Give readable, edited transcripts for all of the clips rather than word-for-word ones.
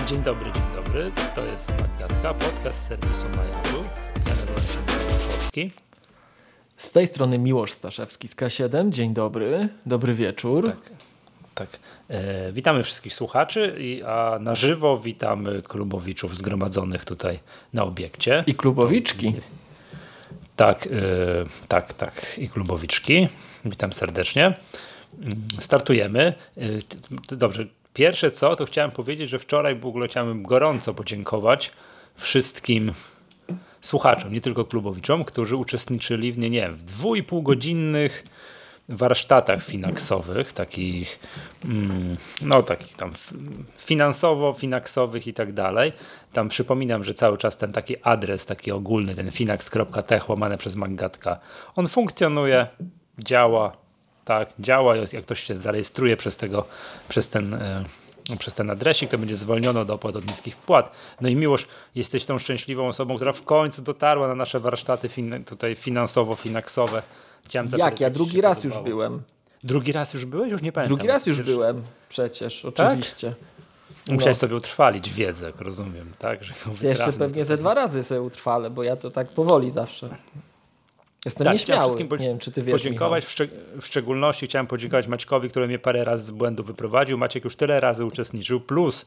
Dzień dobry. To jest Maggatka, podcast z serwisu Majalu. Ja nazywam się Miłosz Masłowski. Z tej strony Miłosz Staszewski z K7. Dzień dobry, dobry wieczór. Tak. Witamy wszystkich słuchaczy, a na żywo witamy klubowiczów zgromadzonych tutaj na obiekcie. I klubowiczki. Tak. I klubowiczki. Witam serdecznie. Startujemy. Dobrze. Pierwsze co, to chciałem powiedzieć, że wczoraj w ogóle chciałem gorąco podziękować wszystkim słuchaczom, nie tylko klubowiczom, którzy uczestniczyli w 2,5-godzinnych warsztatach finansowych, takich tam finansowych i tak dalej. Tam przypominam, że cały czas ten taki adres, taki ogólny, ten finax.tech łamane przez Maggatka, on funkcjonuje, działa. Tak, działa, jak ktoś się zarejestruje przez ten adresik, to będzie zwolniono do opłat od niskich wpłat. No i Miłosz, jesteś tą szczęśliwą osobą, która w końcu dotarła na nasze warsztaty tutaj finansowo-finaksowe. Jak? Ja drugi raz już byłem. Drugi raz już byłeś? Już nie pamiętam. Drugi raz już byłem, przecież, oczywiście. Tak? Musiałeś sobie utrwalić wiedzę, jak rozumiem, tak? Że jeszcze pewnie ze 2 razy sobie utrwalę, bo ja to tak powoli zawsze. Jestem tak, nieśmiały. Nie wiem, czy ty wiesz, podziękować w szczególności chciałem podziękować Maćkowi, który mnie parę razy z błędu wyprowadził. Maciek już tyle razy uczestniczył,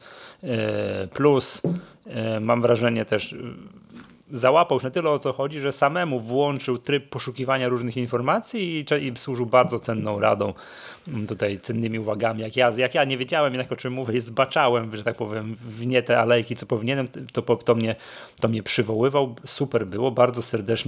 plus mam wrażenie też załapał już na tyle, o co chodzi, że samemu włączył tryb poszukiwania różnych informacji i służył bardzo cenną radą, tutaj cennymi uwagami. Jak ja nie wiedziałem jednak, o czym mówię, i zbaczałem, że tak powiem, w nie te alejki, co powinienem, to mnie przywoływał. Super było, bardzo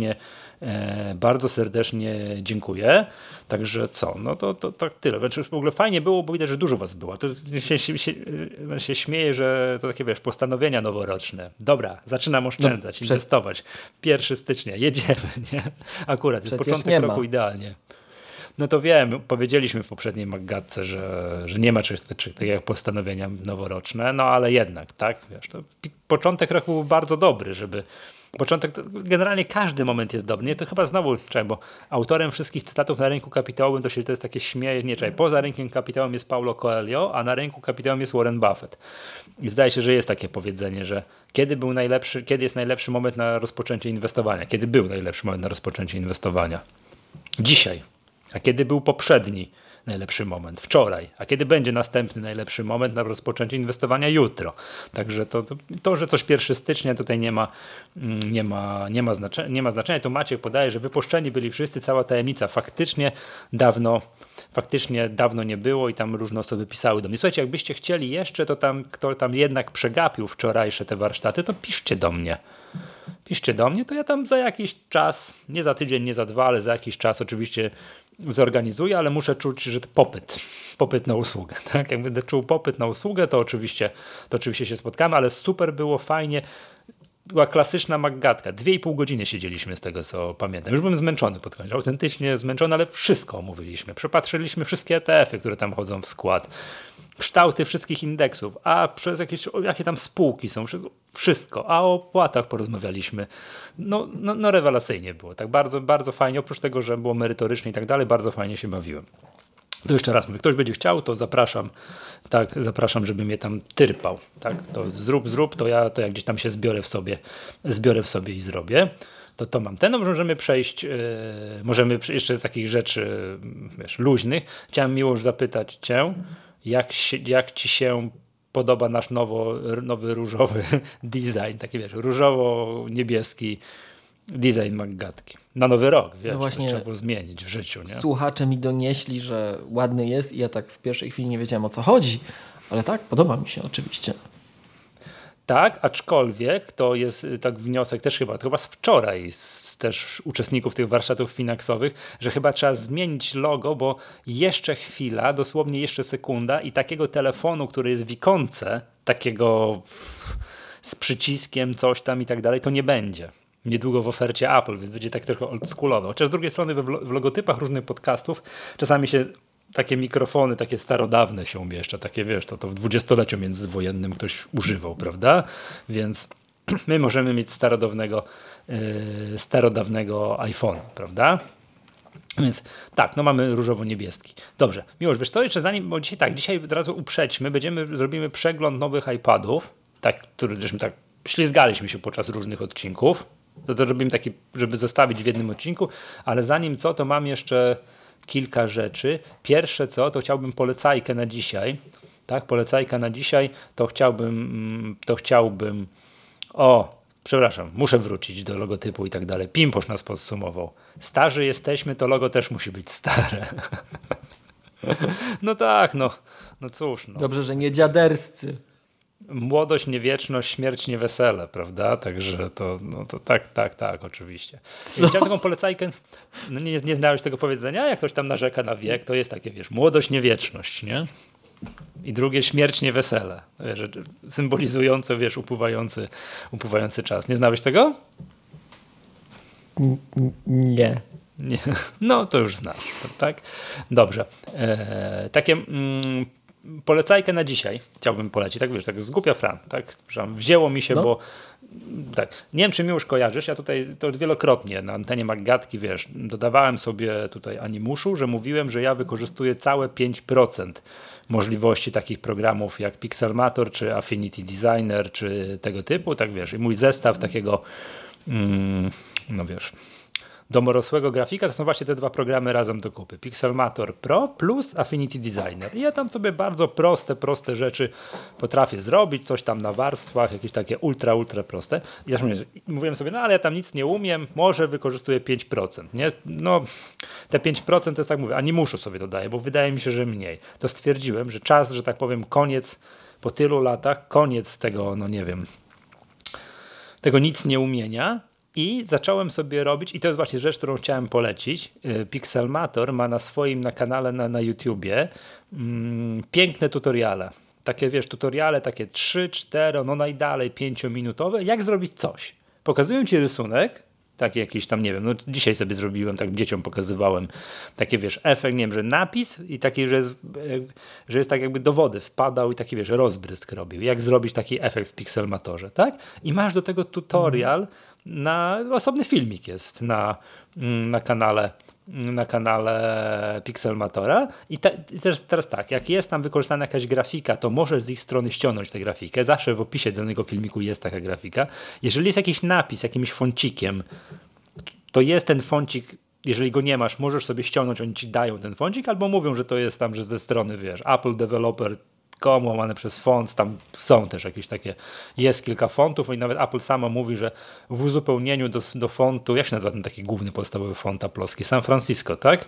serdecznie dziękuję. Także co, no to tak tyle. Znaczy, w ogóle fajnie było, bo widać, że dużo was było. To się śmieję, że to takie, postanowienia noworoczne. Dobra, zaczynam oszczędzać, inwestować. 1 stycznia, jedziemy, nie? Akurat, jest początek roku idealnie. No to wiem, powiedzieliśmy w poprzedniej Maggatce, że nie ma czegoś takiego jak postanowienia noworoczne, no ale jednak, tak, to początek roku był bardzo dobry, generalnie każdy moment jest dobry, nie, to chyba znowu, bo autorem wszystkich cytatów na rynku kapitałowym to jest takie poza rynkiem kapitałowym jest Paulo Coelho, a na rynku kapitałowym jest Warren Buffett. I zdaje się, że jest takie powiedzenie, że kiedy jest najlepszy moment na rozpoczęcie inwestowania, kiedy był najlepszy moment na rozpoczęcie inwestowania? Dzisiaj. A kiedy był poprzedni najlepszy moment? Wczoraj. A kiedy będzie następny najlepszy moment na rozpoczęcie inwestowania? Jutro. Także to że coś 1 stycznia tutaj nie ma znaczenia. Tu Maciek podaje, że wypuszczeni byli wszyscy, cała tajemnica. Faktycznie dawno nie było i tam różne osoby pisały do mnie. Słuchajcie, jakbyście chcieli jeszcze, to kto tam jednak przegapił wczorajsze te warsztaty, to piszcie do mnie. To ja tam za jakiś czas, nie za tydzień, nie za 2, ale za jakiś czas oczywiście zorganizuję, ale muszę czuć, że popyt na usługę. Tak? Jak będę czuł popyt na usługę, to oczywiście się spotkamy, ale super było, fajnie. Była klasyczna Maggatka. 2,5 godziny siedzieliśmy z tego, co pamiętam. Już byłem zmęczony pod koniec, autentycznie zmęczony, ale wszystko omówiliśmy. Przepatrzyliśmy wszystkie ETF-y, które tam chodzą w skład. Kształty wszystkich indeksów, a przez jakie tam spółki są, wszystko, a o opłatach porozmawialiśmy. No rewelacyjnie było, tak bardzo, bardzo fajnie, oprócz tego, że było merytorycznie i tak dalej, bardzo fajnie się bawiłem. To jeszcze raz mówię, ktoś będzie chciał, to zapraszam, żeby mnie tam tyrpał, tak, to zrób, to ja gdzieś tam się zbiorę w sobie i zrobię. To mam możemy przejść, jeszcze z takich rzeczy, luźnych. Chciałem Miłosz zapytać cię, jak ci się podoba nasz nowy różowy design, taki różowo-niebieski design Maggatki. Na nowy rok, no właśnie, trzeba było zmienić w życiu. Nie? Słuchacze mi donieśli, że ładny jest i ja tak w pierwszej chwili nie wiedziałem, o co chodzi, ale tak, podoba mi się oczywiście. Tak, aczkolwiek to jest tak wniosek też chyba z wczoraj, też uczestników tych warsztatów finansowych, że chyba trzeba zmienić logo, bo jeszcze chwila, dosłownie jeszcze sekunda i takiego telefonu, który jest w ikonce, takiego z przyciskiem, coś tam i tak dalej, to nie będzie. Niedługo w ofercie Apple, więc będzie tak trochę oldschoolowo. Chociaż z drugiej strony w logotypach różnych podcastów czasami się takie mikrofony, takie starodawne się umieszcza, takie to w dwudziestoleciu międzywojennym ktoś używał, prawda? Więc my możemy mieć starodawnego iPhone'a, prawda? Więc tak, mamy różowo-niebieski. Dobrze, Miłosz, wiesz co, jeszcze zanim, bo dzisiaj od razu uprzedźmy, zrobimy przegląd nowych iPadów, który żeśmy tak ślizgaliśmy się podczas różnych odcinków. To robimy taki, żeby zostawić w jednym odcinku, ale zanim co, to mam jeszcze kilka rzeczy. Pierwsze co, to chciałbym polecajkę na dzisiaj. Tak, polecajka na dzisiaj, to chciałbym przepraszam, muszę wrócić do logotypu i tak dalej. Pimposz nas podsumował. Starzy jesteśmy, to logo też musi być stare. No tak, no cóż. No. Dobrze, że nie dziaderscy. Młodość, nie wieczność, śmierć, nie wesele, prawda? Także to tak, oczywiście. Chciałem taką polecajkę, no nie znałeś tego powiedzenia? Jak ktoś tam narzeka na wiek, to jest takie, wiesz, młodość, nie wieczność, nie? I drugie, śmierć, nie wesele. Wiesz, symbolizujące, wiesz, upływający czas. Nie znałeś tego? Nie. Nie. No, to już znasz, tak? Dobrze. Takie polecajkę na dzisiaj chciałbym polecić, tak wiesz, tak z głupia fran, tak? Wzięło mi się, bo tak, nie wiem, czy mi już kojarzysz, ja tutaj to wielokrotnie na antenie Maggatki, wiesz, dodawałem sobie tutaj animuszu, że mówiłem, że ja wykorzystuję całe 5% możliwości takich programów jak Pixelmator, czy Affinity Designer, czy tego typu, tak wiesz, i mój zestaw takiego no wiesz, domorosłego grafika, to są właśnie te dwa programy razem do kupy. Pixelmator Pro plus Affinity Designer. I ja tam sobie bardzo proste rzeczy potrafię zrobić, coś tam na warstwach, jakieś takie ultra proste. I ja mówiłem sobie, no ale ja tam nic nie umiem, może wykorzystuję 5%. Nie? No, te 5% to jest tak mówię, animuszu sobie dodaję, bo wydaje mi się, że mniej. To stwierdziłem, że czas, że tak powiem, koniec, po tylu latach, koniec tego, no nie wiem, tego nic nie umienia. I zacząłem sobie robić, i to jest właśnie rzecz, którą chciałem polecić. Pixelmator ma na swoim kanale na YouTubie piękne tutoriale. Takie wiesz, tutoriale takie 3, 4, no najdalej 5-minutowe, jak zrobić coś. Pokazują ci rysunek, taki jakiś tam, nie wiem, no dzisiaj sobie zrobiłem, tak dzieciom pokazywałem, taki wiesz, efekt, nie wiem, że napis i taki, że jest tak jakby do wody wpadał i taki wiesz, rozbrysk robił. Jak zrobić taki efekt w Pixelmatorze, tak? I masz do tego tutorial, osobny filmik jest na kanale Pixelmatora i teraz tak, jak jest tam wykorzystana jakaś grafika, to możesz z ich strony ściągnąć tę grafikę, zawsze w opisie danego filmiku jest taka grafika. Jeżeli jest jakiś napis jakimś foncikiem, to jest ten foncik, jeżeli go nie masz, możesz sobie ściągnąć, oni ci dają ten foncik, albo mówią, że to jest tam, że ze strony, wiesz, Apple Developer łamane przez font, tam są też jakieś takie, jest kilka fontów i nawet Apple samo mówi, że w uzupełnieniu do fontu, jak się nazywa ten taki główny podstawowy font aplowski? San Francisco, tak?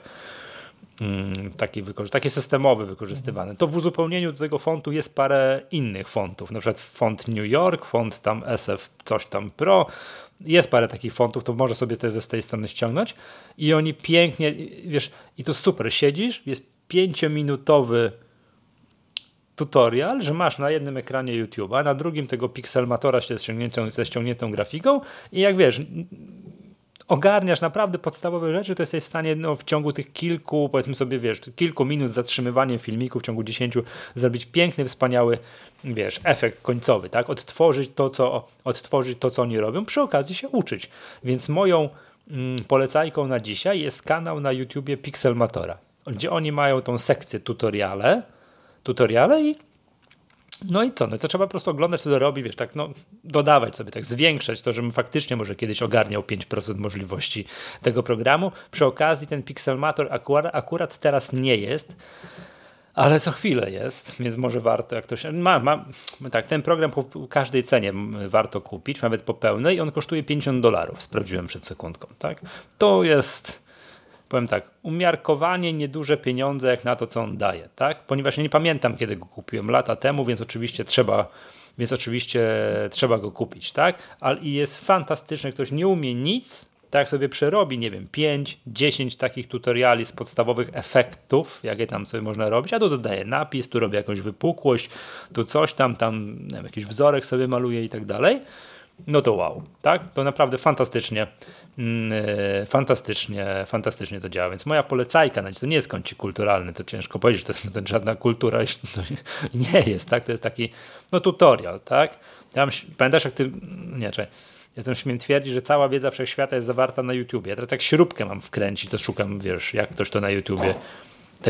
Taki systemowy wykorzystywany. To w uzupełnieniu do tego fontu jest parę innych fontów, na przykład font New York, font tam SF coś tam Pro, jest parę takich fontów, to może sobie też z tej strony ściągnąć i oni pięknie, wiesz, i to super, siedzisz, jest 5-minutowy tutorial, że masz na jednym ekranie YouTube'a, na drugim tego Pixelmatora ze ściągniętą grafiką i jak wiesz, ogarniasz naprawdę podstawowe rzeczy, to jesteś w stanie w ciągu tych kilku, powiedzmy sobie, wiesz, kilku minut z zatrzymywaniem filmiku, w ciągu 10 zrobić piękny, wspaniały, wiesz, efekt końcowy, tak? Odtworzyć to, co oni robią, przy okazji się uczyć. Więc moją polecajką na dzisiaj jest kanał na YouTubie Pixelmatora, gdzie oni mają tą sekcję tutoriale i no i co, no to trzeba po prostu oglądać, co to robi, wiesz, tak, no dodawać sobie, tak zwiększać to, żebym faktycznie może kiedyś ogarniał 5% możliwości tego programu. Przy okazji ten Pixelmator akurat teraz nie jest, ale co chwilę jest, więc może warto, jak to się tak, ten program po każdej cenie warto kupić, nawet po pełnej i on kosztuje $50, sprawdziłem przed sekundką, tak? To jest, powiem tak, umiarkowanie nieduże pieniądze jak na to, co on daje, tak? Ponieważ ja nie pamiętam, kiedy go kupiłem, lata temu, więc oczywiście trzeba go kupić, tak? Ale i jest fantastyczny, ktoś nie umie nic, tak jak sobie przerobi, nie wiem, 5-10 takich tutoriali z podstawowych efektów, jakie tam sobie można robić, a tu dodaje napis, tu robię jakąś wypukłość, tu coś tam nie wiem, jakiś wzorek sobie maluje i tak dalej. No to wow, tak? To naprawdę fantastycznie to działa. Więc moja polecajka, to nie jest kącik kulturalny, to ciężko powiedzieć, to jest żadna kultura, nie jest, tak? To jest taki, no tutorial, tak? Pamiętasz, jak ty, nie, czekaj, ja tam śmiem twierdzić, że cała wiedza wszechświata jest zawarta na YouTubie. Ja teraz jak śrubkę mam wkręcić, to szukam, wiesz, jak ktoś to na YouTubie tę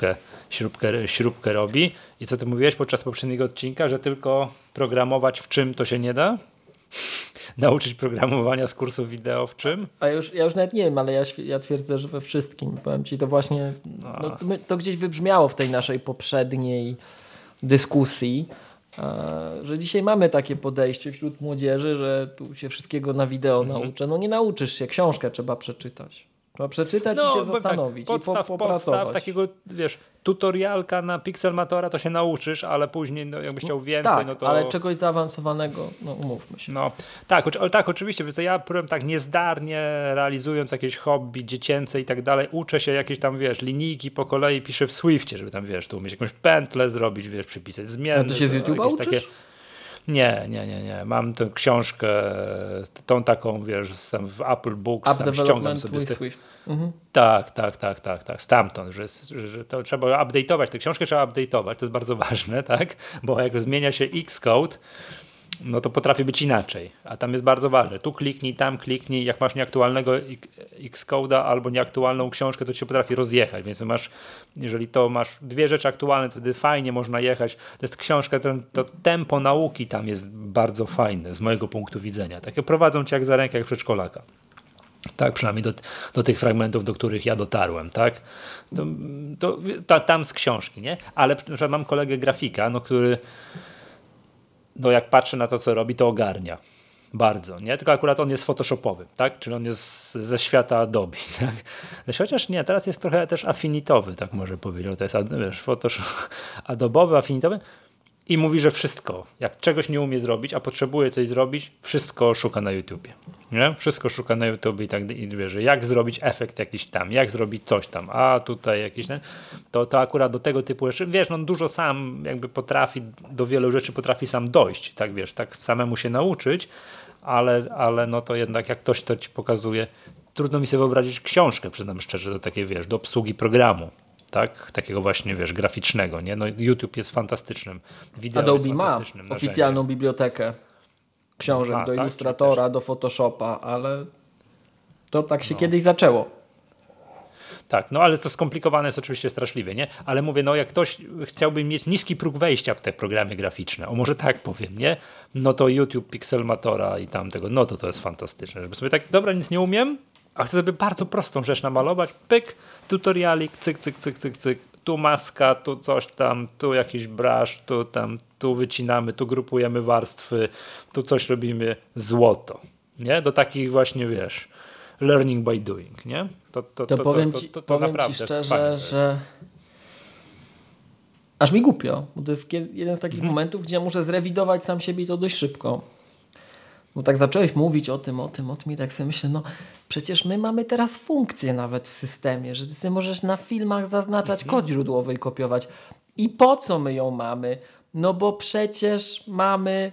śrubkę robi. I co ty mówiłeś podczas poprzedniego odcinka, że tylko programować w czym to się nie da? Nauczyć programowania z kursów wideo w czym? A ja już nawet nie wiem, ale ja twierdzę, że we wszystkim. Powiem ci, to właśnie to gdzieś wybrzmiało w tej naszej poprzedniej dyskusji, że dzisiaj mamy takie podejście wśród młodzieży, że tu się wszystkiego na wideo nauczę. No nie nauczysz się, książkę trzeba przeczytać. Trzeba przeczytać i się zastanowić tak, i popracować. Podstaw takiego, wiesz, tutorialka na Pixelmatora to się nauczysz, ale później jakbyś chciał więcej, tak, no to... ale czegoś zaawansowanego, umówmy się. No, tak, oczywiście, więc ja powiem tak niezdarnie realizując jakieś hobby dziecięce i tak dalej, uczę się jakieś tam, wiesz, linijki po kolei piszę w Swiftie, żeby tam, wiesz, tu umieć jakąś pętlę zrobić, wiesz, przypisać zmiany. A ty się z YouTube'a uczysz? Takie... Nie. Mam tę książkę, tą taką, wiesz, w Apple Books, tam ściągam sobie z tych... Tak. Stamtąd, że to trzeba update'ować, tę książkę trzeba update'ować, to jest bardzo ważne, tak? Bo jak zmienia się Xcode, no to potrafi być inaczej, a tam jest bardzo ważne. Tu kliknij, tam kliknij, jak masz nieaktualnego Xcode'a albo nieaktualną książkę, to ci się potrafi rozjechać, więc jeżeli to masz dwie rzeczy aktualne, to wtedy fajnie można jechać. To jest książka, to tempo nauki tam jest bardzo fajne z mojego punktu widzenia. Takie prowadzą cię jak za rękę, jak przedszkolaka. Tak, przynajmniej do tych fragmentów, do których ja dotarłem, tak? Tam z książki, nie? Ale na przykład mam kolegę grafika, który jak patrzy na to, co robi, to ogarnia. Bardzo, nie? Tylko akurat on jest photoshopowy, tak? Czyli on jest ze świata Adobe, tak? Chociaż nie, teraz jest trochę też affinitowy, tak może powiedzieć. To jest, wiesz, Photoshop adobowy, affinitowy i mówi, że wszystko, jak czegoś nie umie zrobić, a potrzebuje coś zrobić, wszystko szuka na YouTubie, nie? Wszystko szuka na YouTubie i wie, że jak zrobić efekt jakiś tam, jak zrobić coś tam, a tutaj jakiś ten, to akurat do tego typu rzeczy, wiesz, no dużo sam jakby potrafi, do wielu rzeczy potrafi sam dojść, tak wiesz, tak samemu się nauczyć, ale no to jednak jak ktoś to ci pokazuje, trudno mi sobie wyobrazić książkę, przyznam szczerze, do takiej, wiesz, do obsługi programu. Tak? Takiego właśnie, wiesz, graficznego, nie? No YouTube jest fantastycznym. Wideo Adobe jest fantastycznym ma narzędziem. oficjalną bibliotekę książek do Illustratora, do Photoshopa, ale to tak się kiedyś zaczęło. Tak, no ale to skomplikowane jest oczywiście straszliwie, nie? Ale mówię, no jak ktoś chciałby mieć niski próg wejścia w te programy graficzne, może tak powiem, nie? No to YouTube, Pixelmatora i tamtego, no to jest fantastyczne. Żeby sobie tak, dobra, nic nie umiem, a chcę sobie bardzo prostą rzecz namalować, pyk, tutorialik, cyk, tu maska, tu coś tam, tu jakiś brush, tu wycinamy, tu grupujemy warstwy, tu coś robimy, złoto, nie? Do takich właśnie, wiesz, learning by doing, nie? To powiem ci szczerze, że aż mi głupio, bo to jest jeden z takich momentów, gdzie ja muszę zrewidować sam siebie i to dość szybko. Bo tak zacząłeś mówić o tym i tak sobie myślę, no przecież my mamy teraz funkcję nawet w systemie, że ty sobie możesz na filmach zaznaczać kod źródłowy i kopiować. I po co my ją mamy? No bo przecież mamy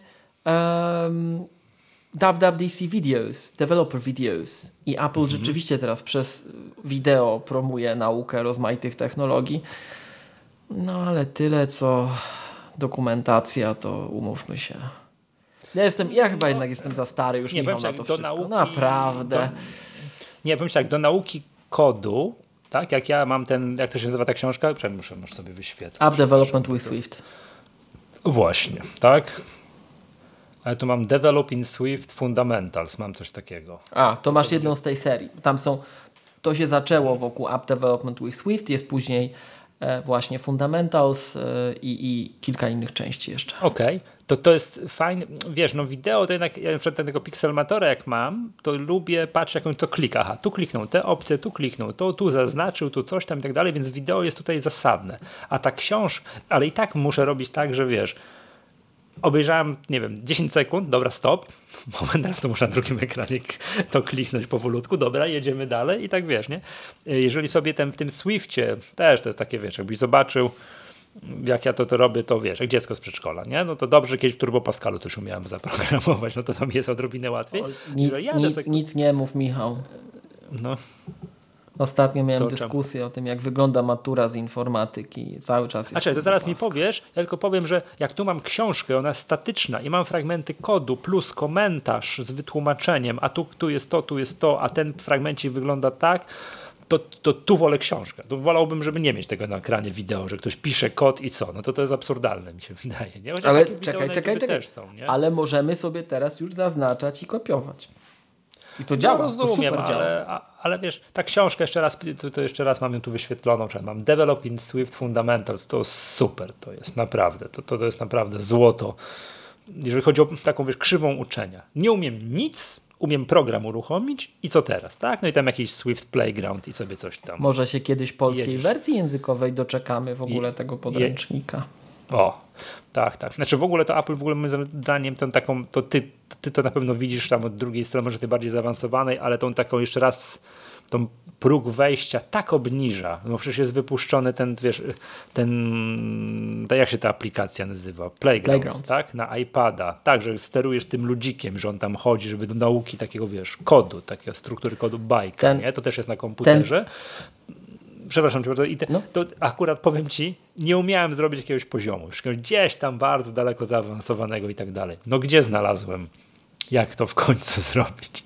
WWDC Videos, Developer Videos i Apple rzeczywiście teraz przez wideo promuje naukę rozmaitych technologii. No ale tyle co dokumentacja, to umówmy się. Ja chyba jednak jestem za stary, już nie mam na to wszystko. Nauki, naprawdę. Powiem tak, do nauki kodu, tak, jak ja mam jak to się nazywa ta książka? Muszę sobie wyświetlić. App Development with Swift. Właśnie, tak. Ale tu mam Develop in Swift Fundamentals, mam coś takiego. To masz jedną z tej serii. To się zaczęło wokół App Development with Swift, jest później właśnie Fundamentals i kilka innych części jeszcze. Okej. To jest fajne, wiesz, no wideo to jednak, ja przed tego Pixelmatora jak mam, to lubię patrzeć jak on co klika, tu kliknął te opcje, tu kliknął to, tu zaznaczył, tu coś tam i tak dalej, więc wideo jest tutaj zasadne, a ta książka, ale i tak muszę robić tak, że wiesz, obejrzałem, nie wiem, 10 sekund, dobra, stop, moment, teraz to muszę na drugim ekranie to kliknąć powolutku, dobra, jedziemy dalej i tak wiesz, nie? Jeżeli sobie w tym Swiftie, też to jest takie, wiesz, jakbyś zobaczył, jak ja to robię, to wiesz, jak dziecko z przedszkola, nie? No to dobrze, kiedyś w Turbo Pascalu też umiałem zaprogramować, no to mi jest odrobinę łatwiej. Nic nie mów, Michał. No. Ostatnio miałem dyskusję o tym, jak wygląda matura z informatyki. Cały czas jest. To zaraz mi powiesz, ja tylko powiem, że jak tu mam książkę, ona jest statyczna i mam fragmenty kodu plus komentarz z wytłumaczeniem, a tu jest to, a ten fragmencik wygląda tak, to tu wolę książkę. To wolałbym, żeby nie mieć tego na ekranie wideo, że ktoś pisze kod i co. No to jest absurdalne, mi się wydaje. Nie? Chociaż Ale takie czekaj. też są, nie? Ale możemy sobie teraz już zaznaczać i kopiować. I to działa, rozumiem, to super działa. ale wiesz, ta książka jeszcze raz mam ją tu wyświetloną, czyli mam Developing Swift Fundamentals, to super, to jest naprawdę, to jest naprawdę złoto. Jeżeli chodzi o taką, wiesz, krzywą uczenia. Nie umiem nic, umiem program uruchomić i co teraz, tak? No i tam jakiś Swift Playground i sobie coś tam. Może się kiedyś polskiej wersji językowej doczekamy w ogóle tego podręcznika. Tak. Znaczy w ogóle to Apple, moim zdaniem, to ty to na pewno widzisz tam od drugiej strony, może ty bardziej zaawansowanej, ale tą taką jeszcze raz, tą próg wejścia tak obniża. No przecież jest wypuszczony jak się ta aplikacja nazywa? Playgrounds, tak? Na iPada. Tak, że sterujesz tym ludzikiem, że on tam chodzi, żeby do nauki takiego, wiesz, kodu, takiego struktury kodu bajka, nie? To też jest na komputerze. Przepraszam cię bardzo, to akurat powiem ci, nie umiałem zrobić jakiegoś poziomu, już gdzieś tam bardzo daleko zaawansowanego i tak dalej. No gdzie znalazłem, jak to w końcu zrobić?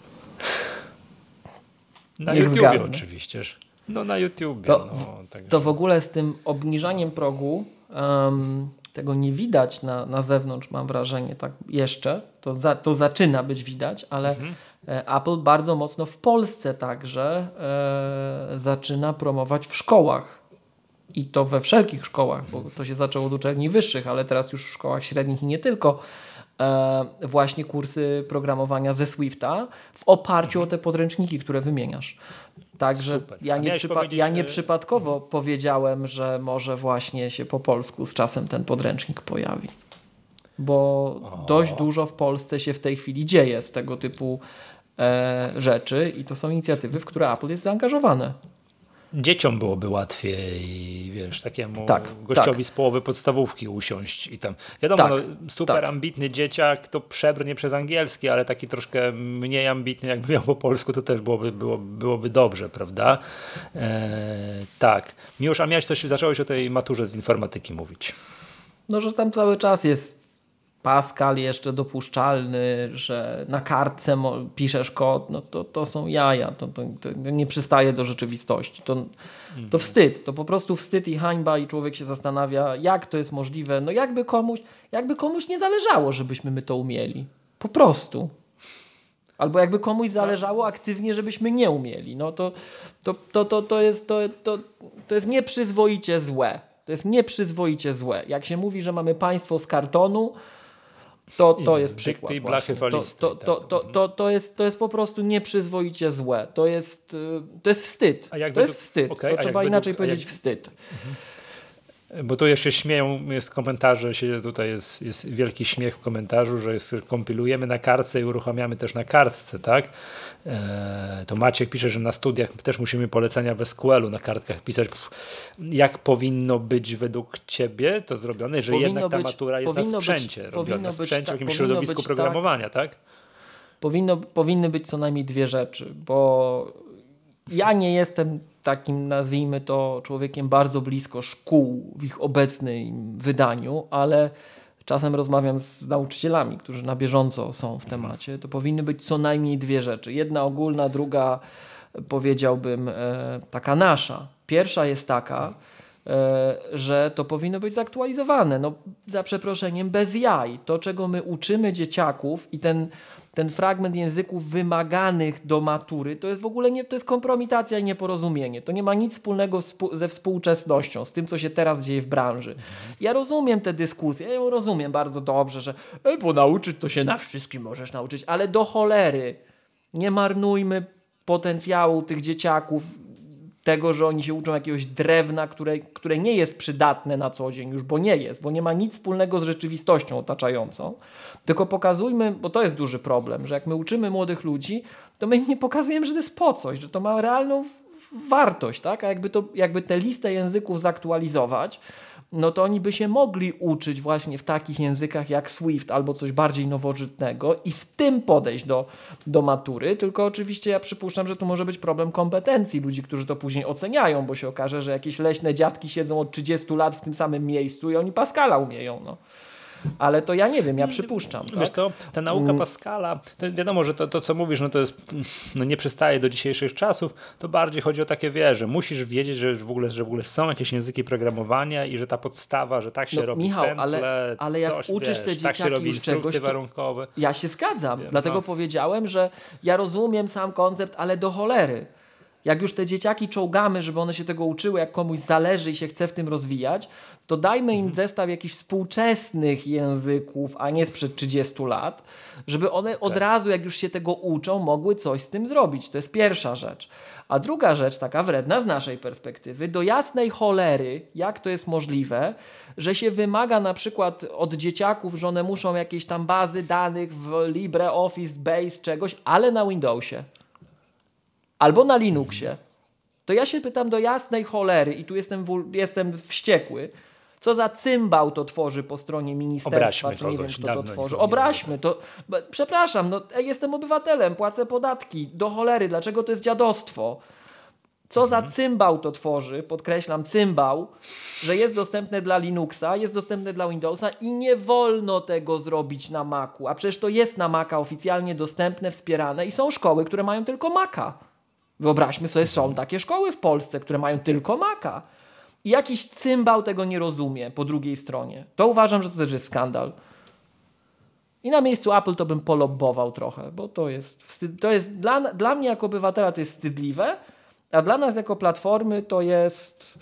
Na YouTubie oczywiście. No na YouTubie. To w ogóle z tym obniżaniem progu, tego nie widać na zewnątrz, mam wrażenie, tak jeszcze, to zaczyna być widać, ale Apple bardzo mocno w Polsce także zaczyna promować w szkołach. I to we wszelkich szkołach, bo to się zaczęło od uczelni wyższych, ale teraz już w szkołach średnich i nie tylko, właśnie kursy programowania ze Swifta w oparciu o te podręczniki, które wymieniasz. Także ja nieprzypadkowo powiedziałem, że może właśnie się po polsku z czasem ten podręcznik pojawi. Bo dość dużo w Polsce się w tej chwili dzieje z tego typu rzeczy i to są inicjatywy, w które Apple jest zaangażowane. Dzieciom byłoby łatwiej, wiesz, takiemu gościowi z połowy podstawówki usiąść i tam, wiadomo, super ambitny dzieciak to przebrnie przez angielski, ale taki troszkę mniej ambitny, jakby miał po polsku, to też byłoby dobrze, prawda? Tak. Miłosz, a zacząłeś o tej maturze z informatyki mówić. No, że tam cały czas jest Pascal jeszcze dopuszczalny, że na kartce piszesz kod, no to są jaja, to nie przystaje do rzeczywistości. To wstyd, to po prostu wstyd i hańba i człowiek się zastanawia, jak to jest możliwe. No jakby komuś nie zależało, żebyśmy my to umieli. Po prostu. Albo jakby komuś zależało aktywnie, żebyśmy nie umieli. No to jest nieprzyzwoicie złe. To jest nieprzyzwoicie złe. Jak się mówi, że mamy państwo z kartonu, to jest przykład. To jest po prostu nieprzyzwoicie złe. To jest wstyd. To jest wstyd. To trzeba inaczej powiedzieć wstyd. Bo tu jeszcze śmieją, jest komentarze, tutaj jest wielki śmiech w komentarzu, że kompilujemy na kartce i uruchamiamy też na kartce, tak? To Maciek pisze, że na studiach też musimy polecenia w SQL-u na kartkach pisać. Jak powinno być według ciebie to zrobione, że jednak ta matura jest na sprzęcie robiona, na sprzęcie, w jakimś środowisku programowania, tak? Powinny być co najmniej dwie rzeczy, bo ja nie jestem takim, nazwijmy to, człowiekiem bardzo blisko szkół w ich obecnym wydaniu, ale czasem rozmawiam z nauczycielami, którzy na bieżąco są w temacie. To powinny być co najmniej dwie rzeczy. Jedna ogólna, druga powiedziałbym taka nasza. Pierwsza jest taka, że to powinno być zaktualizowane. No, za przeproszeniem, bez jaj. To, czego my uczymy dzieciaków i ten fragment języków wymaganych do matury, to jest w ogóle to jest kompromitacja i nieporozumienie. To nie ma nic wspólnego ze współczesnością, z tym, co się teraz dzieje w branży. Ja rozumiem te dyskusje, ja ją rozumiem bardzo dobrze, że bo nauczyć to się na wszystkim możesz nauczyć, ale do cholery nie marnujmy potencjału tych dzieciaków, tego, że oni się uczą jakiegoś drewna, które nie jest przydatne na co dzień już, bo nie ma nic wspólnego z rzeczywistością otaczającą, tylko pokazujmy, bo to jest duży problem, że jak my uczymy młodych ludzi, to my im nie pokazujemy, że to jest po coś, że to ma realną wartość, tak? A jakby tę listę języków zaktualizować, no to oni by się mogli uczyć właśnie w takich językach jak Swift albo coś bardziej nowożytnego i w tym podejść do matury, tylko oczywiście ja przypuszczam, że tu może być problem kompetencji ludzi, którzy to później oceniają, bo się okaże, że jakieś leśne dziadki siedzą od 30 lat w tym samym miejscu i oni Pascala umieją, no. Ale to ja nie wiem, ja przypuszczam. Wiesz Tak? co, ta nauka Pascala, to wiadomo, że to co mówisz, no to jest, no nie przystaje do dzisiejszych czasów, to bardziej chodzi o takie, że musisz wiedzieć, że w ogóle są jakieś języki programowania i że ta podstawa, że tak się robi Michał, pętle, ale jak coś, uczysz te tak dzieciaki się robi już instrukcje czegoś, warunkowe. Ja się zgadzam, dlatego powiedziałem, że ja rozumiem sam koncept, ale do cholery. Jak już te dzieciaki czołgamy, żeby one się tego uczyły, jak komuś zależy i się chce w tym rozwijać, to dajmy im zestaw jakichś współczesnych języków, a nie sprzed 30 lat, żeby one od razu, jak już się tego uczą, mogły coś z tym zrobić. To jest pierwsza rzecz. A druga rzecz, taka wredna z naszej perspektywy, do jasnej cholery, jak to jest możliwe, że się wymaga na przykład od dzieciaków, że one muszą jakieś tam bazy danych w LibreOffice, Base, czegoś, ale na Windowsie. Albo na Linuxie. To ja się pytam do jasnej cholery i tu jestem wściekły. Co za cymbał to tworzy po stronie ministerstwa, Obraźmy czy nie wiem, kogoś, kto to tworzy. Obraźmy to. Przepraszam, jestem obywatelem, płacę podatki. Do cholery, dlaczego to jest dziadostwo? Co za cymbał to tworzy, podkreślam, cymbał, że jest dostępne dla Linuxa, jest dostępne dla Windowsa i nie wolno tego zrobić na Macu. A przecież to jest na Maca oficjalnie dostępne, wspierane i są szkoły, które mają tylko Maca. Wyobraźmy sobie, są takie szkoły w Polsce, które mają tylko Maca. I jakiś cymbał tego nie rozumie po drugiej stronie. To uważam, że to też jest skandal. I na miejscu Apple to bym polobbował trochę, bo to jest dla mnie jako obywatela to jest wstydliwe, a dla nas jako platformy to jest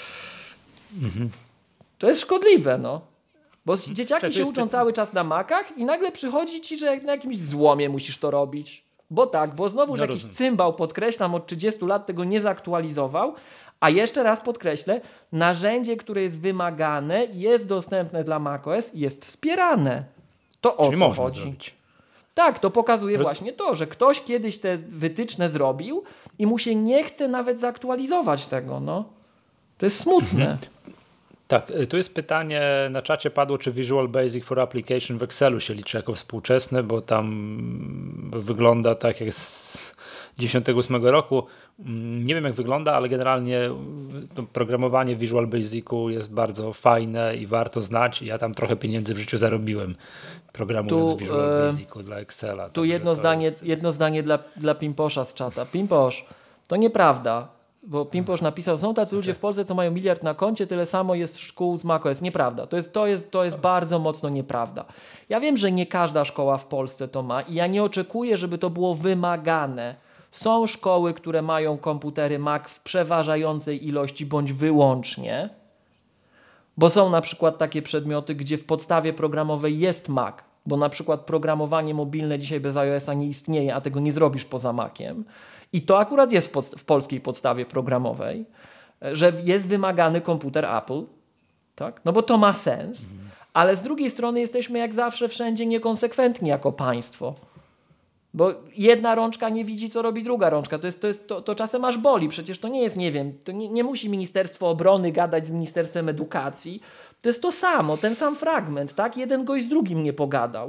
to jest szkodliwe, no. Bo dzieciaki się uczą cały czas na Macach i nagle przychodzi ci, że na jakimś złomie musisz to robić. Bo znowu jakiś cymbał, podkreślam, od 30 lat tego nie zaktualizował, a jeszcze raz podkreślę, narzędzie, które jest wymagane, jest dostępne dla macOS i jest wspierane. To o co chodzi? Zrobić. Tak, to pokazuje właśnie to, że ktoś kiedyś te wytyczne zrobił i mu się nie chce nawet zaktualizować tego, no. To jest smutne. Tak, tu jest pytanie, na czacie padło, czy Visual Basic for Application w Excelu się liczy jako współczesne, bo tam wygląda tak jak z 98 roku. Nie wiem jak wygląda, ale generalnie to programowanie Visual Basicu jest bardzo fajne i warto znać. Ja tam trochę pieniędzy w życiu zarobiłem programując Visual Basicu dla Excela. Tu jedno zdanie dla Pimposza z czata. Pimposz, to nieprawda. Bo Pimposz napisał, są tacy ludzie w Polsce, co mają 1 miliard na koncie, tyle samo jest szkół z macOS. Nieprawda. To jest bardzo mocno nieprawda. Ja wiem, że nie każda szkoła w Polsce to ma i ja nie oczekuję, żeby to było wymagane. Są szkoły, które mają komputery Mac w przeważającej ilości bądź wyłącznie, bo są na przykład takie przedmioty, gdzie w podstawie programowej jest Mac, bo na przykład programowanie mobilne dzisiaj bez iOS-a nie istnieje, a tego nie zrobisz poza Maciem. I to akurat jest w polskiej podstawie programowej, że jest wymagany komputer Apple, tak? No bo to ma sens, ale z drugiej strony jesteśmy jak zawsze wszędzie niekonsekwentni jako państwo. Bo jedna rączka nie widzi, co robi druga rączka. To czasem aż boli. Przecież to nie jest, nie wiem, to nie musi Ministerstwo Obrony gadać z Ministerstwem Edukacji. To jest to samo, ten sam fragment, tak? Jeden gość z drugim nie pogadał.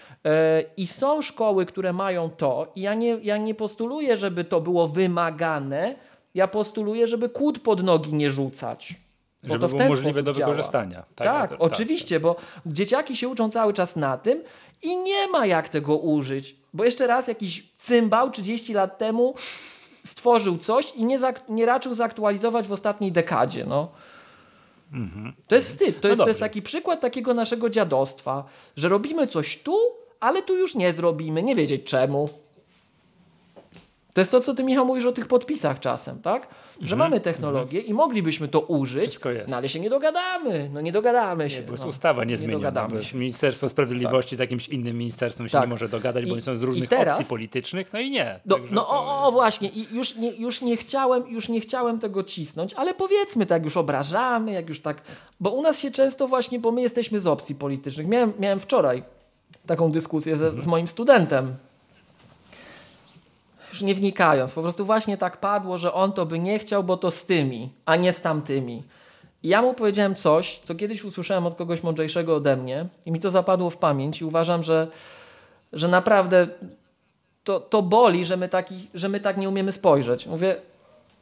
I są szkoły, które mają to i ja nie postuluję, żeby to było wymagane, ja postuluję, żeby kłód pod nogi nie rzucać. Żeby to było możliwe do wykorzystania. Tak, oczywiście, bo dzieciaki się uczą cały czas na tym i nie ma jak tego użyć. Bo jeszcze raz jakiś cymbał 30 lat temu stworzył coś i nie raczył zaktualizować w ostatniej dekadzie. No. To jest wstyd. To jest taki przykład takiego naszego dziadostwa, że robimy coś tu, ale tu już nie zrobimy, nie wiedzieć czemu. To jest to, co ty, Michał, mówisz o tych podpisach czasem, tak? Że mamy technologię i moglibyśmy to użyć, no ale się nie dogadamy. No nie dogadamy się. Bo jest ustawa niezmieniona. Ministerstwo Sprawiedliwości z jakimś innym ministerstwem się nie może dogadać, bo oni są z różnych opcji politycznych, no i nie. Właśnie. I już nie chciałem tego cisnąć, ale powiedzmy tak, już obrażamy, jak już tak, bo u nas się często właśnie, bo my jesteśmy z opcji politycznych. Miałem wczoraj taką dyskusję z moim studentem. Już nie wnikając, po prostu właśnie tak padło, że on to by nie chciał, bo to z tymi, a nie z tamtymi. I ja mu powiedziałem coś, co kiedyś usłyszałem od kogoś mądrzejszego ode mnie i mi to zapadło w pamięć i uważam, że naprawdę to boli, że my tak nie umiemy spojrzeć. Mówię,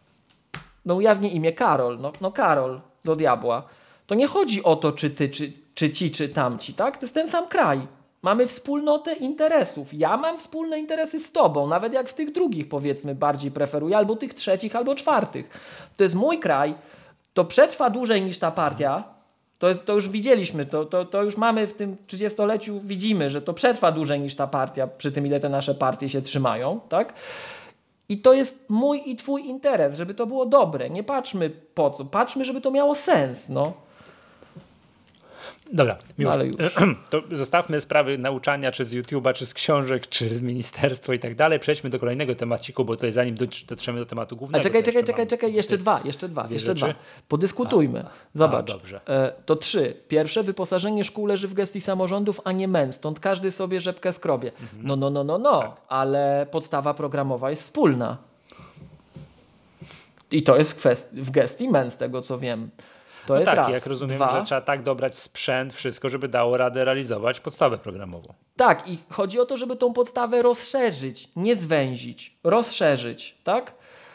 no ujawnię imię Karol, no Karol, do diabła. To nie chodzi o to, czy ty, czy ci, czy tamci, tak? To jest ten sam kraj. Mamy wspólnotę interesów. Ja mam wspólne interesy z tobą, nawet jak w tych drugich, powiedzmy, bardziej preferuję, albo tych trzecich, albo czwartych. To jest mój kraj, to przetrwa dłużej niż ta partia. To już widzieliśmy, to już mamy w tym 30-leciu, widzimy, że to przetrwa dłużej niż ta partia, przy tym ile te nasze partie się trzymają, tak? I to jest mój i twój interes, żeby to było dobre. Nie patrzmy po co, patrzmy, żeby to miało sens, no. Dobra, ale już. To zostawmy sprawy nauczania, czy z YouTube'a, czy z książek, czy z ministerstwa i tak dalej. Przejdźmy do kolejnego temaciku, bo tutaj zanim dotrzemy do tematu głównego. Czekaj, jeszcze dwa. Podyskutujmy. Zobacz, dobrze. To 3. Pierwsze, wyposażenie szkół leży w gestii samorządów, a nie MEN, stąd każdy sobie rzepkę skrobie. Tak. Ale podstawa programowa jest wspólna. I to jest w gestii MEN, z tego co wiem. To jest raz. Jak rozumiem, 2. że trzeba tak dobrać sprzęt, wszystko, żeby dało radę realizować podstawę programową. Tak, i chodzi o to, żeby tą podstawę rozszerzyć, nie zwęzić, rozszerzyć, tak?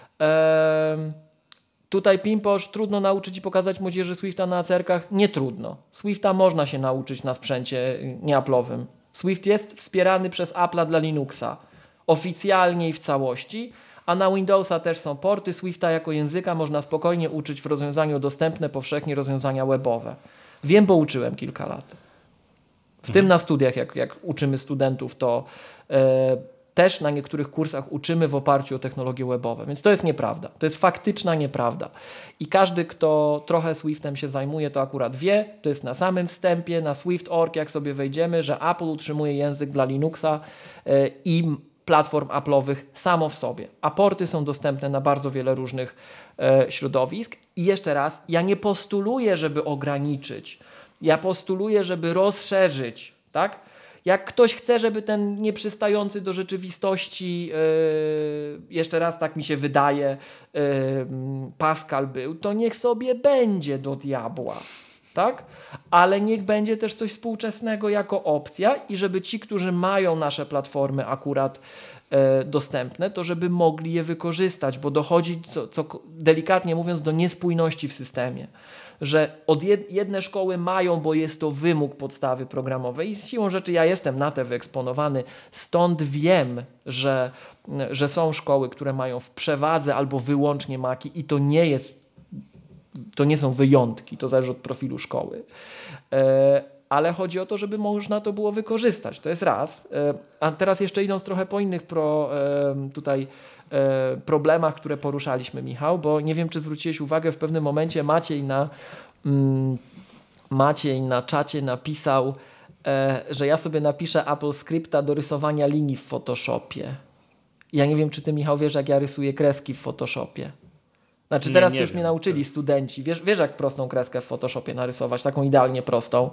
Tutaj Pimposz, trudno nauczyć i pokazać młodzieży Swifta na acerkach? Nie trudno. Swifta można się nauczyć na sprzęcie nieaplowym. Swift jest wspierany przez Apple'a dla Linuxa. Oficjalnie i w całości. A na Windowsa też są porty Swifta jako języka. Można spokojnie uczyć w rozwiązaniu dostępne powszechnie rozwiązania webowe. Wiem, bo uczyłem kilka lat. W tym na studiach, jak uczymy studentów, to też na niektórych kursach uczymy w oparciu o technologie webowe. Więc to jest nieprawda. To jest faktyczna nieprawda. I każdy, kto trochę Swiftem się zajmuje, to akurat wie, to jest na samym wstępie, na swift.org, jak sobie wejdziemy, że Apple utrzymuje język dla Linuxa i platform Apple'owych samo w sobie. A porty są dostępne na bardzo wiele różnych środowisk. I jeszcze raz, ja nie postuluję, żeby ograniczyć. Ja postuluję, żeby rozszerzyć, tak? Jak ktoś chce, żeby ten nieprzystający do rzeczywistości, jeszcze raz tak mi się wydaje, Pascal był, to niech sobie będzie do diabła, tak? Ale niech będzie też coś współczesnego jako opcja i żeby ci, którzy mają nasze platformy akurat dostępne, to żeby mogli je wykorzystać, bo dochodzi, delikatnie mówiąc, do niespójności w systemie. Że jedne szkoły mają, bo jest to wymóg podstawy programowej i z siłą rzeczy ja jestem na te wyeksponowany, stąd wiem, że są szkoły, które mają w przewadze albo wyłącznie Maki i to nie są wyjątki, to zależy od profilu szkoły. Ale chodzi o to, żeby można to było wykorzystać. To jest raz. A teraz jeszcze idąc trochę po innych problemach, które poruszaliśmy, Michał, bo nie wiem, czy zwróciłeś uwagę, w pewnym momencie Maciej na czacie napisał, że ja sobie napiszę Apple Scripta do rysowania linii w Photoshopie. Ja nie wiem, czy ty, Michał, wiesz, jak ja rysuję kreski w Photoshopie. Znaczy teraz już mnie nauczyli studenci. Wiesz, jak prostą kreskę w Photoshopie narysować? Taką idealnie prostą.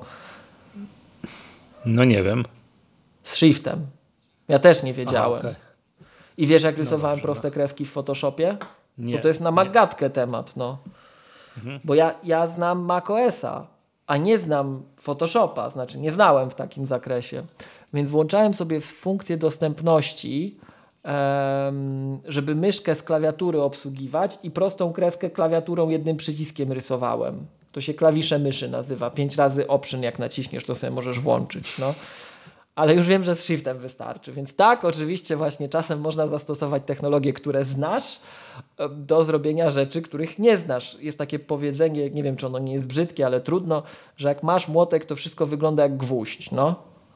No nie wiem. Z shiftem. Ja też nie wiedziałem. Okay. I wiesz, jak rysowałem proste kreski w Photoshopie? Nie. Bo to jest na Magatkę temat, no. Bo ja znam macOSa, a nie znam Photoshopa. Znaczy nie znałem w takim zakresie. Więc włączałem sobie funkcję dostępności, żeby myszkę z klawiatury obsługiwać i prostą kreskę klawiaturą jednym przyciskiem rysowałem. To się klawisze myszy nazywa. 5 razy option, jak naciśniesz, to sobie możesz włączyć. No. Ale już wiem, że z shiftem wystarczy. Więc tak, oczywiście właśnie czasem można zastosować technologie, które znasz do zrobienia rzeczy, których nie znasz. Jest takie powiedzenie, nie wiem, czy ono nie jest brzydkie, ale trudno, że jak masz młotek, to wszystko wygląda jak gwóźdź. No.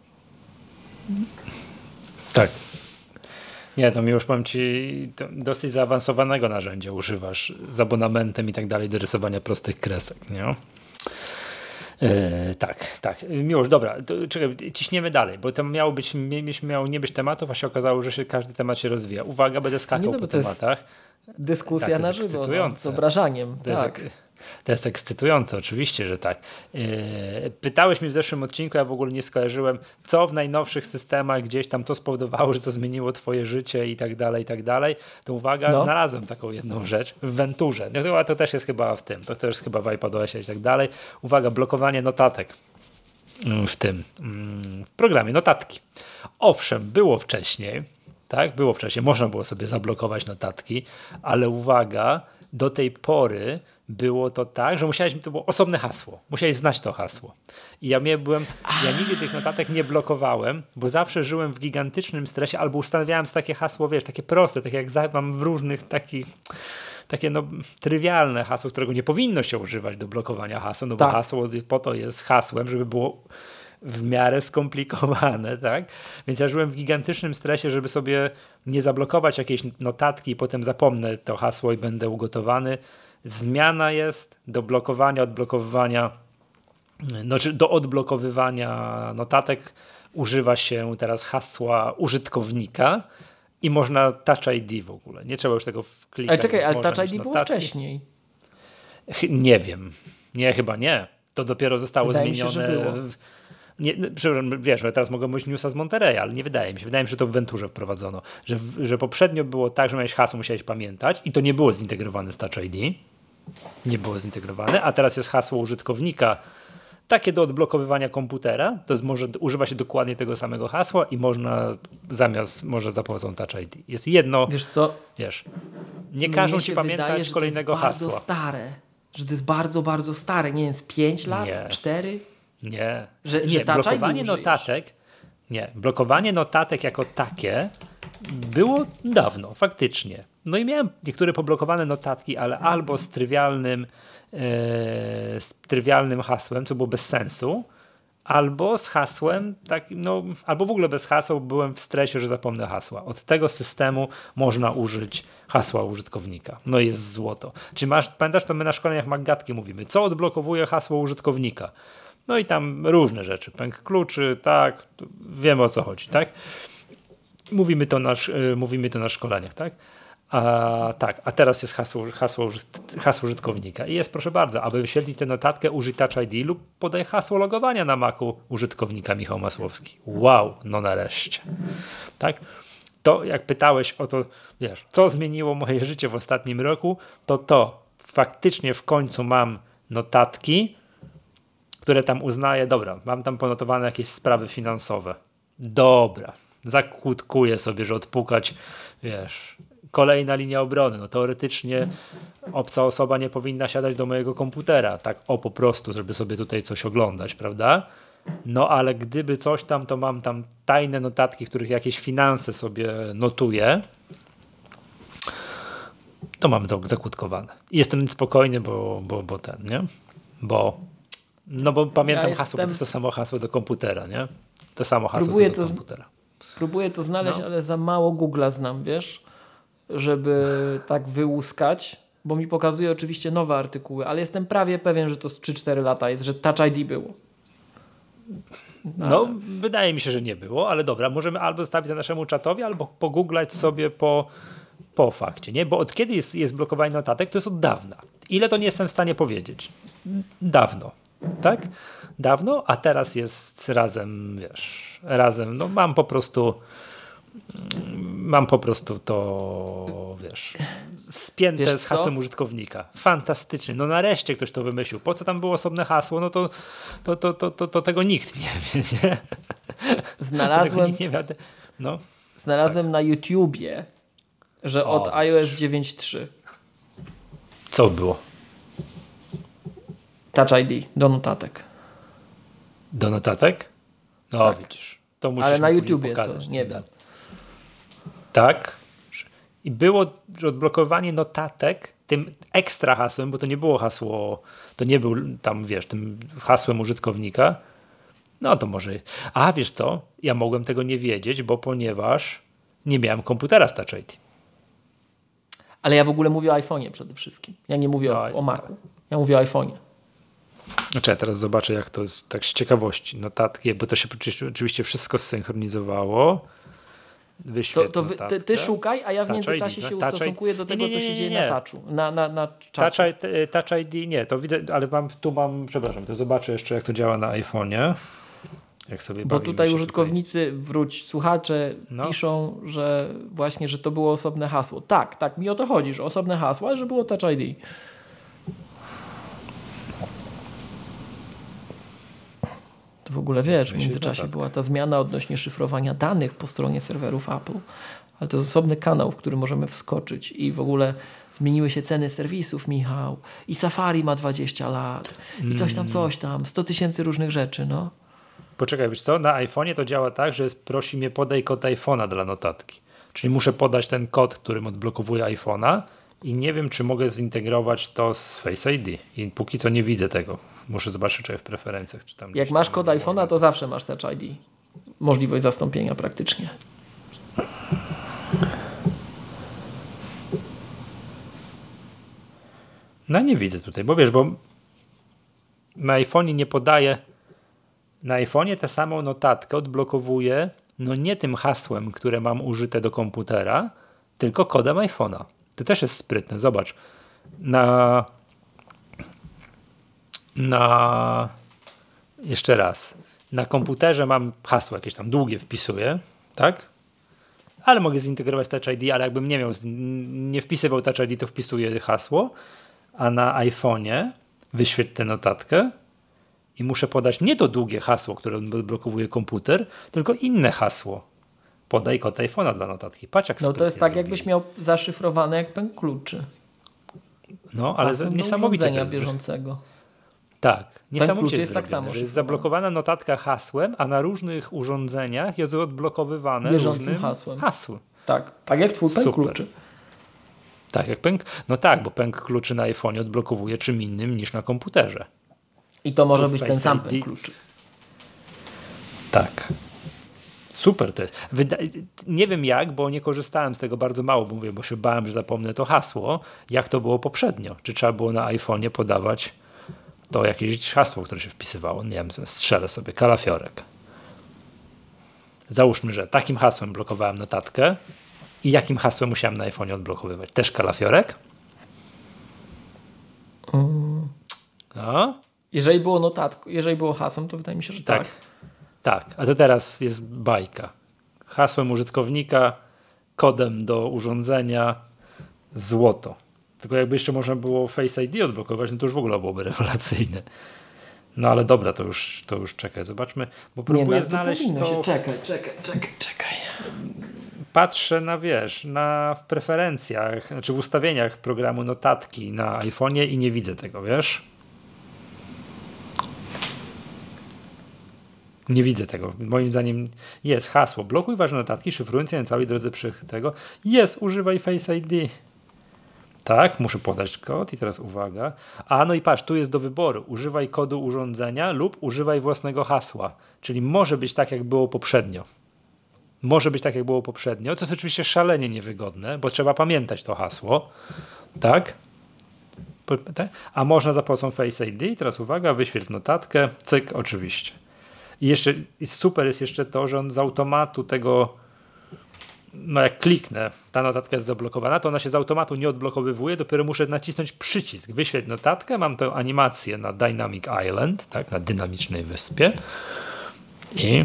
Tak. Nie, to mi już powiem ci, dosyć zaawansowanego narzędzia używasz z abonamentem i tak dalej do rysowania prostych kresek, nie? Tak. Miłosz, dobra, to, czekaj, ciśniemy dalej, bo to miało nie być tematów, a się okazało, że każdy temat się rozwija. Uwaga, będę skakał po tematach. Dyskusja na żywo, z obrażaniem. To jest ekscytujące, oczywiście, że tak. Pytałeś mnie w zeszłym odcinku, ja w ogóle nie skojarzyłem, co w najnowszych systemach gdzieś tam to spowodowało, że to zmieniło twoje życie i tak dalej. To uwaga, znalazłem taką jedną rzecz w Venturze. No, to też jest chyba w tym, to też jest chyba w iPadOSie i tak dalej. Uwaga, blokowanie notatek w programie notatki. Owszem, było wcześniej, można było sobie zablokować notatki, ale uwaga, do tej pory było to tak, że to było osobne hasło. Musiałeś znać to hasło. I ja nigdy tych notatek nie blokowałem, bo zawsze żyłem w gigantycznym stresie albo ustanawiałem takie hasło, wiesz, takie proste, takie jak mam w różnych takich takie trywialne hasło, którego nie powinno się używać do blokowania hasła, no bo hasło po to jest hasłem, żeby było w miarę skomplikowane, tak? Więc ja żyłem w gigantycznym stresie, żeby sobie nie zablokować jakiejś notatki i potem zapomnę to hasło i będę ugotowany. Zmiana jest do blokowania, odblokowywania, czy do odblokowywania notatek używa się teraz hasła użytkownika i można Touch ID w ogóle. Nie trzeba już tego wklikać. Ale czekaj, ale Touch ID było wcześniej. Nie wiem. Nie, chyba nie. To dopiero zostało zmienione. Mi się, że było. Wiesz, teraz mogę mówić newsa z Monterey, ale nie wydaje mi się. Wydaje mi się, że to w Venturze wprowadzono. Że poprzednio było tak, że miałeś hasło, musiałeś pamiętać i to nie było zintegrowane z Touch ID. Nie było zintegrowane, a teraz jest hasło użytkownika takie do odblokowywania komputera, to jest, używa się dokładnie tego samego hasła i można za pomocą Touch ID. Jest jedno, wiesz co? Nie każą ci pamiętać kolejnego hasła. To jest bardzo stare, że to jest bardzo, bardzo stare. Nie wiem, z 5 lat? 4? Nie. Że blokowanie notatek. Nie, blokowanie notatek jako takie było dawno, faktycznie. No i miałem niektóre poblokowane notatki, ale albo z trywialnym hasłem, co było bez sensu, albo z hasłem, albo w ogóle bez hasła, byłem w stresie, że zapomnę hasła. Od tego systemu można użyć hasła użytkownika. No i jest złoto. Czyli pamiętasz, to my na szkoleniach MacGatki mówimy, co odblokowuje hasło użytkownika? No i tam różne rzeczy, pęk kluczy, tak, wiemy o co chodzi, tak? Mówimy to na szkoleniach, tak? A teraz jest hasło użytkownika i jest, proszę bardzo, aby wyświetlić tę notatkę, użyj Touch ID lub podaj hasło logowania na Macu użytkownika Michał Masłowski. Wow, no nareszcie. Tak? To jak pytałeś o to, wiesz, co zmieniło moje życie w ostatnim roku, to faktycznie w końcu mam notatki, które tam uznaję, dobra, mam tam ponotowane jakieś sprawy finansowe. Dobra, zakłódkuję sobie, że odpukać, wiesz, kolejna linia obrony. No teoretycznie obca osoba nie powinna siadać do mojego komputera, tak po prostu, żeby sobie tutaj coś oglądać, prawda? No ale gdyby coś tam, to mam tam tajne notatki, których jakieś finanse sobie notuję, to mam zakłódkowane. I jestem spokojny, bo nie? Bo pamiętam hasło, bo to jest to samo hasło do komputera, nie? To samo hasło do komputera. Próbuję to znaleźć, ale za mało Google'a znam, wiesz, żeby tak wyłuskać, bo mi pokazuje oczywiście nowe artykuły, ale jestem prawie pewien, że to z 3-4 lata jest, że Touch ID było. No, wydaje mi się, że nie było, ale dobra, możemy albo zostawić na naszemu czatowi, albo pogooglać sobie po fakcie, nie? Bo od kiedy jest blokowanie notatek, to jest od dawna. Ile to nie jestem w stanie powiedzieć. Dawno, tak? Dawno, a teraz jest razem, no mam po prostu to, spięte z hasłem użytkownika. Fantastycznie. No nareszcie ktoś to wymyślił. Po co tam było osobne hasło? No to tego nikt nie wie, nie? Znalazłem na YouTubie, że od iOS 9.3. Co było? Touch ID do notatek. Do notatek? No tak. Widzisz. To musisz ale na YouTubie pokazać, to nie wiem. Tak. I było odblokowanie notatek tym ekstra hasłem, bo to nie było hasło, to nie był tam, tym hasłem użytkownika. No to może... A wiesz co? Ja mogłem tego nie wiedzieć, ponieważ nie miałem komputera z Touch ID. Ale ja w ogóle mówię o iPhone'ie przede wszystkim. Ja nie mówię o Macu. Ja mówię o iPhone'ie. Znaczy ja teraz zobaczę, jak to jest tak z ciekawości. Notatki, bo to się oczywiście wszystko zsynchronizowało. Ty szukaj, a ja w międzyczasie się ustosunkuję do tego, co się dzieje na Touchu. Na czacie. Touch ID nie, to widzę, ale przepraszam, to zobaczę jeszcze, jak to działa na iPhone'ie. Jak sobie bo tutaj użytkownicy, słuchacze piszą, że właśnie, że to było osobne hasło. Tak, mi o to chodzi, że osobne hasło, ale że było Touch ID. To w ogóle wiesz, w międzyczasie była ta zmiana odnośnie szyfrowania danych po stronie serwerów Apple, ale to jest osobny kanał, w który możemy wskoczyć i w ogóle zmieniły się ceny serwisów, Michał, i Safari ma 20 lat i coś tam, 100 000 różnych rzeczy, no. Poczekaj, wiesz co, na iPhone'ie to działa tak, że prosi mnie podaj kod iPhone'a dla notatki. Czyli muszę podać ten kod, którym odblokowuję iPhone'a i nie wiem, czy mogę zintegrować to z Face ID. I póki co nie widzę tego. Muszę zobaczyć, czy w preferencjach, czy tam... Jak masz kod iPhone'a, to zawsze masz Touch ID. Możliwość zastąpienia praktycznie. No nie widzę tutaj, bo wiesz, bo na iPhone'ie nie podaję. Na iPhone'ie tę samą notatkę odblokowuję, no nie tym hasłem, które mam użyte do komputera, tylko kodem iPhone'a. To też jest sprytne. Zobacz. Jeszcze raz. Na komputerze mam hasło jakieś tam długie wpisuję, tak? Ale mogę zintegrować Touch ID, ale jakbym nie wpisywał Touch ID, to wpisuję hasło, a na iPhone'ie wyświetl tę notatkę i muszę podać nie to długie hasło, które odblokowuje komputer, tylko inne hasło. Podaj kod iPhone'a dla notatki. Patrz, jak no to jest tak, jakbyś miał zaszyfrowane jak pęk kluczy. No, ale niesamowicie to bieżącego. Tak, niesamowicie jest tak samo. Że jest zablokowana notatka hasłem, a na różnych urządzeniach jest odblokowywane bieżącym hasłem. Tak jak twój pęk kluczy. Tak, jak pęk. No tak, bo pęk kluczy na iPhone'ie odblokowuje czym innym niż na komputerze. I to może być ten sam pęk kluczy. Tak. Super to jest. Nie wiem jak, bo nie korzystałem z tego bardzo mało, bo się bałem, że zapomnę to hasło. Jak to było poprzednio? Czy trzeba było na iPhone'ie podawać to jakieś hasło, które się wpisywało? Nie wiem, strzelę sobie. Kalafiorek. Załóżmy, że takim hasłem blokowałem notatkę i jakim hasłem musiałem na iPhone'ie odblokowywać? Też kalafiorek? No. Jeżeli było hasłem, to wydaje mi się, że tak. Tak, a to teraz jest bajka. Hasłem użytkownika, kodem do urządzenia, złoto. Tylko jakby jeszcze można było Face ID odblokować, no to już w ogóle byłoby rewelacyjne. No ale dobra, to już czekaj, zobaczmy, bo próbuję znaleźć to... Czekaj. Patrzę w preferencjach, znaczy w ustawieniach programu notatki na iPhone'ie i nie widzę tego, wiesz? Nie widzę tego. Moim zdaniem jest hasło. Blokuj ważne notatki, szyfrując je na całej drodze tego. Używaj Face ID. Tak, muszę podać kod i teraz uwaga. No i patrz, tu jest do wyboru. Używaj kodu urządzenia lub używaj własnego hasła. Czyli może być tak, jak było poprzednio. Co jest oczywiście szalenie niewygodne, bo trzeba pamiętać to hasło. Tak? A można za pomocą Face ID. I teraz uwaga, wyświetl notatkę. Cyk, oczywiście. I jeszcze super jest jeszcze to, że on z automatu tego, no jak kliknę, ta notatka jest zablokowana, to ona się z automatu nie odblokowywuje, dopiero muszę nacisnąć przycisk, wyświetl notatkę, mam tę animację na Dynamic Island, tak, na dynamicznej wyspie i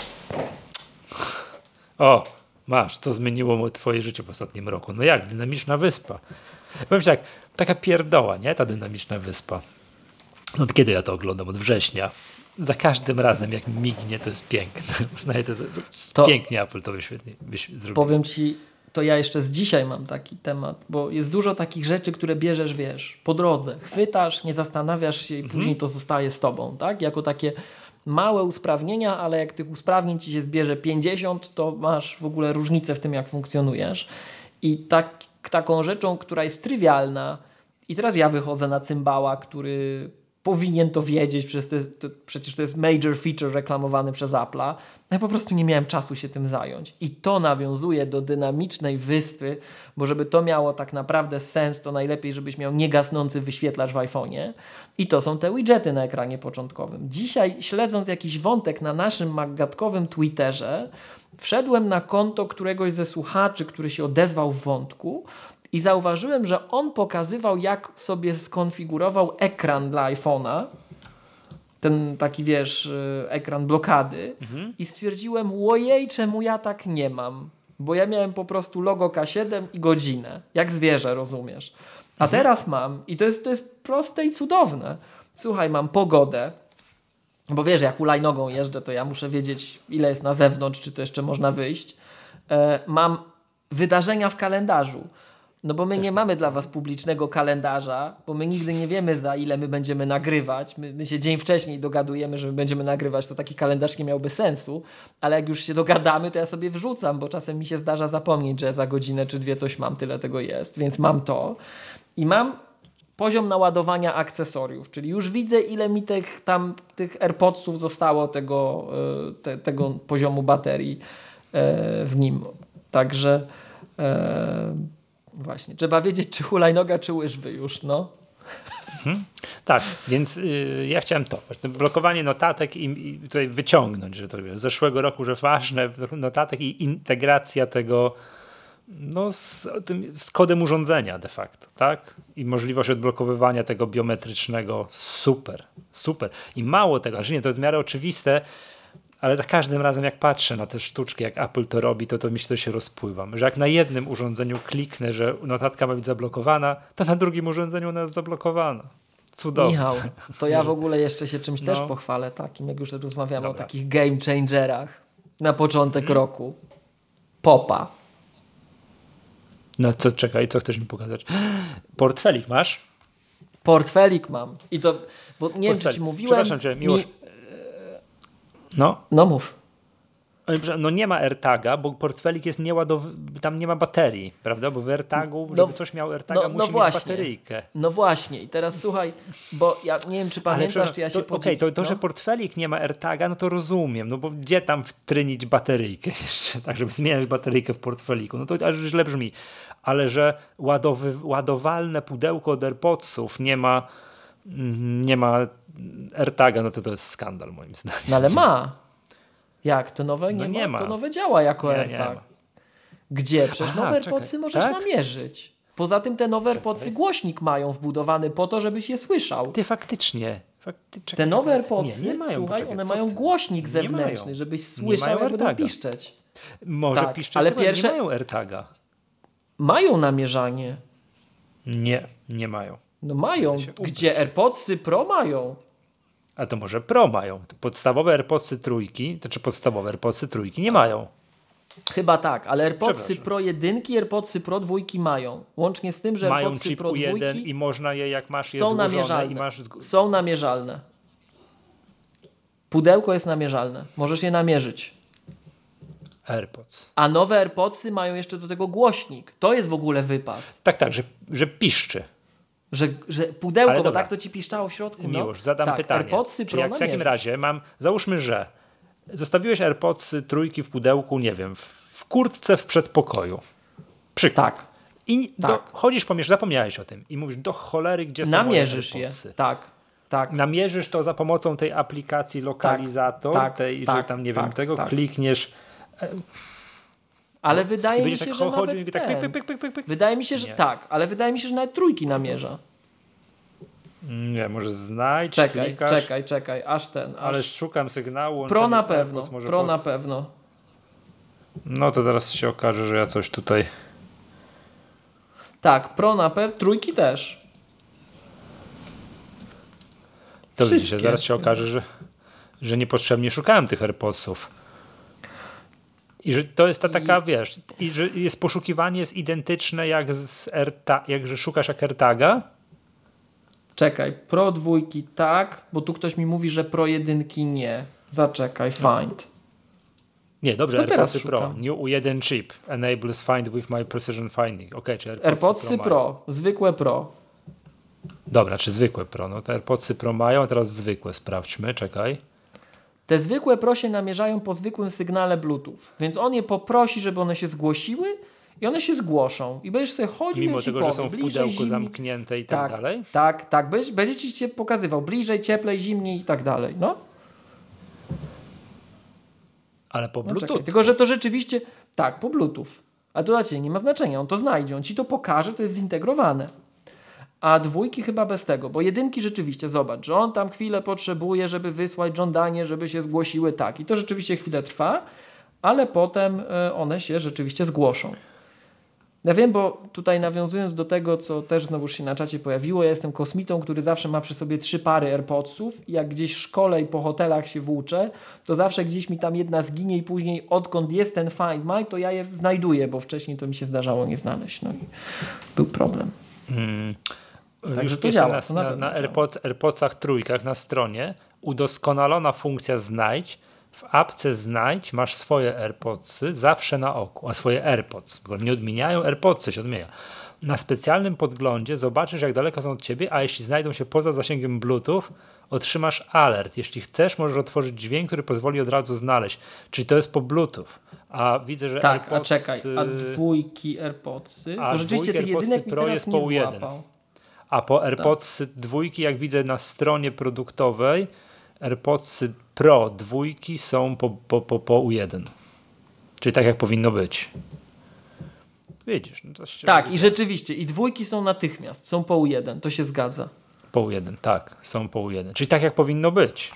masz, co zmieniło twoje życie w ostatnim roku. No jak, dynamiczna wyspa. Powiem ci tak, taka pierdoła, nie, ta dynamiczna wyspa. No kiedy ja to oglądam? Od września. Za każdym razem, jak mignie, to jest piękne. Pięknie Apple to zrobił. Powiem ci, to ja jeszcze z dzisiaj mam taki temat, bo jest dużo takich rzeczy, które bierzesz, wiesz, po drodze. Chwytasz, nie zastanawiasz się i później to zostaje z tobą, tak? Jako takie małe usprawnienia, ale jak tych usprawnień ci się zbierze 50, to masz w ogóle różnicę w tym, jak funkcjonujesz. I taką rzeczą, która jest trywialna, i teraz ja wychodzę na cymbała, który powinien to wiedzieć, przecież to jest major feature reklamowany przez Apple'a. No ja po prostu nie miałem czasu się tym zająć. I to nawiązuje do dynamicznej wyspy, bo żeby to miało tak naprawdę sens, to najlepiej, żebyś miał niegasnący wyświetlacz w iPhone'ie. I to są te widgety na ekranie początkowym. Dzisiaj, śledząc jakiś wątek na naszym maggatkowym Twitterze, wszedłem na konto któregoś ze słuchaczy, który się odezwał w wątku, i zauważyłem, że on pokazywał, jak sobie skonfigurował ekran dla iPhone'a. Ten taki, wiesz, ekran blokady. I stwierdziłem, ojej, czemu ja tak nie mam? Bo ja miałem po prostu logo K7 i godzinę. Jak zwierzę, rozumiesz? A teraz mam, i to jest proste i cudowne. Słuchaj, mam pogodę. bo wiesz, jak hulajnogą jeżdżę, to ja muszę wiedzieć, ile jest na zewnątrz, czy to jeszcze można wyjść. Mam wydarzenia w kalendarzu. No bo my nie mamy dla was publicznego kalendarza, bo my nigdy nie wiemy, za ile my będziemy nagrywać. My się dzień wcześniej dogadujemy, że my będziemy nagrywać, to taki kalendarz nie miałby sensu, ale jak już się dogadamy, to ja sobie wrzucam, bo czasem mi się zdarza zapomnieć, że za godzinę czy dwie coś mam, tyle tego jest, więc mam to. I mam poziom naładowania akcesoriów, czyli już widzę, ile mi tych AirPodsów zostało tego poziomu baterii w nim. Także właśnie, trzeba wiedzieć, czy hulajnoga, czy łyżwy już, no. Tak, więc ja chciałem to, właśnie blokowanie notatek i tutaj wyciągnąć, że to z zeszłego roku, że ważne, notatek i integracja tego z kodem urządzenia de facto, tak? I możliwość odblokowywania tego biometrycznego, super. I mało tego, że nie, to jest w miarę oczywiste, ale za każdym razem jak patrzę na te sztuczki, jak Apple to robi, to mi się to się rozpływam. Że jak na jednym urządzeniu kliknę, że notatka ma być zablokowana, to na drugim urządzeniu ona jest zablokowana. Cudownie. Michał, to ja w ogóle jeszcze się czymś też pochwalę takim, jak już rozmawiamy o takich game changerach na początek roku. Popa. No co, czekaj, co chcesz mi pokazać? Portfelik masz? Portfelik mam. I to, bo nie wiem, czy ci mówiłem. Przepraszam cię, Miłosz. No mów. No nie ma AirTaga, bo portfelik jest tam nie ma baterii, prawda? Bo w AirTagu, żeby coś miał AirTaga, musi mieć bateryjkę. No właśnie. I teraz słuchaj, bo ja nie wiem, czy pamiętasz, czy ja się podzieliłem. To, że portfelik nie ma AirTaga, no to rozumiem, no bo gdzie tam wtrynić bateryjkę jeszcze, tak, żeby zmieniać bateryjkę w portfeliku, no to aż źle brzmi. Ale że ładowalne pudełko od AirPodsów nie ma AirTaga, no to jest skandal moim zdaniem. No ale ma. Jak? To nowe? Nie ma. To nowe działa jako AirTag. Gdzie? Przecież nowe AirPodsy możesz namierzyć. Poza tym te nowe AirPodsy głośnik mają wbudowany po to, żebyś je słyszał. Ty faktycznie. Te nowe AirPodsy, nie mają, słuchaj, one mają głośnik zewnętrzny, żebyś słyszał, jak będą piszczeć. Może piszczeć, ale nie mają AirTaga. Mają namierzanie. Nie mają. No mają. Gdzie? AirPodsy Pro mają. A to może Pro mają. Podstawowe AirPodsy trójki, to czy podstawowe AirPodsy trójki nie mają. Chyba tak, ale AirPodsy Pro 1 i AirPodsy Pro 2 mają. Łącznie z tym, że mają AirPodsy chip Pro 2 1 i można je, jak masz je są złożone namierzalne. I masz... Są namierzalne. Pudełko jest namierzalne. Możesz je namierzyć. AirPods. A nowe AirPodsy mają jeszcze do tego głośnik. To jest w ogóle wypas. Tak, że piszczy. Że pudełko, bo tak to ci piszczało w środku. Miłosz, zadam pytanie. AirPodsy Pro w takim razie załóżmy, że zostawiłeś AirPodsy trójki w pudełku, nie wiem, w kurtce w przedpokoju. Przykład. Tak. I chodzisz po mieście, zapomniałeś o tym i mówisz, do cholery, gdzie są moje AirPodsy. Tak. Namierzysz to za pomocą tej aplikacji lokalizator, że tam nie wiem, klikniesz. Ale wydaje mi się, że nawet wydaje mi się, że ale wydaje mi się, że nawet trójki namierza. Nie, może znajdź, Czekaj, ale szukam sygnału. Pro na pewno, na pewno. No to zaraz się okaże, że ja coś tutaj... Tak, Pro na pewno, trójki też. To widzicie, zaraz się okaże, że niepotrzebnie szukałem tych AirPodsów. I że to jest ta taka, wiesz, i że jest poszukiwanie jest identyczne jak że szukasz jak AirTaga. Czekaj, Pro 2 tak, bo tu ktoś mi mówi, że Pro 1 nie. Zaczekaj, find. Nie, dobrze, AirPodsy Pro, New U1 chip, enables find with my precision finding. Okay, czy AirPodsy Pro, zwykłe Pro. Dobra, czy zwykłe Pro? No te AirPodsy Pro mają, a teraz zwykłe sprawdźmy, czekaj. Te zwykłe Pro się namierzają po zwykłym sygnale Bluetooth, więc on je poprosi, żeby one się zgłosiły i one się zgłoszą. I będziesz sobie chodził mimo tego, że są w pudełku zamknięte i tak dalej? Tak. Będzie ci się pokazywał bliżej, cieplej, zimniej i tak dalej. No. Ale po Bluetooth. Tylko, że to rzeczywiście, po Bluetooth. Ale to dla ciebie nie ma znaczenia, on to znajdzie, on ci to pokaże, to jest zintegrowane. A dwójki chyba bez tego, bo jedynki rzeczywiście, zobacz, że on tam chwilę potrzebuje, żeby wysłać żądanie, żeby się zgłosiły i to rzeczywiście chwilę trwa, ale potem one się rzeczywiście zgłoszą. Ja wiem, bo tutaj nawiązując do tego, co też znowu się na czacie pojawiło, ja jestem kosmitą, który zawsze ma przy sobie 3 pary AirPodsów i jak gdzieś w szkole i po hotelach się włóczę, to zawsze gdzieś mi tam jedna zginie i później odkąd jest ten Find My, to ja je znajduję, bo wcześniej to mi się zdarzało nie znaleźć. No i był problem. Także to działa. Na AirPodsach trójkach na stronie udoskonalona funkcja znajdź. W apce znajdź, masz swoje AirPodsy zawsze na oku, a swoje AirPods, bo nie odmieniają, AirPodsy się odmienia. Na specjalnym podglądzie zobaczysz, jak daleko są od ciebie, a jeśli znajdą się poza zasięgiem Bluetooth, otrzymasz alert. Jeśli chcesz, możesz otworzyć dźwięk, który pozwoli od razu znaleźć. Czyli to jest po Bluetooth. A widzę, że tak, AirPods... a czekaj, a dwójki AirPodsy? To rzeczywiście tych jedynek Pro mi teraz nie złapał. A po AirPodsy dwójki, jak widzę na stronie produktowej, AirPodsy Pro dwójki są po U1. Czyli tak jak powinno być. Widzisz. No to się tak, i rzeczywiście. I dwójki są natychmiast. Są po U1. To się zgadza. Po U1, tak. Są po U1. Czyli tak jak powinno być.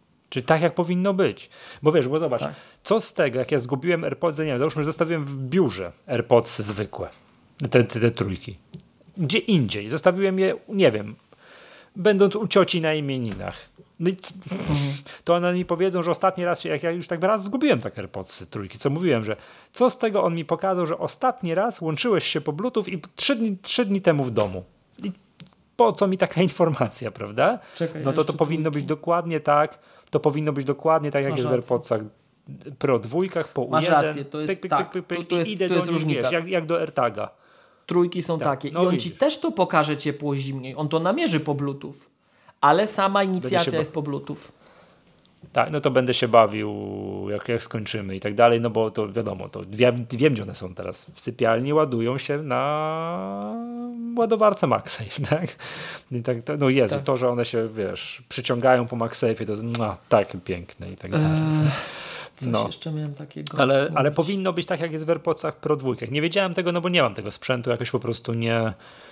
Bo wiesz, bo zobacz, co z tego, jak ja zgubiłem AirPodsy, nie wiem, załóżmy, że zostawiłem w biurze AirPodsy zwykłe. Te trójki. Gdzie indziej. Zostawiłem je, nie wiem, będąc u cioci na imieninach. No i to one mi powiedzą, że ostatni raz, jak ja już tak raz zgubiłem takie AirPodsy trójki, co mówiłem, że co z tego, on mi pokazał, że ostatni raz łączyłeś się po Bluetooth i 3 dni temu w domu. I po co mi taka informacja, prawda? Czekaj, no to powinno być dokładnie tak, jak jest w AirPodsach Pro dwójkach, po Masz U1. rację, to jest idę to jest do nich, różnica. wiesz, jak do AirTaga. Trójki są takie. No i on widzisz. ci też to pokaże ciepło-zimniej. On to namierzy po Bluetooth. Ale sama inicjacja jest po Bluetooth. Tak, no to będę się bawił, jak skończymy i tak dalej, no bo to wiadomo, to wiem, gdzie one są teraz. W sypialni ładują się na ładowarce MagSafe, tak? I tak, no Jezu, tak. To, że one się, wiesz, przyciągają po MagSafe'ie, to jest takie piękne i tak dalej. Coś jeszcze miałem takiego. Ale powinno być tak, jak jest w AirPodsach Pro dwójkach. Nie wiedziałem tego, no bo nie mam tego sprzętu, jakoś po prostu nie.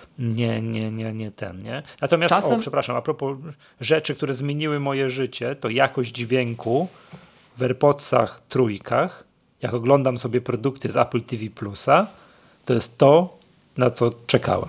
Natomiast, przepraszam, a propos rzeczy, które zmieniły moje życie, to jakość dźwięku w AirPodsach trójkach, jak oglądam sobie produkty z Apple TV Plusa, to jest to, na co czekałem.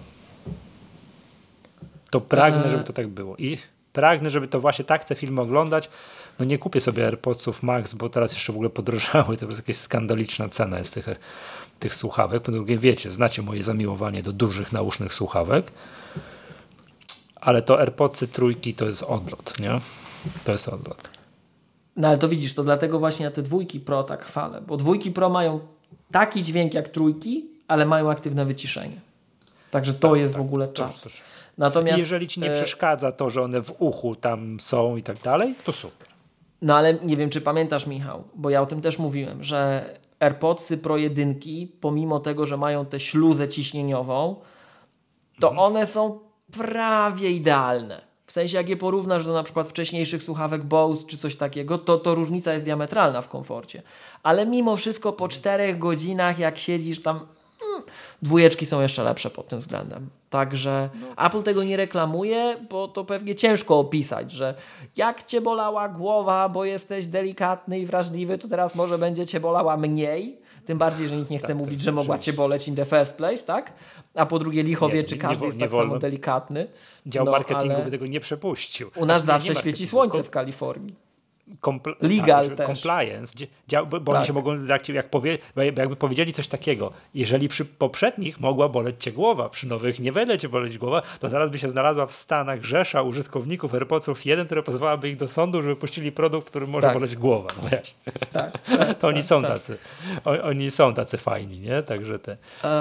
To pragnę, żeby to tak było. I pragnę, żeby to właśnie tak chcę filmy oglądać. No nie kupię sobie AirPodsów Max, bo teraz jeszcze w ogóle podrożały. To jest jakaś skandaliczna cena jest tych słuchawek. Po drugie, wiecie, znacie moje zamiłowanie do dużych nausznych słuchawek, ale to AirPodsy trójki to jest odlot, nie? To jest odlot. No ale to widzisz, to dlatego właśnie ja te dwójki Pro tak chwalę, bo dwójki Pro mają taki dźwięk jak trójki, ale mają aktywne wyciszenie. Także to jest w ogóle czas. Natomiast jeżeli ci nie przeszkadza to, że one w uchu tam są i tak dalej, to super. No ale nie wiem, czy pamiętasz, Michał, bo ja o tym też mówiłem, że AirPodsy Pro 1, pomimo tego, że mają tę śluzę ciśnieniową, to one są prawie idealne. W sensie, jak je porównasz do na przykład wcześniejszych słuchawek Bose czy coś takiego, to różnica jest diametralna w komforcie. Ale mimo wszystko po 4 godzinach, jak siedzisz tam, dwójeczki są jeszcze lepsze pod tym względem. Także Apple tego nie reklamuje, bo to pewnie ciężko opisać, że jak cię bolała głowa, bo jesteś delikatny i wrażliwy, to teraz może będzie cię bolała mniej. Tym bardziej, że nikt nie chce mówić, że mogła cię boleć in the first place, tak? A po drugie, licho wie, czy każdy jest tak samo delikatny. Dział marketingu by tego nie przepuścił. U nas zawsze świeci słońce w Kalifornii. Legal też. Compliance, bo oni się mogą, jakby powiedzieli coś takiego, jeżeli przy poprzednich mogła boleć cię głowa, przy nowych nie będzie cię boleć głowa, to zaraz by się znalazła w Stanach rzesza użytkowników AirPodsów 1, która pozwalałaby ich do sądu, żeby puścili produkt, w którym może boleć głowa. No wiesz. To oni są tacy. Oni są tacy fajni, nie? Także te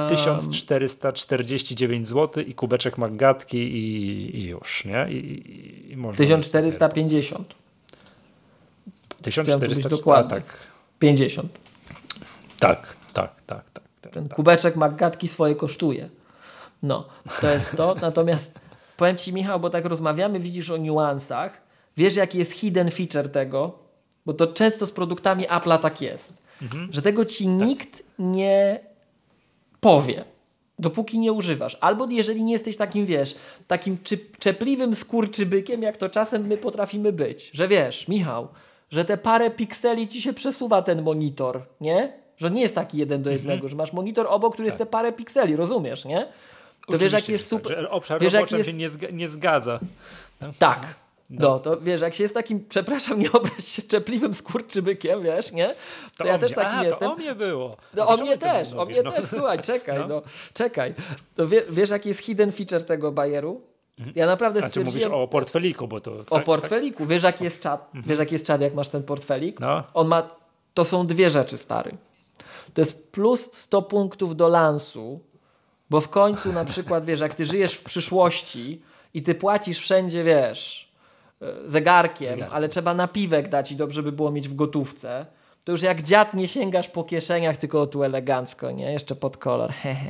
1449 zł i kubeczek Maggatki i już, nie? I można 1450. 1400, dokładnie. tak. 50. Tak. Ten kubeczek Maggatki swoje kosztuje. No, to jest to. Natomiast powiem Ci, Michał, bo tak rozmawiamy, widzisz o niuansach. Wiesz, jaki jest hidden feature tego? Bo to często z produktami Apple'a tak jest. Że tego Ci nikt nie powie, dopóki nie używasz. Albo jeżeli nie jesteś takim, wiesz, takim czepliwym skurczybykiem, jak to czasem my potrafimy być. Że wiesz, Michał, że te parę pikseli ci się przesuwa ten monitor, nie? Że nie jest taki 1:1, że masz monitor obok, który jest te parę pikseli, rozumiesz, nie? To oczywiście, wiesz, jaki jest super... Tak, obszar wiesz, roboczy jest... się nie zgadza. Tak. No, to wiesz, jak się jest takim, przepraszam, nie obraź się, czepliwym skurczybykiem, wiesz, nie? To ja też taki jestem. To o mnie było. No, o mnie też, słuchaj, czekaj. To wiesz, jaki jest hidden feature tego bajeru? Ja naprawdę stwierdziłem... Znaczy mówisz o portfeliku, bo to... O portfeliku. Tak? Wiesz, jaki jest czat? Wiesz, jaki jest czat, jak masz ten portfelik? No. On ma... To są dwie rzeczy, stary. To jest plus 100 punktów do lansu, bo w końcu na przykład, wiesz, jak ty żyjesz w przyszłości i ty płacisz wszędzie, wiesz, zegarkiem, ale trzeba napiwek dać i dobrze by było mieć w gotówce, to już jak dziad nie sięgasz po kieszeniach, tylko tu elegancko, nie? Jeszcze pod kolor.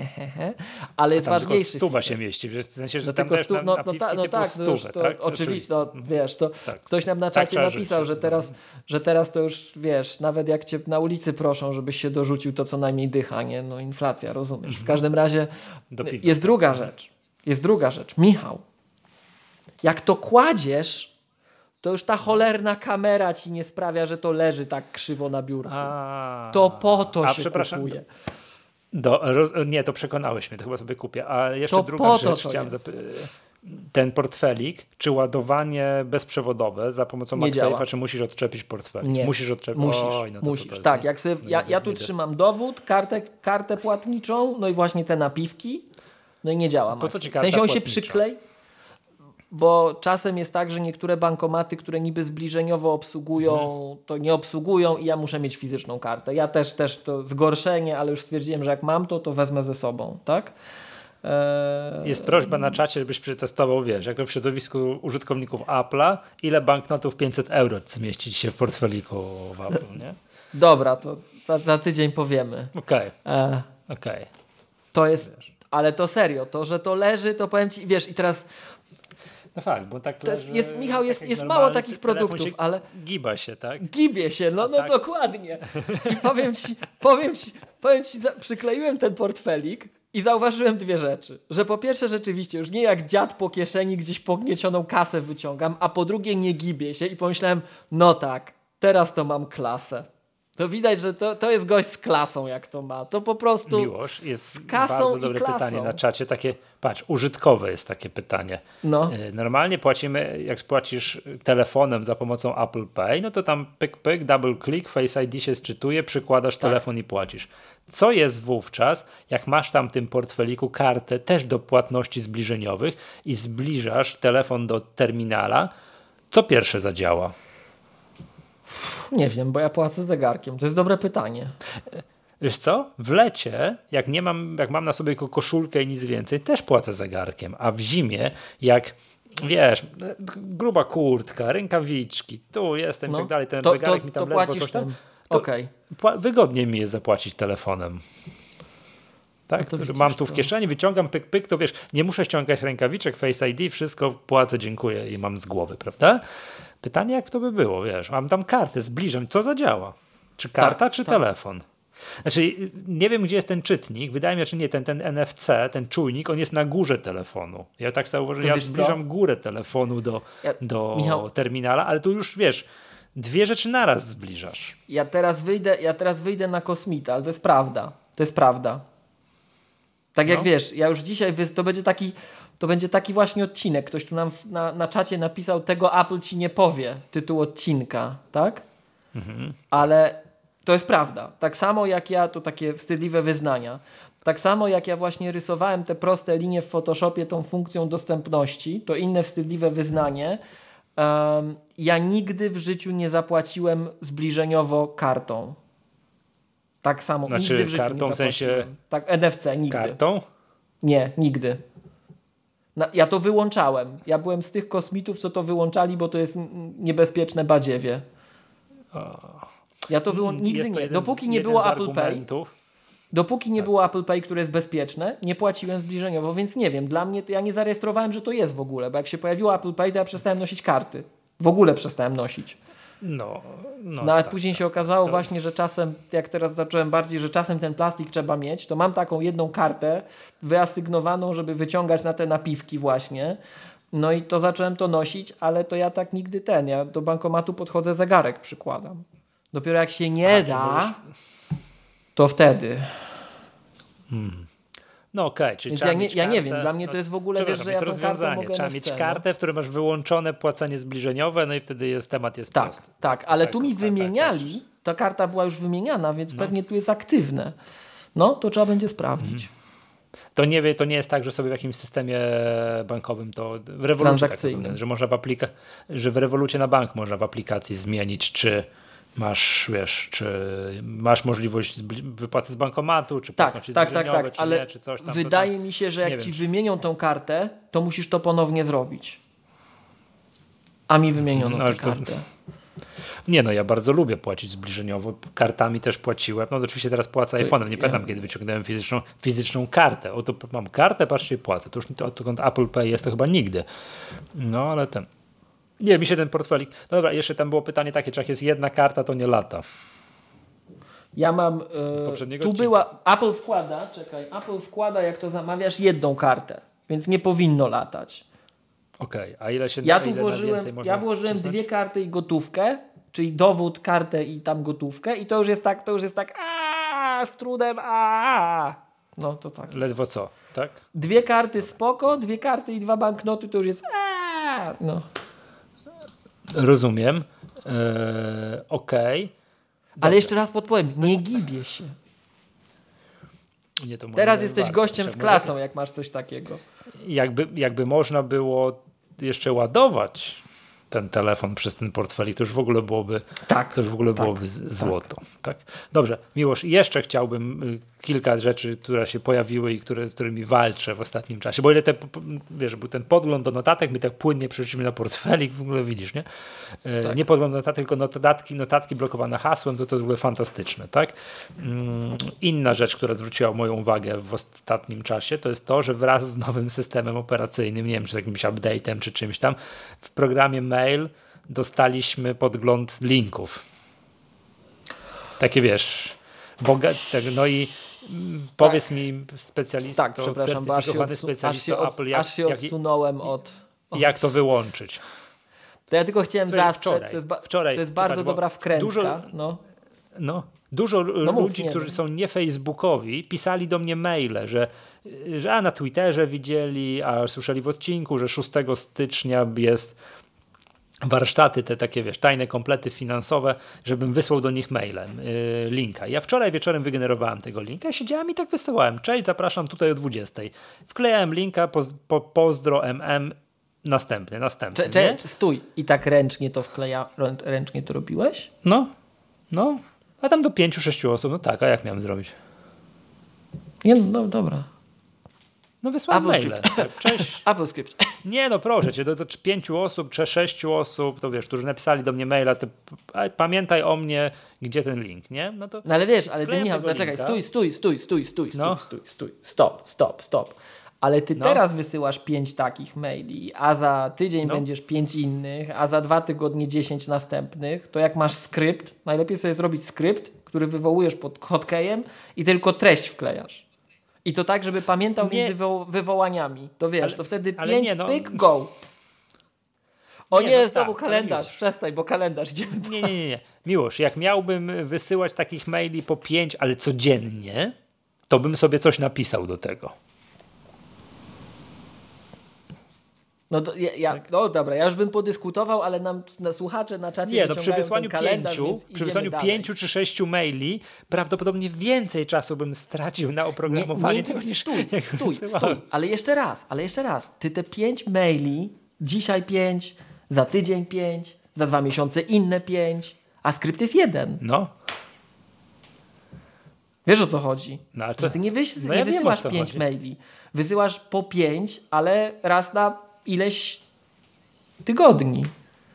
Ale jest ważniejszy. Tylko 100 się mieści, w sensie, że no tam tylko też tak, oczywiście, no, wiesz, to tak. Ktoś nam na czacie tak napisał, że teraz to już, wiesz, nawet jak cię na ulicy proszą, żebyś się dorzucił, to co najmniej dycha, nie? No inflacja, rozumiesz. W każdym razie jest druga rzecz. Michał, jak to kładziesz, to już ta cholerna kamera ci nie sprawia, że to leży tak krzywo na biurku. To po to się kupuje. Nie, to przekonałeś mnie, to chyba sobie kupię. A jeszcze druga rzecz, chciałem ten portfelik, czy ładowanie bezprzewodowe za pomocą MagSafe'a, czy musisz odczepić portfelik? Nie. Musisz odczepić. Musisz. Tak, jak sobie, ja tu trzymam dowód, kartę płatniczą, no i właśnie te napiwki, no i nie działa. Po co ci w sensie on się płatnicza? przyklei, bo czasem jest tak, że niektóre bankomaty, które niby zbliżeniowo obsługują, to nie obsługują i ja muszę mieć fizyczną kartę. Ja też to zgorszenie, ale już stwierdziłem, że jak mam to wezmę ze sobą, tak? Jest prośba na czacie, żebyś przetestował, wiesz, jak to w środowisku użytkowników Apple'a, ile banknotów 500 euro zmieści się w portfeliku w Apple, nie? Dobra, to za tydzień powiemy. Okej. To jest, ale to serio, to, że to leży, to powiem ci, wiesz, i teraz... No fakt, bo tak Michał, jest mało takich produktów, ale... Giba się, tak? Gibie się, no tak. Dokładnie. I powiem ci, przykleiłem ten portfelik i zauważyłem dwie rzeczy. Że po pierwsze rzeczywiście już nie jak dziad po kieszeni gdzieś pogniecioną kasę wyciągam, a po drugie nie gibię się i pomyślałem, no tak, teraz to mam klasę. To widać, że to jest gość z klasą, jak to ma. To po prostu Miłosz, jest z kasą bardzo dobre pytanie na czacie. Takie, patrz, użytkowe jest takie pytanie. No. Normalnie płacimy, jak płacisz telefonem za pomocą Apple Pay, no to tam pyk, double click, Face ID się sczytuje, przykładasz telefon i płacisz. Co jest wówczas, jak masz tam w tym portfeliku kartę też do płatności zbliżeniowych i zbliżasz telefon do terminala, co pierwsze zadziała? Nie wiem, bo ja płacę zegarkiem. To jest dobre pytanie. Wiesz co? W lecie, jak mam na sobie tylko koszulkę i nic więcej, też płacę zegarkiem. A w zimie, jak wiesz, gruba kurtka, rękawiczki, tu jestem i tak dalej, ten zegarek mi tam ledwo coś tam, to wygodniej mi jest zapłacić telefonem. Tak, no mam tu w kieszeni, wyciągam pyk, to wiesz, nie muszę ściągać rękawiczek, Face ID, wszystko płacę, dziękuję i mam z głowy, prawda? Pytanie, jak to by było, wiesz, mam tam kartę, zbliżam, co zadziała? Czy karta, czy telefon? Znaczy, nie wiem, gdzie jest ten czytnik, wydaje mi się, że nie, ten NFC, ten czujnik, on jest na górze telefonu. Ja tak zauważyłem, ja zbliżam górę telefonu do Michał, terminala, ale tu już, wiesz, dwie rzeczy naraz zbliżasz. Ja teraz wyjdę na kosmita, ale to jest prawda. Tak jak wiesz, ja już dzisiaj, to będzie taki właśnie odcinek. Ktoś tu nam na czacie napisał, tego Apple ci nie powie, tytuł odcinka, tak? Ale to jest prawda. Tak samo jak ja, to takie wstydliwe wyznania, tak samo jak ja właśnie rysowałem te proste linie w Photoshopie tą funkcją dostępności, to inne wstydliwe wyznanie, ja nigdy w życiu nie zapłaciłem zbliżeniowo kartą. Tak samo, znaczy, nigdy w życiu kartą nie w sensie tak, NFC, nigdy. Kartą? Nie, nigdy. Ja to wyłączałem. Ja byłem z tych kosmitów, co to wyłączali, bo to jest niebezpieczne badziewie. Ja to nigdy nie. Dopóki nie było Apple Pay, dopóki nie było Apple Pay, które jest bezpieczne, nie płaciłem zbliżeniowo, więc nie wiem. Dla mnie to ja nie zarejestrowałem, że to jest w ogóle, bo jak się pojawiło Apple Pay, to ja przestałem nosić karty. W ogóle przestałem nosić. Ale później się okazało właśnie, że czasem, jak teraz zacząłem bardziej, że czasem ten plastik trzeba mieć, to mam taką jedną kartę wyasygnowaną, żeby wyciągać na te napiwki właśnie. No i to zacząłem to nosić, ale to ja tak nigdy ja do bankomatu podchodzę, zegarek przykładam. Dopiero jak się nie da... to wtedy. No okej, czyli Więc trzeba ja mieć nie kartę, wiem, dla mnie to jest w ogóle, wiesz, że ja jest tą kartę rozwiązanie. mogę Trzeba NFC, mieć kartę, w której masz wyłączone płacenie zbliżeniowe, no i wtedy temat jest Tak, prosty. tak, ale tu mi wymieniali, ta karta była już wymieniana, więc pewnie tu jest aktywne. No, to trzeba będzie sprawdzić. To nie jest tak, że sobie w jakimś systemie bankowym to w Revolucie tak wygląda, że można że w Revolucie na bank można w aplikacji zmienić, czy masz możliwość wypłaty z bankomatu, czy płatności zbliżeniowe, czy ale nie, czy coś tam. wydaje mi się, że jak ci wymienią tą kartę, to musisz to ponownie zrobić. A mi wymieniono tę kartę. Nie no, ja bardzo lubię płacić zbliżeniowo. Kartami też płaciłem. No oczywiście teraz płacę iPhone'em. Nie pamiętam, kiedy wyciągnąłem fizyczną kartę. Oto mam kartę, patrzcie, i płacę. To już odkąd Apple Pay jest, to chyba nigdy. No ale nie, mi się ten portfelik... No dobra, jeszcze tam było pytanie takie, czy jak jest jedna karta, to nie lata. Ja mam... tu była... Apple wkłada, jak to zamawiasz, jedną kartę. Więc nie powinno latać. Okej, a ile się Ja włożyłem dwie karty i gotówkę, czyli dowód, kartę i tam gotówkę i to już jest tak z trudem no to tak. Ledwo co, tak? Dwie karty spoko, dwie karty i dwa banknoty to już jest no. Rozumiem. Okej. Ale jeszcze raz podpowiem, nie gibię się. Nie, to teraz jesteś gościem z klasą, jak masz coś takiego. Jakby można było jeszcze ładować ten telefon przez ten portfelik, to już w ogóle byłoby, złoto. Tak? Dobrze, Miłosz, jeszcze chciałbym kilka rzeczy, które się pojawiły i z którymi walczę w ostatnim czasie, bo ile był ten podgląd do notatek, my tak płynnie przeszliśmy na portfelik, w ogóle widzisz, nie? Tak. Nie podgląd do notatek, tylko notatki blokowane hasłem, to jest w ogóle fantastyczne, tak? Inna rzecz, która zwróciła moją uwagę w ostatnim czasie, to jest to, że wraz z nowym systemem operacyjnym, nie wiem, czy jakimś update'em, czy czymś tam, w programie Mail dostaliśmy podgląd linków. Takie wiesz, no i powiedz mi specjalista, certyfikowany specjalista Apple, aż się odsunąłem od... Jak to wyłączyć? To ja tylko chciałem zastrzec, to jest bardzo dobra wkrętka. Dużo ludzi, którzy są nie facebookowi, pisali do mnie maile, że na Twitterze widzieli, a słyszeli w odcinku, że 6 stycznia jest warsztaty, te takie, wiesz, tajne komplety finansowe, żebym wysłał do nich mailem linka. Ja wczoraj wieczorem wygenerowałem tego linka, siedziałem i tak wysyłałem. Cześć, zapraszam tutaj o 20. Wklejałem linka, pozdro następny. Stój. I tak ręcznie to robiłeś? No. A tam do 5-6 osób, no tak, a jak miałem zrobić? Nie, no dobra. No wysłałem maile. Cześć. Apple Script. Nie, no proszę cię, do 5 osób czy 6 osób, to wiesz, którzy napisali do mnie maila, to pamiętaj o mnie, gdzie ten link, nie? No ale wiesz, ale ty, Michał, zaczekaj, stój, stop. Ale ty teraz wysyłasz 5 takich maili, a za tydzień będziesz 5 innych, a za 2 tygodnie 10 następnych, to jak masz skrypt, najlepiej sobie zrobić skrypt, który wywołujesz pod hotkejem i tylko treść wklejasz. I to tak, żeby pamiętał między wywołaniami. To wiesz, to wtedy 5 pyk, go. Znowu kalendarz. Przestań, bo kalendarz idziemy. Nie. Miłosz, jak miałbym wysyłać takich maili po 5, ale codziennie, to bym sobie coś napisał do tego. No, no dobra, ja już bym podyskutował, ale nam słuchacze na czacie przy wysłaniu 5 czy 6 maili prawdopodobnie więcej czasu bym stracił na oprogramowanie tego niż Stój. Ale jeszcze raz. Ty te 5 maili, dzisiaj 5, za tydzień 5, za 2 miesiące inne 5, a skrypt jest 1. No. Wiesz, o co chodzi? No, ale że ty nie wysyłasz 5 maili. Wysyłasz po 5, ale raz na ileś tygodni.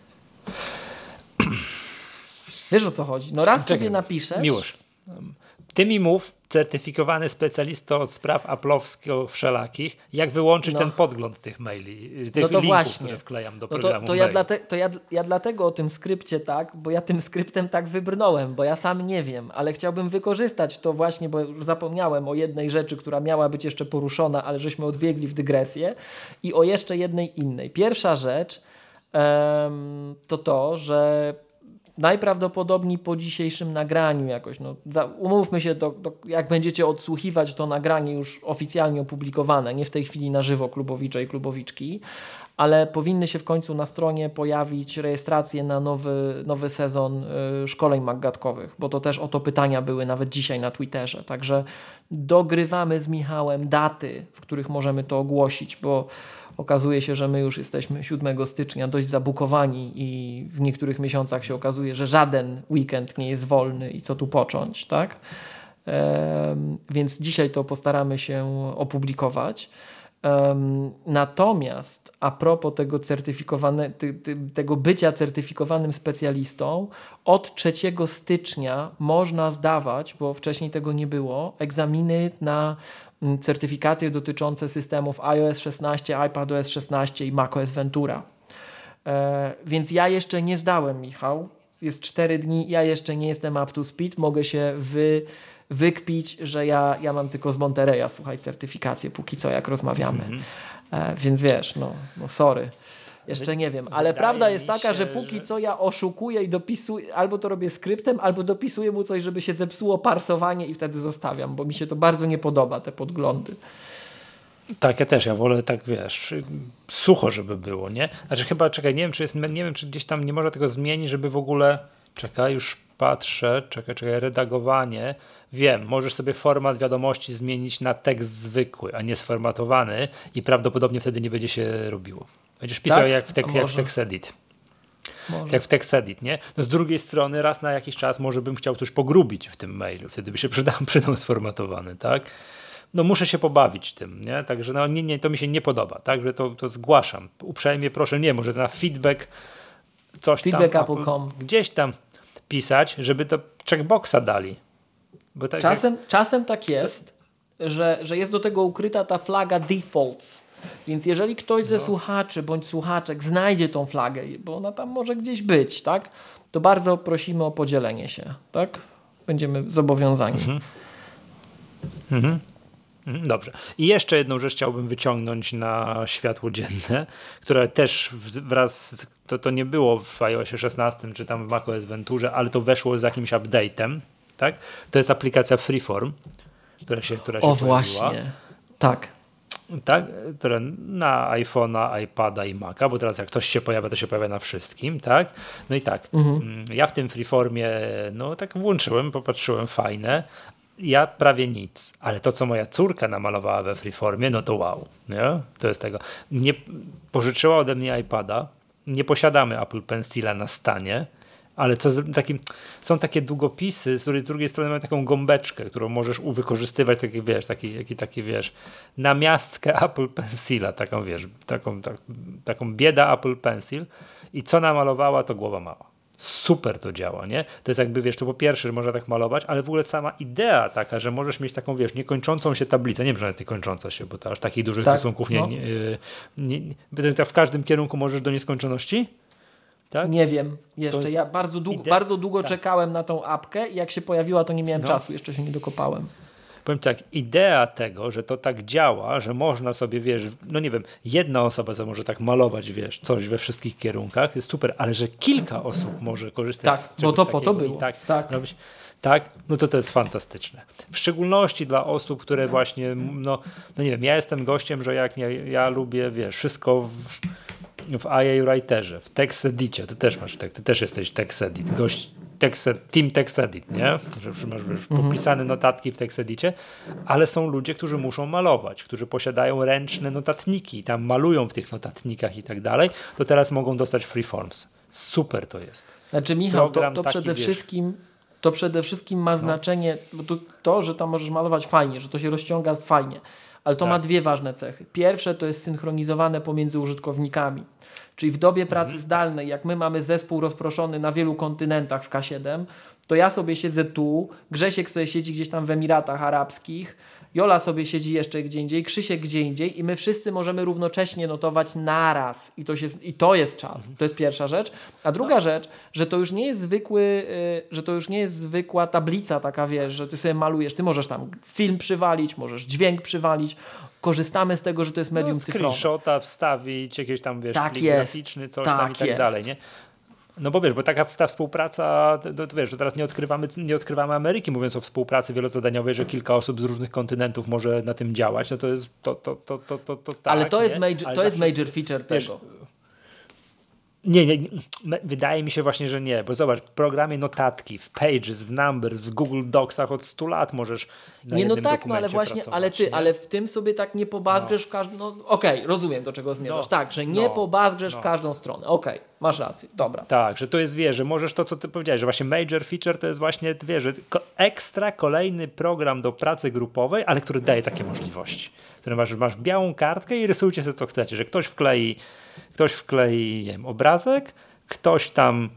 Wiesz, o co chodzi? No raz sobie napiszesz. Miłosz, ty mi mów, certyfikowany specjalista od spraw Apple'owskich wszelakich, jak wyłączyć ten podgląd tych maili, tych linków, które wklejam do programu ja dlatego o tym skrypcie bo ja tym skryptem tak wybrnąłem, bo ja sam nie wiem, ale chciałbym wykorzystać to właśnie, bo już zapomniałem o jednej rzeczy, która miała być jeszcze poruszona, ale żeśmy odbiegli w dygresję i o jeszcze jednej innej. Pierwsza rzecz to, że najprawdopodobniej po dzisiejszym nagraniu jakoś. No, umówmy się, jak będziecie odsłuchiwać to nagranie już oficjalnie opublikowane, nie w tej chwili na żywo klubowicze i klubowiczki, ale powinny się w końcu na stronie pojawić rejestracje na nowy sezon szkoleń maggatkowych, bo to też o to pytania były nawet dzisiaj na Twitterze. Także dogrywamy z Michałem daty, w których możemy to ogłosić, bo okazuje się, że my już jesteśmy 7 stycznia dość zabukowani i w niektórych miesiącach się okazuje, że żaden weekend nie jest wolny i co tu począć, tak? Więc dzisiaj to postaramy się opublikować. Natomiast a propos tego bycia certyfikowanym specjalistą, od 3 stycznia można zdawać, bo wcześniej tego nie było, egzaminy na certyfikacje dotyczące systemów iOS 16, iPadOS 16 i macOS Ventura. Więc ja jeszcze nie zdałem, Michał. Jest 4 dni, ja jeszcze nie jestem up to speed. Mogę się wykpić, że ja mam tylko z Monterey'a, słuchaj, certyfikację póki co, jak rozmawiamy. Więc wiesz, no sorry. Jeszcze nie wiem, ale prawda jest taka, że póki co ja oszukuję i dopisuję, albo to robię skryptem, albo dopisuję mu coś, żeby się zepsuło parsowanie i wtedy zostawiam, bo mi się to bardzo nie podoba, te podglądy. Tak, ja też, ja wolę tak, wiesz, sucho, żeby było, nie? Znaczy chyba, czekaj, nie wiem, czy gdzieś tam nie można tego zmienić, żeby w ogóle, czekaj, już patrzę, redagowanie, wiem, możesz sobie format wiadomości zmienić na tekst zwykły, a nie sformatowany i prawdopodobnie wtedy nie będzie się robiło. Będziesz pisał tak? jak w TextEdit. Jak w TextEdit, nie? No z drugiej strony raz na jakiś czas może bym chciał coś pogrubić w tym mailu, wtedy by się przydał sformatowany, tak? No muszę się pobawić tym, nie? Także no nie, to mi się nie podoba, także to zgłaszam. Uprzejmie proszę, nie, może na feedback coś feedback tam Apple.com gdzieś tam pisać, żeby to checkboxa dali. Bo tak czasem tak jest, że jest do tego ukryta ta flaga defaults. Więc jeżeli ktoś ze słuchaczy bądź słuchaczek znajdzie tą flagę, bo ona tam może gdzieś być, tak, to bardzo prosimy o podzielenie się, tak? Będziemy zobowiązani. Dobrze. I jeszcze jedną rzecz chciałbym wyciągnąć na światło dzienne, która też wraz to nie było w iOSie 16 czy tam w macOS Venturze, ale to weszło z jakimś update'em, tak? To jest aplikacja Freeform, która się pojawiła. Właśnie. Tak, które na iPhone'a, iPada i Maca, bo teraz jak ktoś się pojawia, to się pojawia na wszystkim, tak? No i tak, ja w tym Freeformie, no tak włączyłem, popatrzyłem, fajne, ja prawie nic, ale to, co moja córka namalowała we Freeformie, no to wow, nie? To jest tego. Nie pożyczyła ode mnie iPada, nie posiadamy Apple Pencila na stanie, ale są takie długopisy, z której z drugiej strony mają taką gąbeczkę, którą możesz wykorzystywać, taki wiesz, namiastkę Apple Pencila, taką bieda Apple Pencil i co namalowała, to głowa mała. Super to działa, nie? To jest jakby, wiesz, to po pierwsze, że można tak malować, ale w ogóle sama idea taka, że możesz mieć taką, wiesz, niekończącą się tablicę, nie wiem, że ona jest niekończąca się, bo to aż takich dużych rysunków w każdym kierunku możesz do nieskończoności? Tak? Nie wiem jeszcze. Ja bardzo długo czekałem na tą apkę i jak się pojawiła, to nie miałem czasu. Jeszcze się nie dokopałem. Powiem tak, idea tego, że to tak działa, że można sobie, wiesz, no nie wiem, jedna osoba może tak malować, wiesz, coś we wszystkich kierunkach, jest super, ale że kilka osób może korzystać z czegoś takiego. Bo to było. Robić, tak, no to jest fantastyczne. W szczególności dla osób, które właśnie, no nie wiem, ja jestem gościem, że ja lubię, wiesz, wszystko w IA Writerze, w TextEdicie, ty też masz, ty też jesteś TextEdit, gość Team TextEdit, nie? Że masz popisane notatki w TextEdicie, ale są ludzie, którzy muszą malować, którzy posiadają ręczne notatniki i tam malują w tych notatnikach i tak dalej, to teraz mogą dostać Freeforms. Super to jest. Znaczy Michał, to przede wszystkim ma znaczenie, bo to, że tam możesz malować fajnie, że to się rozciąga fajnie, ale to ma dwie ważne cechy. Pierwsze to jest synchronizowane pomiędzy użytkownikami. Czyli w dobie pracy zdalnej, jak my mamy zespół rozproszony na wielu kontynentach w K7, to ja sobie siedzę tu, Grzesiek sobie siedzi gdzieś tam w Emiratach Arabskich, Jola sobie siedzi jeszcze gdzie indziej, Krzysiek gdzie indziej i my wszyscy możemy równocześnie notować naraz. I to jest czat. To jest pierwsza rzecz. A druga rzecz, że to już nie jest zwykła tablica taka, wiesz, że ty sobie malujesz, ty możesz tam film przywalić, możesz dźwięk przywalić. Korzystamy z tego, że to jest medium cyfrowe. Screenshota wstawić, jakieś tam, wiesz, tak plik graficzny, coś tam i tak dalej, nie? No bo wiesz, bo ta współpraca, to wiesz, że teraz nie odkrywamy Ameryki, mówiąc o współpracy wielozadaniowej, że kilka osób z różnych kontynentów może na tym działać, no to jest to tak. Ale to jest zawsze, major feature wiesz, tego. Nie, wydaje mi się właśnie, że nie, bo zobacz, w programie notatki, w Pages, w Numbers, w Google Docsach od 100 lat możesz na Nie, no jednym tak, no ale dokumencie właśnie, pracować, ale w tym sobie tak nie pobazgrzesz w każdą, no okej, rozumiem, do czego zmierzasz, tak, że nie pobazgrzesz w każdą stronę, okej, masz rację, dobra. Tak, że to jest, wiesz, że możesz to, co ty powiedziałeś, że właśnie major feature to jest właśnie, wiesz, że ekstra kolejny program do pracy grupowej, ale który daje takie możliwości, który masz białą kartkę i rysujcie sobie, co chcecie, że ktoś wklei nie wiem, obrazek, ktoś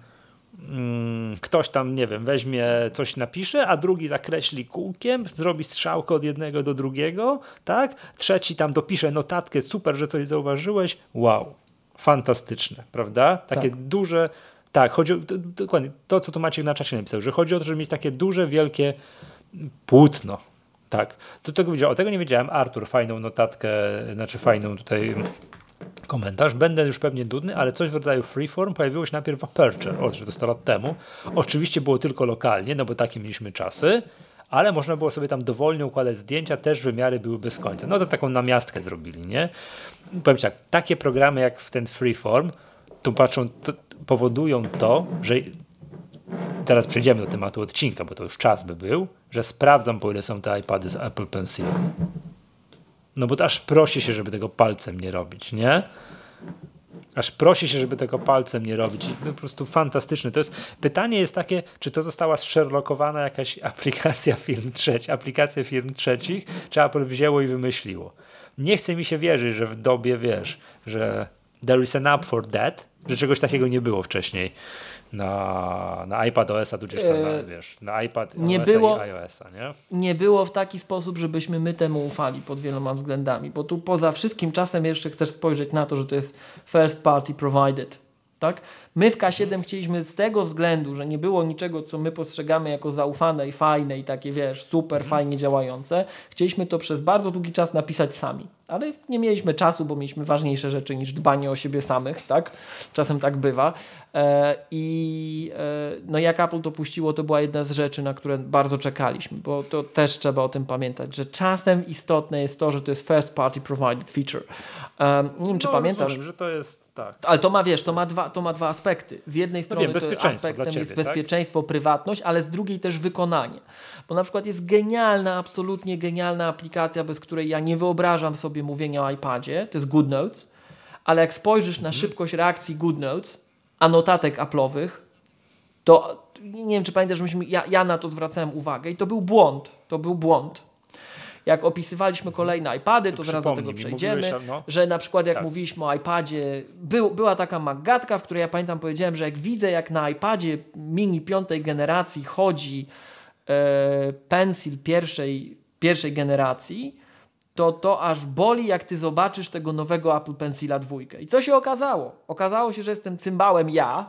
tam, nie wiem, weźmie coś napisze, a drugi zakreśli kółkiem, zrobi strzałkę od jednego do drugiego, tak? Trzeci tam dopisze notatkę, super, że coś zauważyłeś, wow, fantastyczne, prawda? Takie duże, tak, chodzi o, dokładnie to, co tu Maciek na czacie napisał, że chodzi o to, żeby mieć takie duże, wielkie płótno, tak. O tego nie wiedziałem, Artur, fajną notatkę, znaczy fajną tutaj komentarz. Będę już pewnie nudny, ale coś w rodzaju freeform pojawiło się najpierw w Aperture, że to 100 lat temu. Oczywiście było tylko lokalnie, no bo takie mieliśmy czasy, ale można było sobie tam dowolnie układać zdjęcia, też wymiary były bez końca. No to taką namiastkę zrobili, nie? Powiem ci tak, takie programy jak w ten freeform, powodują to, że teraz przejdziemy do tematu odcinka, bo to już czas by był, że sprawdzam, po ile są te iPady z Apple Pencil. No bo to aż prosi się, żeby tego palcem nie robić, nie? Aż prosi się, żeby tego palcem nie robić. No po prostu fantastyczne. Pytanie jest takie, czy to została sherlockowana jakaś aplikacja firm trzecich, czy Apple wzięło i wymyśliło. Nie chce mi się wierzyć, że w dobie, wiesz, że there is an app for that, że czegoś takiego nie było wcześniej na iPad OS-a, tudzież tam na iPad nie OS-a było, i iOS-a, nie? Nie było w taki sposób, żebyśmy my temu ufali pod wieloma względami, bo tu poza wszystkim czasem jeszcze chcesz spojrzeć na to, że to jest first party provided, tak? My w K7 chcieliśmy z tego względu, że nie było niczego, co my postrzegamy jako zaufane i fajne i takie, wiesz, super fajnie działające, chcieliśmy to przez bardzo długi czas napisać sami. Ale nie mieliśmy czasu, bo mieliśmy ważniejsze rzeczy niż dbanie o siebie samych, tak? Czasem tak bywa. No jak Apple to puściło, to była jedna z rzeczy, na które bardzo czekaliśmy, bo to też trzeba o tym pamiętać, że czasem istotne jest to, że to jest first party provided feature. Nie wiem, czy pamiętasz, rozumiem, że to jest tak. Ale to ma, wiesz, to ma dwa aspekty. Z jednej strony aspektem ciebie, jest bezpieczeństwo, prywatność, ale z drugiej też wykonanie. Bo na przykład jest genialna, absolutnie genialna aplikacja, bez której ja nie wyobrażam sobie mówienia o iPadzie, to jest GoodNotes, ale jak spojrzysz na szybkość reakcji GoodNotes, a notatek Apple'owych, to nie wiem, czy pamiętasz, że ja na to zwracałem uwagę i to był błąd. Jak opisywaliśmy kolejne iPady, to zaraz do tego przejdziemy, że na przykład jak mówiliśmy o iPadzie, była taka magatka, w której ja pamiętam powiedziałem, że jak widzę, jak na iPadzie mini 5. generacji chodzi Pencil pierwszej generacji, to aż boli, jak ty zobaczysz tego nowego Apple Pencila 2. I co się okazało? Okazało się, że jestem cymbałem ja,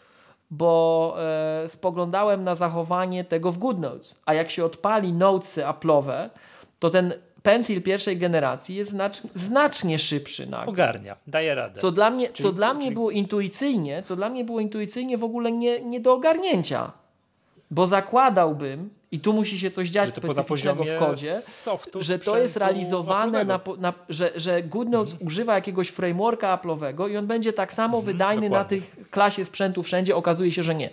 bo spoglądałem na zachowanie tego w GoodNotes. A jak się odpali notesy Apple'owe, to ten Pencil pierwszej generacji jest znacznie szybszy nagle. Ogarnia, daje radę. Co dla mnie było intuicyjnie w ogóle nie do ogarnięcia. Bo zakładałbym, i tu musi się coś dziać specyficznego w kodzie, że to jest realizowane że GoodNotes używa jakiegoś frameworka Apple'owego i on będzie tak samo wydajny na tej klasie sprzętu wszędzie. Okazuje się, że nie.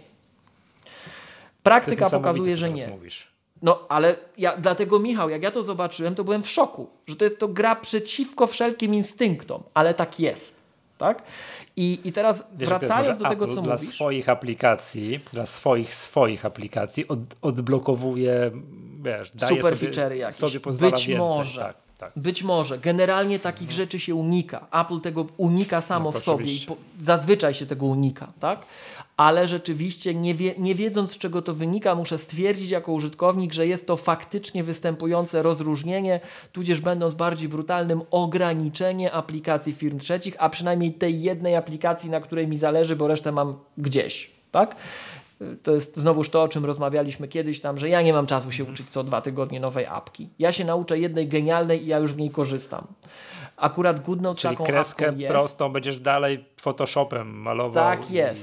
Praktyka pokazuje, że nie. No, ale dlatego, Michał, jak ja to zobaczyłem, to byłem w szoku, że to jest to gra przeciwko wszelkim instynktom, ale tak jest, tak? I teraz wracając do tego, co dla mówisz. Dla swoich aplikacji odblokowuje, wiesz, daje super feature'y jakieś. Sobie pozwala Być więcej. może. Tak. Być może. Generalnie takich rzeczy się unika. Apple tego unika samo w sobie i zazwyczaj się tego unika, tak? Ale rzeczywiście nie wiedząc, z czego to wynika, muszę stwierdzić jako użytkownik, że jest to faktycznie występujące rozróżnienie, tudzież będąc bardziej brutalnym, ograniczenie aplikacji firm trzecich, a przynajmniej tej jednej aplikacji, na której mi zależy, bo resztę mam gdzieś, tak? To jest znowuż to, o czym rozmawialiśmy kiedyś tam, że ja nie mam czasu się uczyć co 2 tygodnie nowej apki. Ja się nauczę jednej genialnej i ja już z niej korzystam. Akurat GoodNotes taką apką jest. Czyli kreskę prostą będziesz dalej Photoshopem malował. Tak jest.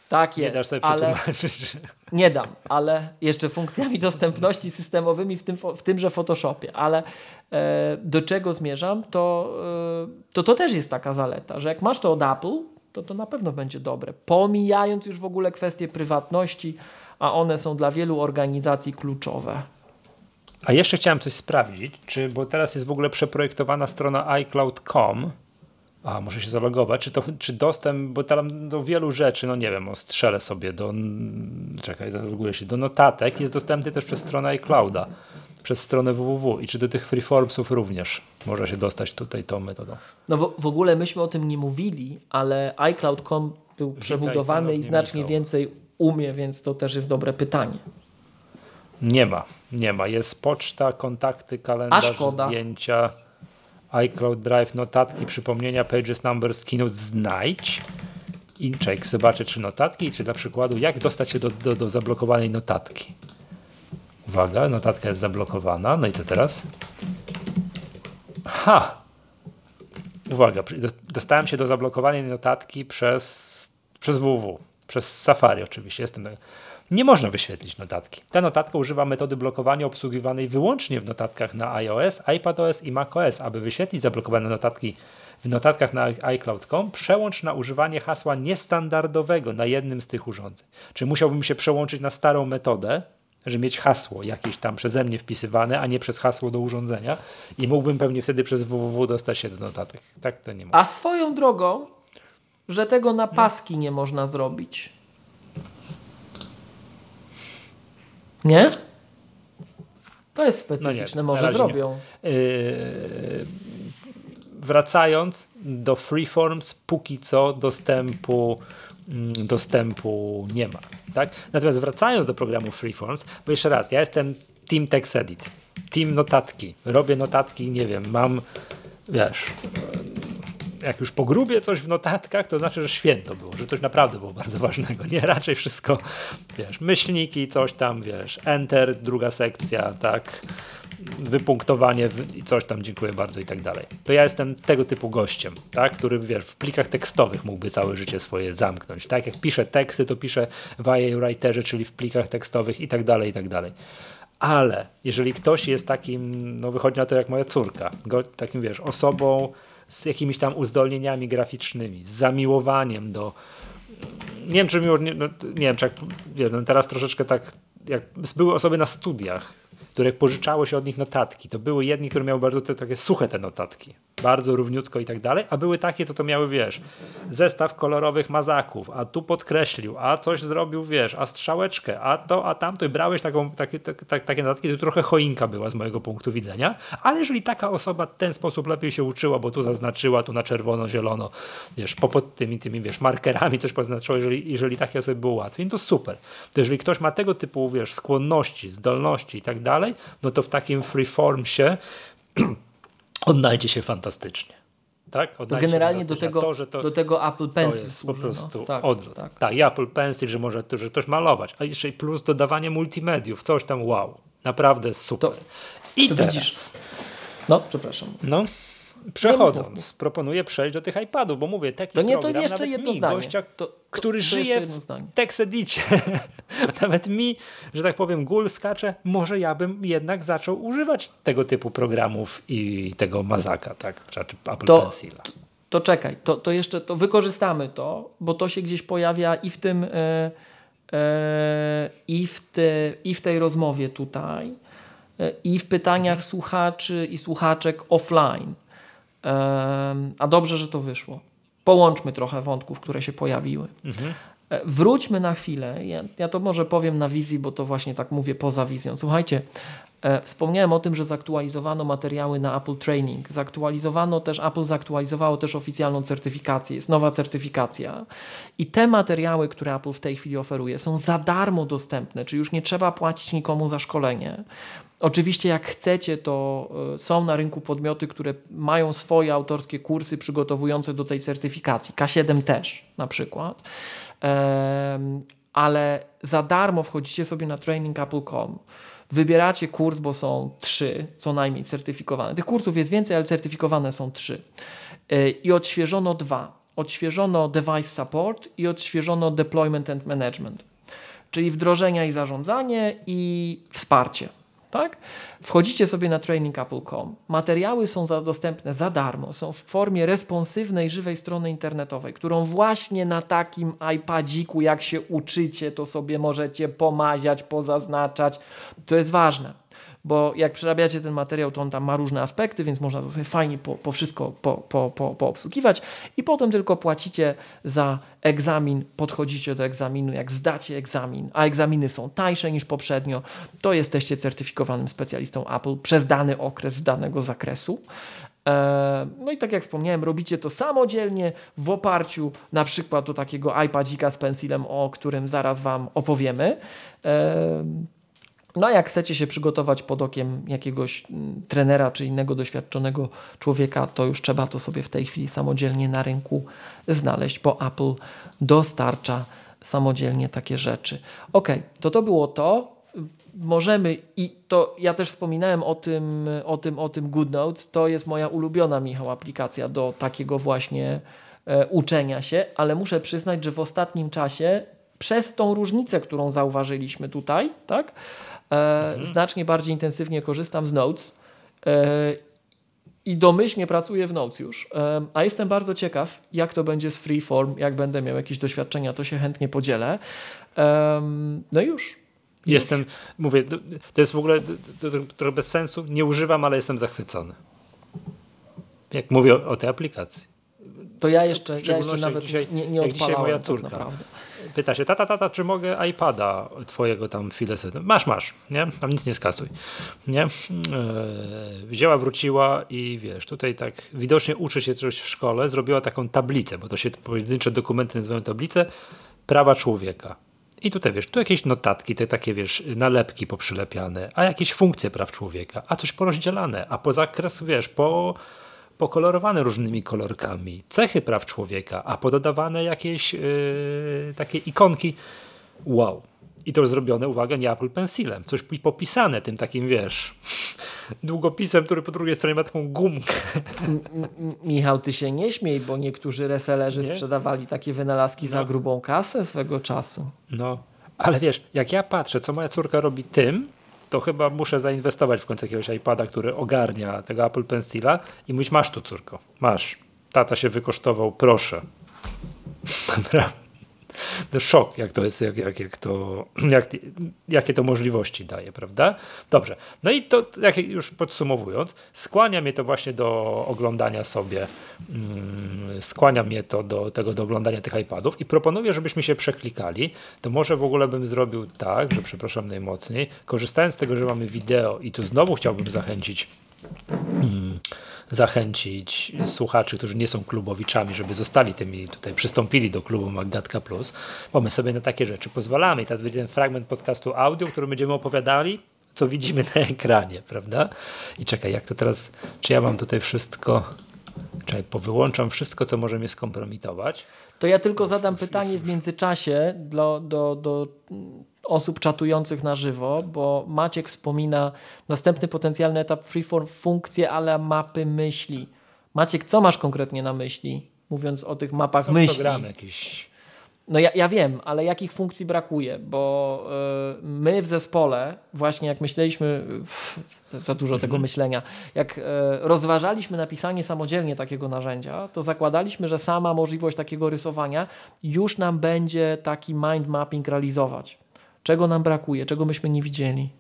Tak Nie dasz jest, sobie ale przetłumaczyć. nie dam, ale jeszcze funkcjami dostępności systemowymi w tymże Photoshopie, ale do czego zmierzam, to też jest taka zaleta, że jak masz to od Apple, to na pewno będzie dobre. Pomijając już w ogóle kwestie prywatności, a one są dla wielu organizacji kluczowe. A jeszcze chciałem coś sprawdzić, bo teraz jest w ogóle przeprojektowana strona iCloud.com. Muszę się zalogować. Czy dostęp, bo tam do wielu rzeczy, no nie wiem, strzelę sobie zaloguję się, do notatek jest dostępny też przez stronę iClouda, przez stronę www. I czy do tych freeformsów również można się dostać tutaj tą metodą? No w ogóle myśmy o tym nie mówili, ale iCloud.com był przebudowany i znacznie więcej umie, więc to też jest dobre pytanie. Nie ma. Jest poczta, kontakty, kalendarz, zdjęcia, iCloud Drive, notatki, przypomnienia, Pages, Numbers, Keynote, znajdź. I zobaczę, czy notatki, czy dla przykładu, jak dostać się do zablokowanej notatki. Uwaga, notatka jest zablokowana. No i co teraz? Uwaga, dostałem się do zablokowanej notatki przez www, przez Safari oczywiście. Nie można wyświetlić notatki. Ta notatka używa metody blokowania obsługiwanej wyłącznie w notatkach na iOS, iPadOS i macOS. Aby wyświetlić zablokowane notatki w notatkach na iCloud.com, przełącz na używanie hasła niestandardowego na jednym z tych urządzeń. Czyli musiałbym się przełączyć na starą metodę, żeby mieć hasło jakieś tam przeze mnie wpisywane, a nie przez hasło do urządzenia i mógłbym pewnie wtedy przez www dostać się do notatek. Tak to nie ma. A swoją drogą, że tego na paski nie można zrobić. Nie? To jest specyficzne, może zrobią. Wracając do Freeforms, póki co dostępu nie ma. Tak? Natomiast wracając do programu Freeforms, bo jeszcze raz, ja jestem Team TextEdit, Team Notatki, robię notatki, nie wiem, mam, jak już pogrubię coś w notatkach, to znaczy, że święto było, że coś naprawdę było bardzo ważnego. Nie, raczej wszystko, myślniki, coś tam, enter, druga sekcja, tak, wypunktowanie i coś tam, dziękuję bardzo i tak dalej. To ja jestem tego typu gościem, tak, który w plikach tekstowych mógłby całe życie swoje zamknąć. Tak, jak piszę teksty, to piszę w IA Writerze, czyli w plikach tekstowych i tak dalej, i tak dalej. Ale jeżeli ktoś jest takim, no wychodzi na to jak moja córka, takim osobą z jakimiś tam uzdolnieniami graficznymi, z zamiłowaniem do, nie wiem czy teraz troszeczkę tak, jak były osoby na studiach, które pożyczało się od nich notatki, to były jedni, które miały bardzo takie suche te notatki, bardzo równiutko i tak dalej, a były takie, co to miały, zestaw kolorowych mazaków, a tu podkreślił, a coś zrobił, a strzałeczkę, a to, a tamto i brałeś takie notatki, to trochę choinka była z mojego punktu widzenia, ale jeżeli taka osoba w ten sposób lepiej się uczyła, bo tu zaznaczyła, tu na czerwono, zielono, pod tymi markerami coś poznaczyło, jeżeli takie osoby było łatwiej, to super. To jeżeli ktoś ma tego typu, skłonności, zdolności i tak dalej, no to w takim freeformsie odnajdzie się fantastycznie. Tak? Generalnie do tego Apple Pencil to jest służy, po prostu odwrót. Tak, i Apple Pencil, że może że ktoś malować, a jeszcze plus dodawanie multimediów, coś tam, wow, naprawdę super. I teraz... Widzisz. No, przepraszam. No, przechodząc, proponuję przejść do tych iPadów, bo mówię, taki program, to jeszcze nawet jedno mi, zdanie. gościa, który żyje w TextEdicie, nawet mi, że tak powiem, gul skacze, może ja bym jednak zaczął używać tego typu programów i tego mazaka, tak, czy Apple Pencila. To czekaj, to jeszcze to wykorzystamy to, bo to się gdzieś pojawia i w tym i w tej rozmowie tutaj, i w pytaniach słuchaczy i słuchaczek offline. A dobrze, że to wyszło. Połączmy trochę wątków, które się pojawiły. Wróćmy na chwilę. Ja to może powiem na wizji, bo to właśnie tak mówię poza wizją. Słuchajcie, wspomniałem o tym, że zaktualizowano materiały na Apple Training. Apple zaktualizowało też oficjalną certyfikację. Jest nowa certyfikacja. I te materiały, które Apple w tej chwili oferuje, są za darmo dostępne, czyli już nie trzeba płacić nikomu za szkolenie. Oczywiście jak chcecie, to są na rynku podmioty, które mają swoje autorskie kursy przygotowujące do tej certyfikacji. K7 też na przykład. Ale za darmo wchodzicie sobie na trainingapple.com, wybieracie kurs, bo są 3 co najmniej certyfikowane. Tych kursów jest więcej, ale certyfikowane są 3. I odświeżono 2. odświeżono device support i odświeżono deployment and management, czyli wdrożenia i zarządzanie i wsparcie. Tak? Wchodzicie sobie na trainingapple.com. Materiały są dostępne za darmo. Są w formie responsywnej, żywej strony internetowej, którą właśnie na takim iPadziku, jak się uczycie, to sobie możecie pomaziać, pozaznaczać. To jest ważne, bo jak przerabiacie ten materiał, to on tam ma różne aspekty, więc można to sobie fajnie wszystko poobsługiwać i potem tylko płacicie za egzamin, podchodzicie do egzaminu, jak zdacie egzamin, a egzaminy są tańsze niż poprzednio, to jesteście certyfikowanym specjalistą Apple przez dany okres z danego zakresu. No i tak jak wspomniałem, robicie to samodzielnie w oparciu na przykład o takiego iPadzika z pensilem, o którym zaraz Wam opowiemy. No a jak chcecie się przygotować pod okiem jakiegoś trenera czy innego doświadczonego człowieka, to już trzeba to sobie w tej chwili samodzielnie na rynku znaleźć, bo Apple dostarcza samodzielnie takie rzeczy. Ok, to było to. Możemy, i to ja też wspominałem o tym GoodNotes, to jest moja ulubiona, Michał, aplikacja do takiego właśnie uczenia się, ale muszę przyznać, że w ostatnim czasie przez tą różnicę, którą zauważyliśmy tutaj, tak, znacznie bardziej intensywnie korzystam z Notes i domyślnie pracuję w Notes już. A jestem bardzo ciekaw, jak to będzie z Freeform, jak będę miał jakieś doświadczenia, to się chętnie podzielę. No i już. Mówię, to jest w ogóle trochę bez sensu, nie używam, ale jestem zachwycony. Jak mówię o tej aplikacji. To ja jeszcze nawet nie odpalałem. Dzisiaj moja córka tak pyta się, tata, czy mogę iPada twojego tam chwilę sobie. Masz, nie? Tam nic nie skasuj. Nie? Wzięła, wróciła i wiesz, tutaj tak widocznie uczy się coś w szkole, zrobiła taką tablicę, bo to się pojedyncze dokumenty nazywają tablice prawa człowieka. I tutaj wiesz, tu jakieś notatki, te takie wiesz, nalepki poprzylepiane, a jakieś funkcje praw człowieka, a coś porozdzielane, a po zakres, wiesz, pokolorowane różnymi kolorkami, cechy praw człowieka, a pododawane jakieś takie ikonki. Wow. I to zrobione, uwaga, nie Apple Pencilem, coś popisane tym takim, wiesz, długopisem, który po drugiej stronie ma taką gumkę. Michał, ty się nie śmiej, bo niektórzy resellerzy sprzedawali takie wynalazki za grubą kasę swego czasu. No, ale wiesz, jak ja patrzę, co moja córka robi tym, to chyba muszę zainwestować w końcu jakiegoś iPada, który ogarnia tego Apple Pencila i mówić, masz tu, córko, masz. Tata się wykosztował, proszę. Dobra. To szok, jak to jest, jakie to możliwości daje, prawda? Dobrze. No i to, jak już podsumowując, skłania mnie to właśnie do oglądania sobie, skłania mnie to do oglądania tych iPadów i proponuję, żebyśmy się przeklikali. To może w ogóle bym zrobił tak, że przepraszam najmocniej, korzystając z tego, że mamy wideo i tu znowu chciałbym zachęcić słuchaczy, którzy nie są klubowiczami, żeby zostali tymi, tutaj przystąpili do klubu Magnatka Plus, bo my sobie na takie rzeczy pozwalamy. I teraz będzie ten fragment podcastu audio, który będziemy opowiadali, co widzimy na ekranie, prawda? I czekaj, jak to teraz, czy ja mam tutaj wszystko, powyłączam wszystko, co może mnie skompromitować. To ja tylko zadam pytanie w międzyczasie do osób czatujących na żywo, bo Maciek wspomina następny potencjalny etap Freeform, funkcje ale mapy myśli. Maciek, co masz konkretnie na myśli, mówiąc o tych mapach Są myśli? Programy jakieś. No ja wiem, ale jakich funkcji brakuje, bo my w zespole, właśnie jak myśleliśmy, za dużo tego myślenia, jak rozważaliśmy napisanie samodzielnie takiego narzędzia, to zakładaliśmy, że sama możliwość takiego rysowania już nam będzie taki mind mapping realizować. Czego nam brakuje? Czego myśmy nie widzieli?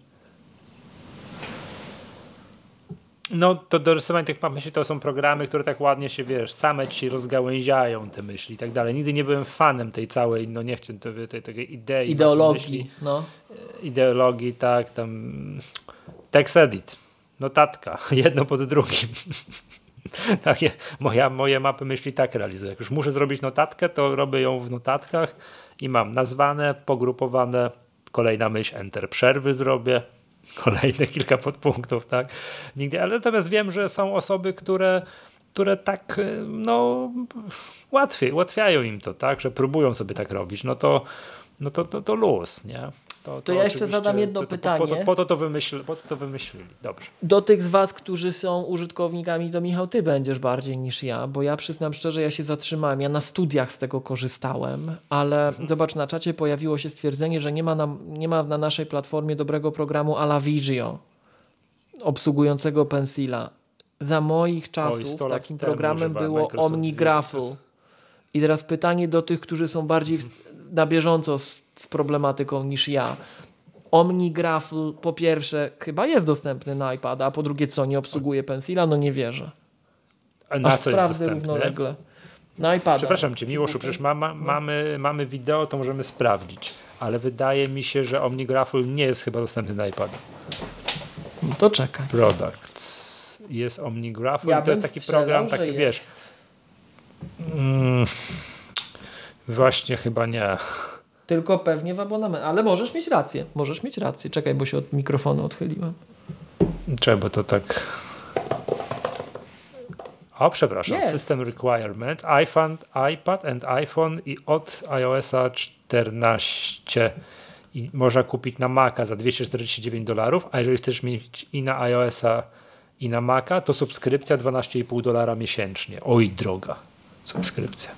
No to do rysowania tych map myśli to są programy, które tak ładnie się, wiesz, same ci rozgałęziają te myśli i tak dalej. Nigdy nie byłem fanem tej całej, no nie chcę, tej idei. Ideologii, no. Ideologii, tak, tam text edit, notatka, jedno pod drugim. Takie, moje mapy myśli tak realizuję. Jak już muszę zrobić notatkę, to robię ją w notatkach i mam nazwane, pogrupowane, kolejna myśl, enter, przerwy zrobię, kolejne kilka podpunktów, tak. Nigdy, ale natomiast wiem, że są osoby, które tak, no, ułatwiają im to, tak, że próbują sobie tak robić, no to luz, nie? To ja jeszcze zadam jedno pytanie. Po to to wymyślili. Dobrze. Do tych z was, którzy są użytkownikami, to Michał, ty będziesz bardziej niż ja, bo ja przyznam szczerze, ja się zatrzymałem. Ja na studiach z tego korzystałem, ale zobacz, na czacie pojawiło się stwierdzenie, że nie ma na naszej platformie dobrego programu a la Vigio obsługującego Pencila. Za moich czasów takim programem było OmniGraffle. I teraz pytanie do tych, którzy są bardziej na bieżąco z problematyką niż ja. OmniGraffle po pierwsze chyba jest dostępny na iPada, a po drugie co, nie obsługuje Pencila? No nie wierzę. A na co jest dostępny? Równolegle. Na iPada. Przepraszam cię, Miłoszu, przecież mamy wideo, to możemy sprawdzić. Ale wydaje mi się, że OmniGraffle nie jest chyba dostępny na iPada. No to czekaj. Products. Jest OmniGraffle i to jest taki program, taki wiesz... Właśnie chyba nie. Tylko pewnie w abonament. Ale możesz mieć rację. Czekaj, bo się od mikrofonu odchyliłem. Czekaj, bo to tak... O, przepraszam. Jest. System Requirements, iPad and iPhone i od iOS-a 14 i można kupić na Maca za $249, a jeżeli chcesz mieć i na iOS-a i na Maca, to subskrypcja $12,5 miesięcznie. Oj, droga subskrypcja.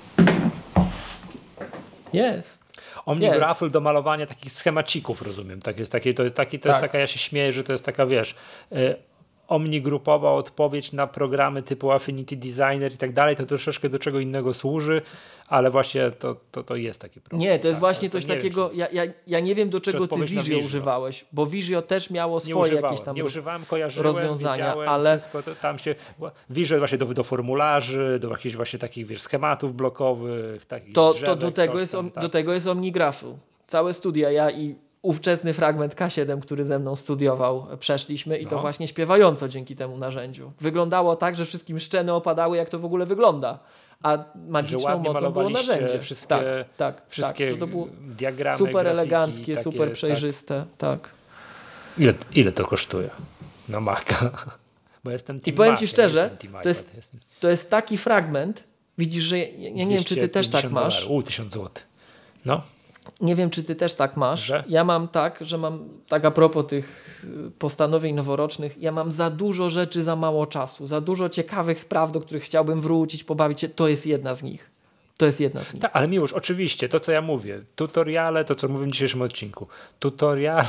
Jest. OmniGraffle do malowania takich schemacików, rozumiem. To jest taka, ja się śmieję, że to jest taka, wiesz, omnigrupowa odpowiedź na programy typu Affinity Designer i tak dalej, to troszeczkę do czego innego służy, ale właśnie to jest taki program. Nie, to jest właśnie coś takiego, ja nie wiem, do czego ty Vigio używałeś, bo Vigio też miało swoje jakieś tam rozwiązania, ale wszystko, tam się Vigio właśnie do formularzy, do jakichś właśnie takich, wiesz, schematów blokowych, takich drzewek, do tego jest OmniGraffle. Całe studia, ja i ówczesny fragment K7, który ze mną studiował, przeszliśmy i to właśnie śpiewająco dzięki temu narzędziu. Wyglądało tak, że wszystkim szczeny opadały, jak to w ogóle wygląda. A magiczną mocą było narzędzie. Wszystkie że to było diagramy, super grafiki, eleganckie, takie, super przejrzyste. Tak. Ile to kosztuje na Maca? Bo jestem I powiem ci szczerze, to jest taki fragment, widzisz, że ja nie wiem, czy ty też tak masz. $1000 zł. No. Nie wiem, czy ty też tak masz. Że? Ja mam tak, że mam, tak a propos tych postanowień noworocznych, ja mam za dużo rzeczy, za mało czasu, za dużo ciekawych spraw, do których chciałbym wrócić, pobawić się. To jest jedna z nich. Tak, ale Miłosz, oczywiście, to co ja mówię, tutoriale, to co mówię w dzisiejszym odcinku, tutoriale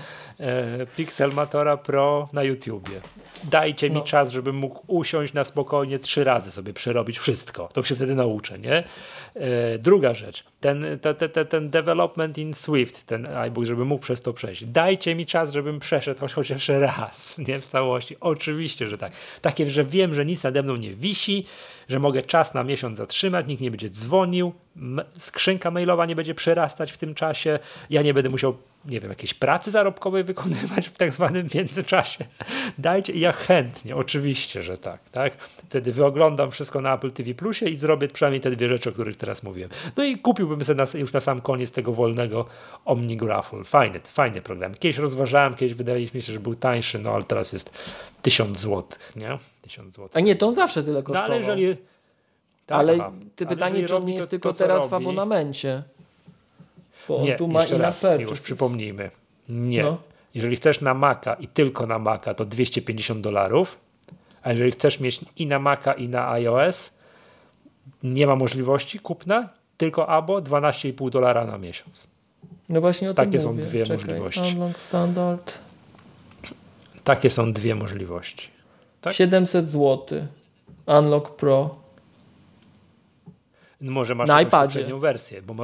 Pixelmatora Pro na YouTubie. Dajcie mi czas, żebym mógł usiąść na spokojnie 3 razy sobie przerobić wszystko. To się wtedy nauczę, nie? Druga rzecz, ten development in Swift, ten iBook, żebym mógł przez to przejść. Dajcie mi czas, żebym przeszedł chociaż raz, nie w całości. Oczywiście, że tak. Takie, że wiem, że nic nade mną nie wisi, że mogę czas na miesiąc zatrzymać, nikt nie będzie dzwonił, skrzynka mailowa nie będzie przerastać w tym czasie, ja nie będę musiał, nie wiem, jakiejś pracy zarobkowej wykonywać w tak zwanym międzyczasie. Dajcie, ja chętnie, oczywiście, że tak. Wtedy wyoglądam wszystko na Apple TV Plusie i zrobię przynajmniej te 2 rzeczy, o których teraz mówiłem. No i kupiłbym sobie już na sam koniec tego wolnego OmniGraffle. Fajny program. Kiedyś rozważałem, wydaje mi się, że był tańszy, no ale teraz jest $1000 zł, nie? 1000 zł. A nie, to on zawsze tyle kosztował. No, ale jeżeli... ale pytanie, czy on nie jest tylko teraz w abonamencie? Bo nie, on tu ma jeszcze raz, już przypomnijmy. Nie. No. Jeżeli chcesz na Maca i tylko na Maca, to $250, a jeżeli chcesz mieć i na Maca i na iOS, nie ma możliwości kupna, tylko abo $12,5 na miesiąc. No właśnie o tym Takie mówię. są 2 możliwości. Unlock standard. Takie są 2 możliwości. Tak? 700 zł. Unlock Pro. Może masz na jakąś iPadzie. poprzednią wersję, bo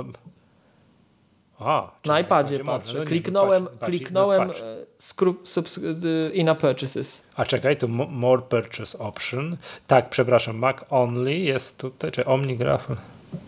na iPadzie patrzę. No kliknąłem in-app purchases. A czekaj, tu more purchase option. Tak, przepraszam, Mac only jest tutaj, czy OmniGraffle.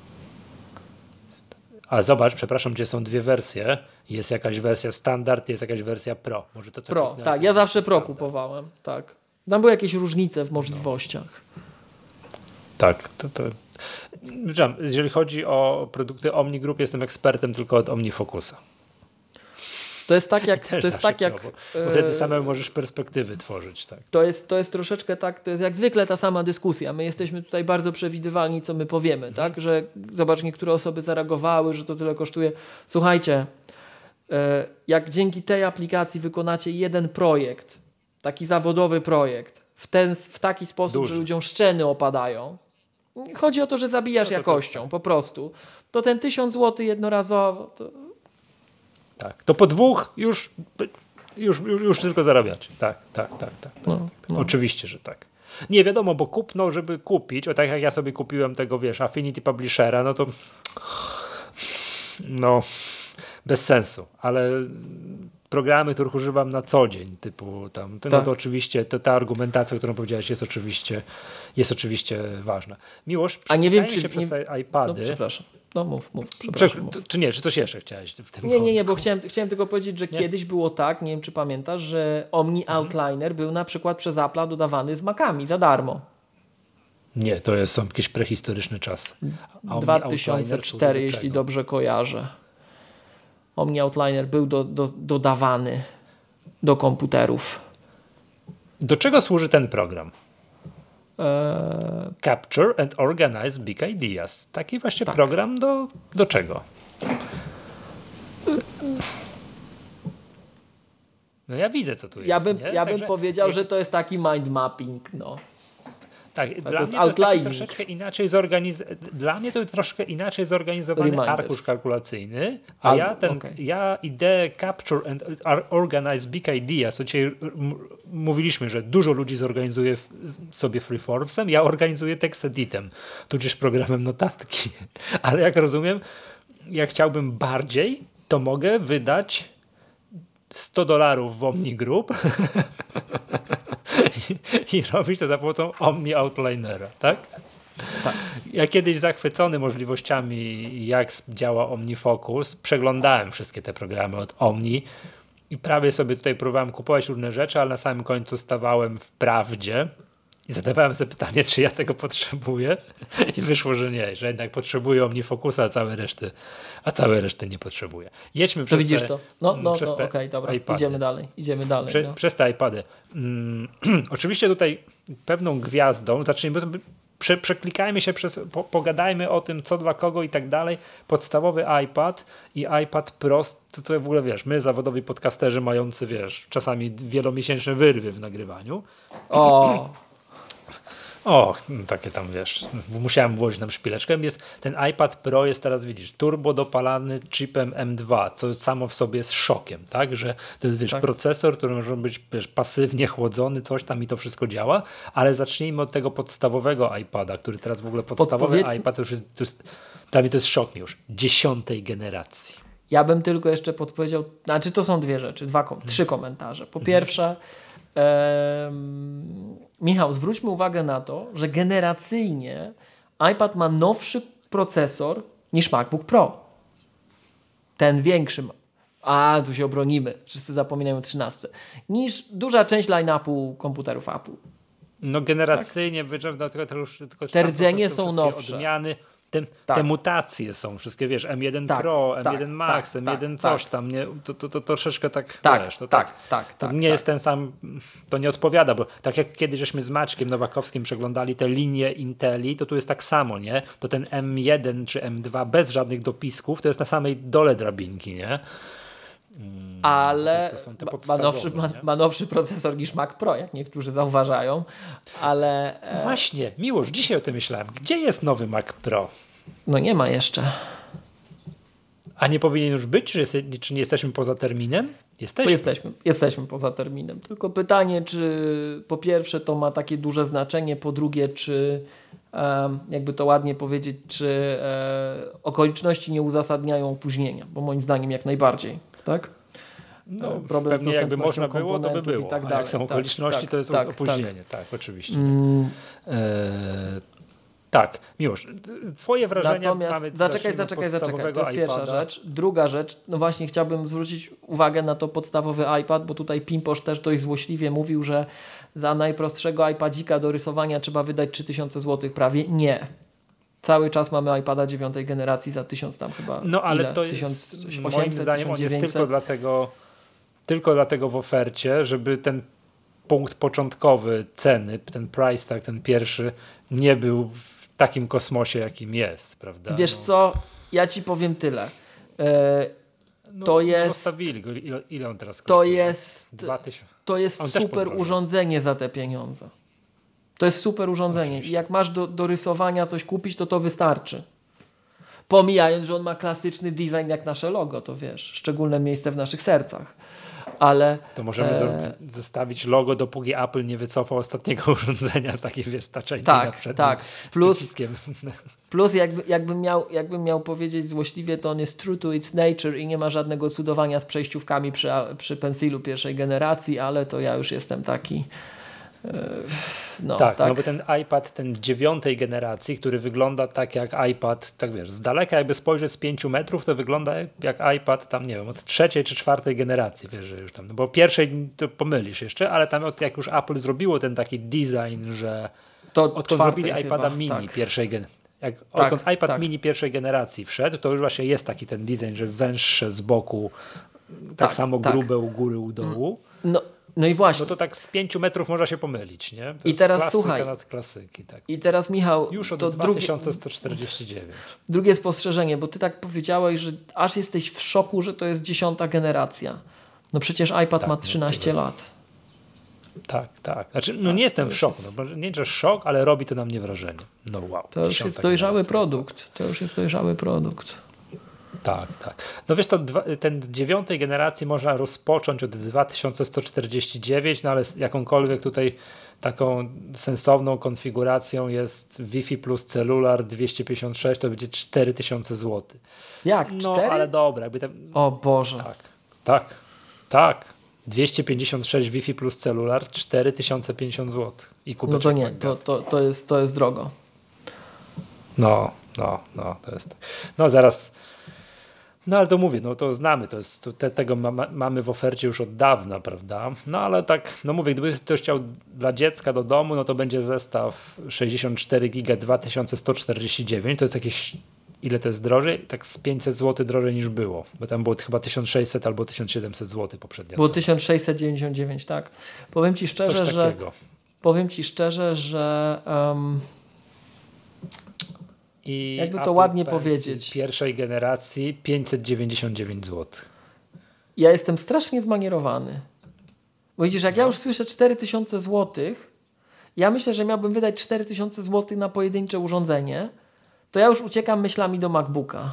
A zobacz, przepraszam, gdzie są 2 wersje. Jest jakaś wersja standard, jest jakaś wersja Pro. Może to co Pro, tak, ja zawsze Pro kupowałem, tak. Tam były jakieś różnice w możliwościach. Tak, jeżeli chodzi o produkty OmniGroup, jestem ekspertem tylko od OmniFocusa. To jest tak jak... Bo wtedy samemu możesz perspektywy tworzyć. Tak. To jest troszeczkę tak, to jest jak zwykle ta sama dyskusja. My jesteśmy tutaj bardzo przewidywalni, co my powiemy, tak? Że zobacz, niektóre osoby zareagowały, że to tyle kosztuje. Słuchajcie, jak dzięki tej aplikacji wykonacie jeden projekt, taki zawodowy projekt, w taki sposób, Duży. że ludziom szczeny opadają, chodzi o to, że zabijasz jakością, po prostu, to ten 1000 zł jednorazowo, to... Tak, to po 2 już tylko zarabiacie. Tak. No. Oczywiście, że tak. Nie wiadomo, bo kupno, żeby kupić, tak jak ja sobie kupiłem tego, Affinity Publishera, no to bez sensu, ale programy, których używam na co dzień, typu tam, no to oczywiście ta argumentacja, którą powiedziałeś, jest oczywiście ważna. Miłosz, a nie wiem, czy się przez te iPady. No, przepraszam. No mów. Przepraszam. Czy nie, czy coś jeszcze chciałeś w tym Nie, bo chciałem tylko powiedzieć, że kiedyś było tak, nie wiem czy pamiętasz, że Omni Outliner był na przykład przez Apple'a dodawany z Macami za darmo. Nie, są jakieś prehistoryczne czasy. 2004, jeśli dobrze kojarzę. Omni Outliner był dodawany do komputerów. Do czego służy ten program? Capture and Organize Big Ideas. Taki właśnie program do czego? No ja widzę, co tu jest. Ja bym powiedział, że to jest taki mind mapping. No. Tak, dla mnie to jest taki troszeczkę inaczej zorganizowany arkusz kalkulacyjny, a ja ideę Capture and Organize Big Ideas, co dzisiaj mówiliśmy, że dużo ludzi zorganizuje sobie Freeformsem, ja organizuję TextEditem, tudzież programem notatki. Ale jak rozumiem, jak chciałbym bardziej, to mogę wydać $100 w Omni Group i robić to za pomocą Omni Outlinera, tak? Tak. Ja kiedyś zachwycony możliwościami, jak działa OmniFocus, przeglądałem wszystkie te programy od Omni i prawie sobie tutaj próbowałem kupować różne rzeczy, ale na samym końcu stawałem w prawdzie i zadawałem sobie pytanie, czy ja tego potrzebuję i wyszło, że nie, że jednak potrzebuję OmniFocusa, a całej reszty nie potrzebuję. Jedźmy przez widzisz te, to. Okej, dobra, iPady. Idziemy dalej. Przez te iPady. Oczywiście tutaj pewną gwiazdą, przeklikajmy się pogadajmy o tym, co dla kogo i tak dalej. Podstawowy iPad i iPad Pro, to w ogóle my zawodowi podcasterzy mający, czasami wielomiesięczne wyrwy w nagrywaniu. Takie tam, musiałem włożyć nam szpileczkę. Ten iPad Pro jest teraz, widzisz, turbo dopalany chipem M2, co samo w sobie jest szokiem, tak? Że to jest, procesor, który może być, pasywnie chłodzony, coś tam i to wszystko działa, ale zacznijmy od tego podstawowego iPada, który teraz w ogóle podstawowy iPad to już jest, dla mnie to jest szok już, 10. generacji. Ja bym tylko jeszcze podpowiedział, to są dwie rzeczy, 3 komentarze. Po pierwsze, Michał, zwróćmy uwagę na to, że generacyjnie iPad ma nowszy procesor niż MacBook Pro. Ten większy ma. Tu się obronimy. Wszyscy zapominają o 13. Niż duża część line-upu komputerów Apple. No generacyjnie, te rdzenie są nowsze. Odmiany. Te mutacje są wszystkie, M1 Pro, M1 Max, M1 coś tam, nie? To troszeczkę to nie jest ten sam, to nie odpowiada, bo tak jak kiedyś żeśmy z Maćkiem Nowakowskim przeglądali te linie Inteli, to tu jest tak samo, nie? To ten M1 czy M2 bez żadnych dopisków, to jest na samej dole drabinki, nie? Ale to są te ma nowszy procesor niż Mac Pro, jak niektórzy zauważają, ale... Właśnie, Miłosz, dzisiaj o tym myślałem. Gdzie jest nowy Mac Pro? No nie ma jeszcze. A nie powinien już być? Czy nie jesteśmy poza terminem? Jesteśmy poza terminem. Tylko pytanie, czy po pierwsze to ma takie duże znaczenie, po drugie, czy jakby to ładnie powiedzieć, czy okoliczności nie uzasadniają opóźnienia, bo moim zdaniem jak najbardziej, tak? Problem pewnie jakby można było, to by było. Tak, a jak są okoliczności, to jest opóźnienie. Tak, oczywiście. Tak, Miłosz, twoje wrażenia mamy... Zaczekaj, to jest pierwsza rzecz. Druga rzecz, właśnie chciałbym zwrócić uwagę na to podstawowy iPad, bo tutaj Pimposz też dość złośliwie mówił, że za najprostszego iPadzika do rysowania trzeba wydać 3000 zł prawie. Nie. Cały czas mamy iPada 9. generacji za 1000 tam chyba. No ale to jest 1800, moim zdaniem 1900. On jest tylko dlatego w ofercie, żeby ten punkt początkowy ceny, ten price tag, ten pierwszy, nie był w takim kosmosie, jakim jest, prawda? Wiesz co, ja ci powiem tyle. to jest... Zostawili go. Ile on teraz kosztuje? 2000. To jest super urządzenie za te pieniądze. To jest super urządzenie. Oczywiście. I jak masz do rysowania coś kupić, to wystarczy. Pomijając, że on ma klasyczny design jak nasze logo, to wiesz, szczególne miejsce w naszych sercach. Ale to możemy zostawić logo, dopóki Apple nie wycofał ostatniego urządzenia z takim, wiesz, Touch ID na przednim, tak. Plus jakbym miał powiedzieć złośliwie, to on jest true to its nature i nie ma żadnego cudowania z przejściówkami przy Pencilu pierwszej generacji, ale to ja już jestem taki... No bo ten iPad, ten 9. generacji, który wygląda tak jak iPad, tak wiesz, z daleka jakby spojrzeć z 5 metrów, to wygląda jak iPad tam, nie wiem, od 3. czy 4. generacji, wiesz, że już tam, no bo pierwszej to pomylisz jeszcze, ale tam jak już Apple zrobiło ten taki design, że odkąd zrobili iPada mini pierwszej generacji, odkąd iPad mini pierwszej generacji wszedł, to już właśnie jest taki ten design, że węższe z boku, tak samo grube u góry, u dołu. No i właśnie. No to tak z 5 metrów można się pomylić, nie? To I teraz słuchaj. Nad klasyki, tak. I teraz Michał. Już od 2149. Drugie spostrzeżenie, bo ty tak powiedziałeś, że aż jesteś w szoku, że to jest 10. generacja. No przecież iPad ma 13 lat. Tak. Znaczy, nie jestem w szoku. No, nie, że szok, ale robi to na mnie wrażenie. No wow. To już jest dojrzały produkt. To już jest dojrzały produkt. Tak. No wiesz to ten 9. generacji można rozpocząć od 2149, no ale jakąkolwiek tutaj taką sensowną konfiguracją jest Wi-Fi plus celular 256, to będzie 4000 zł. Jak? 4? No ale dobra. Jakby tam... O Boże. Tak. 256 Wi-Fi plus celular 4050 zł. I no to nie, to jest drogo. No, to jest. No zaraz. No ale to mówię, no to znamy, tego mamy w ofercie już od dawna, prawda? No ale tak, no mówię, gdyby ktoś chciał dla dziecka do domu, no to będzie zestaw 64 giga 2149, to jest jakieś, ile to jest drożej? Tak z 500 zł drożej niż było, bo tam było chyba 1600 albo 1700 zł poprzednio. Było 1699, tak. Powiem ci szczerze, że i jakby to Apple ładnie Pencil powiedzieć. Pierwszej generacji 599 zł. Ja jestem strasznie zmanierowany. Bo widzisz, jak ja już słyszę 4000 zł, ja myślę, że miałbym wydać 4000 zł na pojedyncze urządzenie, to ja już uciekam myślami do MacBooka.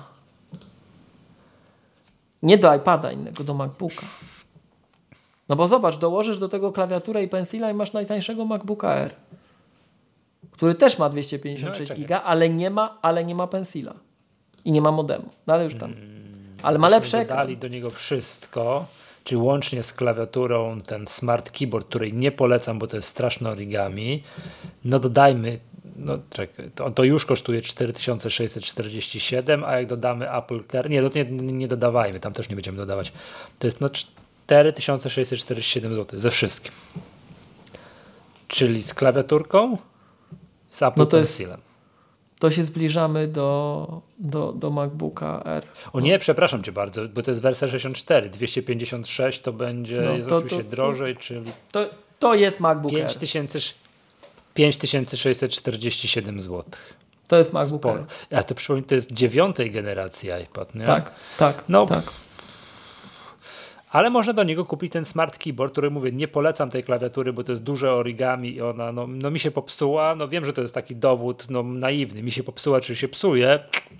Nie do iPada innego, do MacBooka. No bo zobacz, dołożysz do tego klawiaturę i pensila i masz najtańszego MacBooka Air, który też ma 256 giga, ale nie ma pensila. I nie ma modemu. No ale już tam. Ale ma lepsze ekran. Dodali do niego wszystko, czyli łącznie z klawiaturą ten Smart Keyboard, której nie polecam, bo to jest straszne origami. No dodajmy, no czekaj, to już kosztuje 4647, a jak dodamy Apple Car, nie dodawajmy, tam też nie będziemy dodawać. To jest 4647 zł ze wszystkim. Czyli z klawiaturką, z Apple Pencilem. To się zbliżamy do MacBooka Air. O nie, przepraszam cię bardzo, bo to jest wersja 64. 256 to będzie jest oczywiście drożej, czyli to jest MacBook 5647 zł. To jest MacBook Air. A to przypomnę, to jest 9. generacji iPad, nie? Tak. Ale można do niego kupić ten Smart Keyboard, który mówię, nie polecam tej klawiatury, bo to jest duże origami i ona no mi się popsuła. No wiem, że to jest taki dowód naiwny. Mi się popsuła, czy się psuje.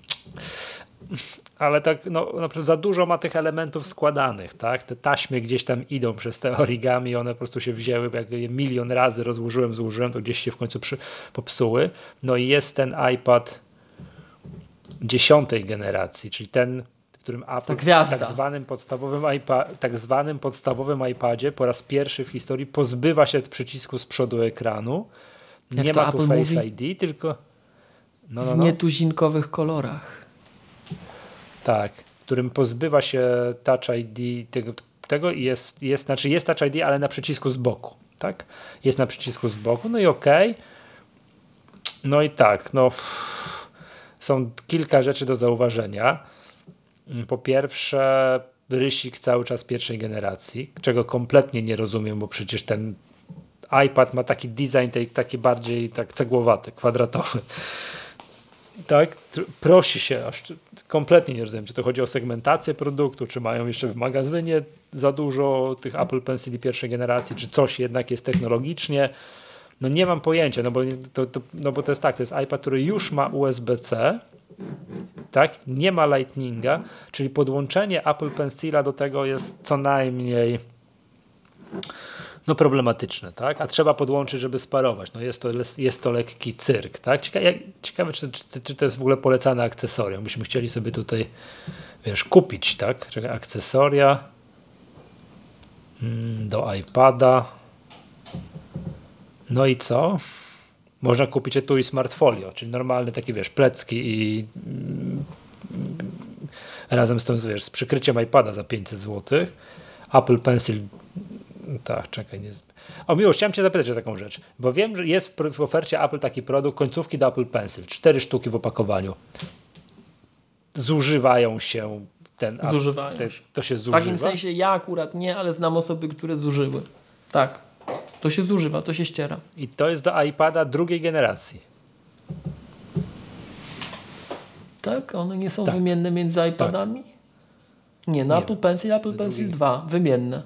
Ale tak, naprawdę za dużo ma tych elementów składanych, tak? Te taśmy gdzieś tam idą przez te origami, one po prostu się wzięły, jak je milion razy złożyłem, to gdzieś się w końcu popsuły. No i jest ten iPad 10. generacji, czyli ten, w którym Apple w tak zwanym podstawowym iPadzie po raz pierwszy w historii pozbywa się przycisku z przodu ekranu. Nie ma tu Face ID, tylko w nietuzinkowych kolorach. Tak, którym pozbywa się Touch ID tego i jest Touch ID, ale na przycisku z boku, tak? Jest na przycisku z boku, no i okej. No i tak, są kilka rzeczy do zauważenia. Po pierwsze, rysik cały czas pierwszej generacji, czego kompletnie nie rozumiem, bo przecież ten iPad ma taki design taki bardziej tak cegłowaty, kwadratowy. tak, prosi się, aż kompletnie nie rozumiem, czy to chodzi o segmentację produktu, czy mają jeszcze w magazynie za dużo tych Apple Pencili pierwszej generacji, czy coś jednak jest technologicznie. No nie mam pojęcia, no bo to jest tak, to jest iPad, który już ma USB-C, tak, nie ma Lightninga, czyli podłączenie Apple Pencila do tego jest co najmniej problematyczne, tak? A trzeba podłączyć, żeby sparować. No jest to lekki cyrk, tak? Ciekawe, czy to jest w ogóle polecane akcesorium. Byśmy chcieli sobie tutaj, kupić, tak? Akcesoria do iPada. No i co? Można kupić etui Smartfolio, czyli normalne takie, plecki i razem z tą, z przykryciem iPada za 500 zł. Apple Pencil. Tak, czekaj. Miłosz, chciałem cię zapytać o taką rzecz, bo wiem, że jest w ofercie Apple taki produkt, końcówki do Apple Pencil, 4 sztuki w opakowaniu. Zużywają się Zużywają się. To się zużywa? W takim sensie ja akurat nie, ale znam osoby, które zużyły. Tak. To się zużywa, to się ściera. I to jest do iPada drugiej generacji. Tak? One nie są wymienne między iPadami? Tak. Nie, na Apple Pencil 2. Wymienne.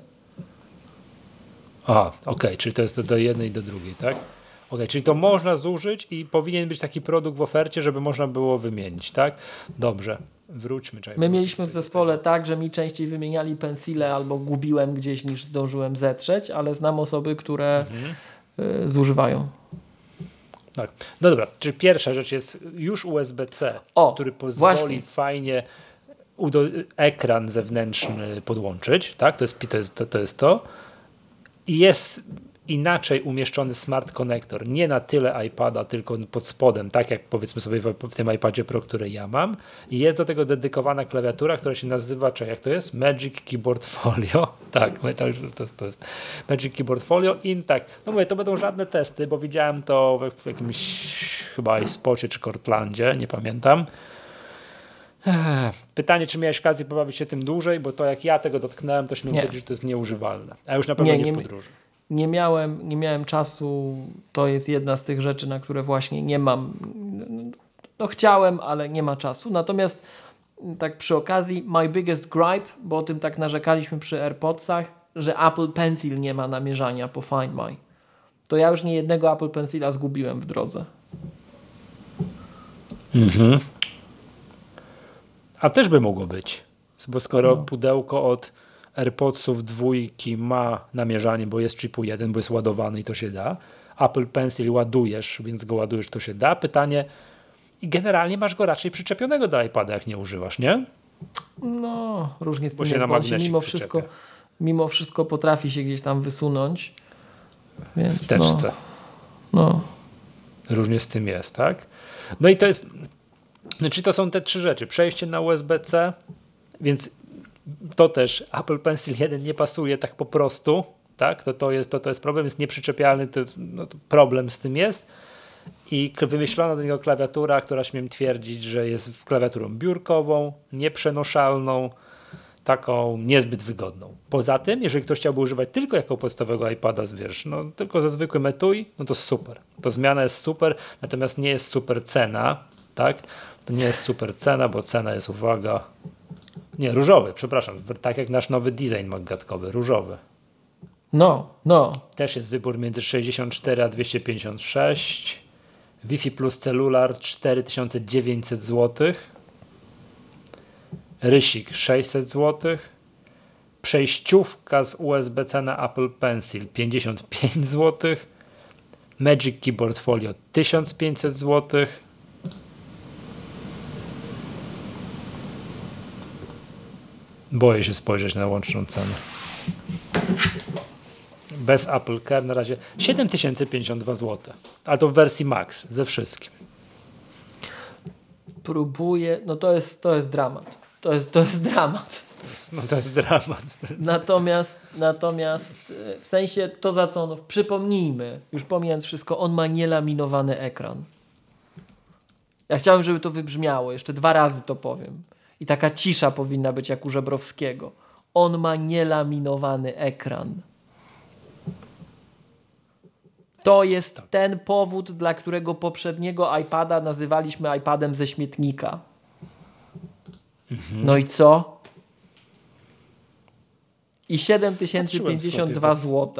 Aha, okej, czyli to jest do jednej i do drugiej, tak? Okej, czyli to można zużyć i powinien być taki produkt w ofercie, żeby można było wymienić, tak? Dobrze, wróćmy. My mieliśmy w zespole tak, że mi częściej wymieniali pensile albo gubiłem gdzieś niż zdążyłem zetrzeć, ale znam osoby, które zużywają. Tak, no dobra, czyli pierwsza rzecz jest już USB-C, który pozwoli fajnie ekran zewnętrzny podłączyć, tak? To jest to. I jest inaczej umieszczony Smart Connector, nie na tyle iPada, tylko pod spodem, tak jak powiedzmy sobie w tym iPadzie Pro, który ja mam. I jest do tego dedykowana klawiatura, która się nazywa, jak to jest? Magic Keyboard Folio. Tak, to jest Magic Keyboard Folio. I tak, no mówię, to będą żadne testy, bo widziałem to w jakimś chyba iSpocie czy Cortlandzie, nie pamiętam. Pytanie, czy miałeś okazję pobawić się tym dłużej, bo to jak ja tego dotknąłem, to śmiem powiedzieć, że to jest nieużywalne. A już na pewno nie w podróży. Nie miałem czasu. To jest jedna z tych rzeczy, na które właśnie nie mam. No chciałem, ale nie ma czasu. Natomiast tak przy okazji my biggest gripe, bo o tym tak narzekaliśmy przy AirPodsach, że Apple Pencil nie ma namierzania po Find My. To ja już nie jednego Apple Pencila zgubiłem w drodze. A też by mogło być, bo skoro pudełko od AirPodsów 2 ma namierzanie, bo jest chipu 1, bo jest ładowany i to się da. Apple Pencil ładujesz, więc go ładujesz, to się da. Pytanie, i generalnie masz go raczej przyczepionego do iPada, jak nie używasz, nie? No, różnie z tym jest, bo on się mimo wszystko potrafi się gdzieś tam wysunąć. Więc w teczce. No. Różnie z tym jest, tak? No i to jest... Czyli to są te 3 rzeczy. Przejście na USB-C, więc to też Apple Pencil 1 nie pasuje tak po prostu, tak? To jest problem, jest nieprzyczepialny, to problem z tym jest. I wymyślono do niego klawiatura, która śmiem twierdzić, że jest klawiaturą biurkową, nieprzenoszalną, taką niezbyt wygodną. Poza tym, jeżeli ktoś chciałby używać tylko jako podstawowego iPada, tylko ze zwykłym etui, no to super. To zmiana jest super, natomiast nie jest super cena, tak? To nie jest super cena, bo cena jest, uwaga, różowy, przepraszam, tak jak nasz nowy design magatkowy, różowy. No. Też jest wybór między 64 a 256. Wi-Fi plus celular 4900 zł. Rysik 600 zł. Przejściówka z USB-C na Apple Pencil 55 zł. Magic Keyboard Folio 1500 zł. Boję się spojrzeć na łączną cenę. Bez Apple Care na razie 7052 zł. Ale to w wersji Max ze wszystkim. Próbuję, no to jest dramat. To jest dramat. To jest dramat. Natomiast w sensie to za co, przypomnijmy, już pomijając wszystko, on ma nielaminowany ekran. Ja chciałem, żeby to wybrzmiało, jeszcze 2 razy to powiem. I taka cisza powinna być jak u Żebrowskiego. On ma nielaminowany ekran. To jest ten powód, dla którego poprzedniego iPada nazywaliśmy iPadem ze śmietnika. No i co? I 7052 zł.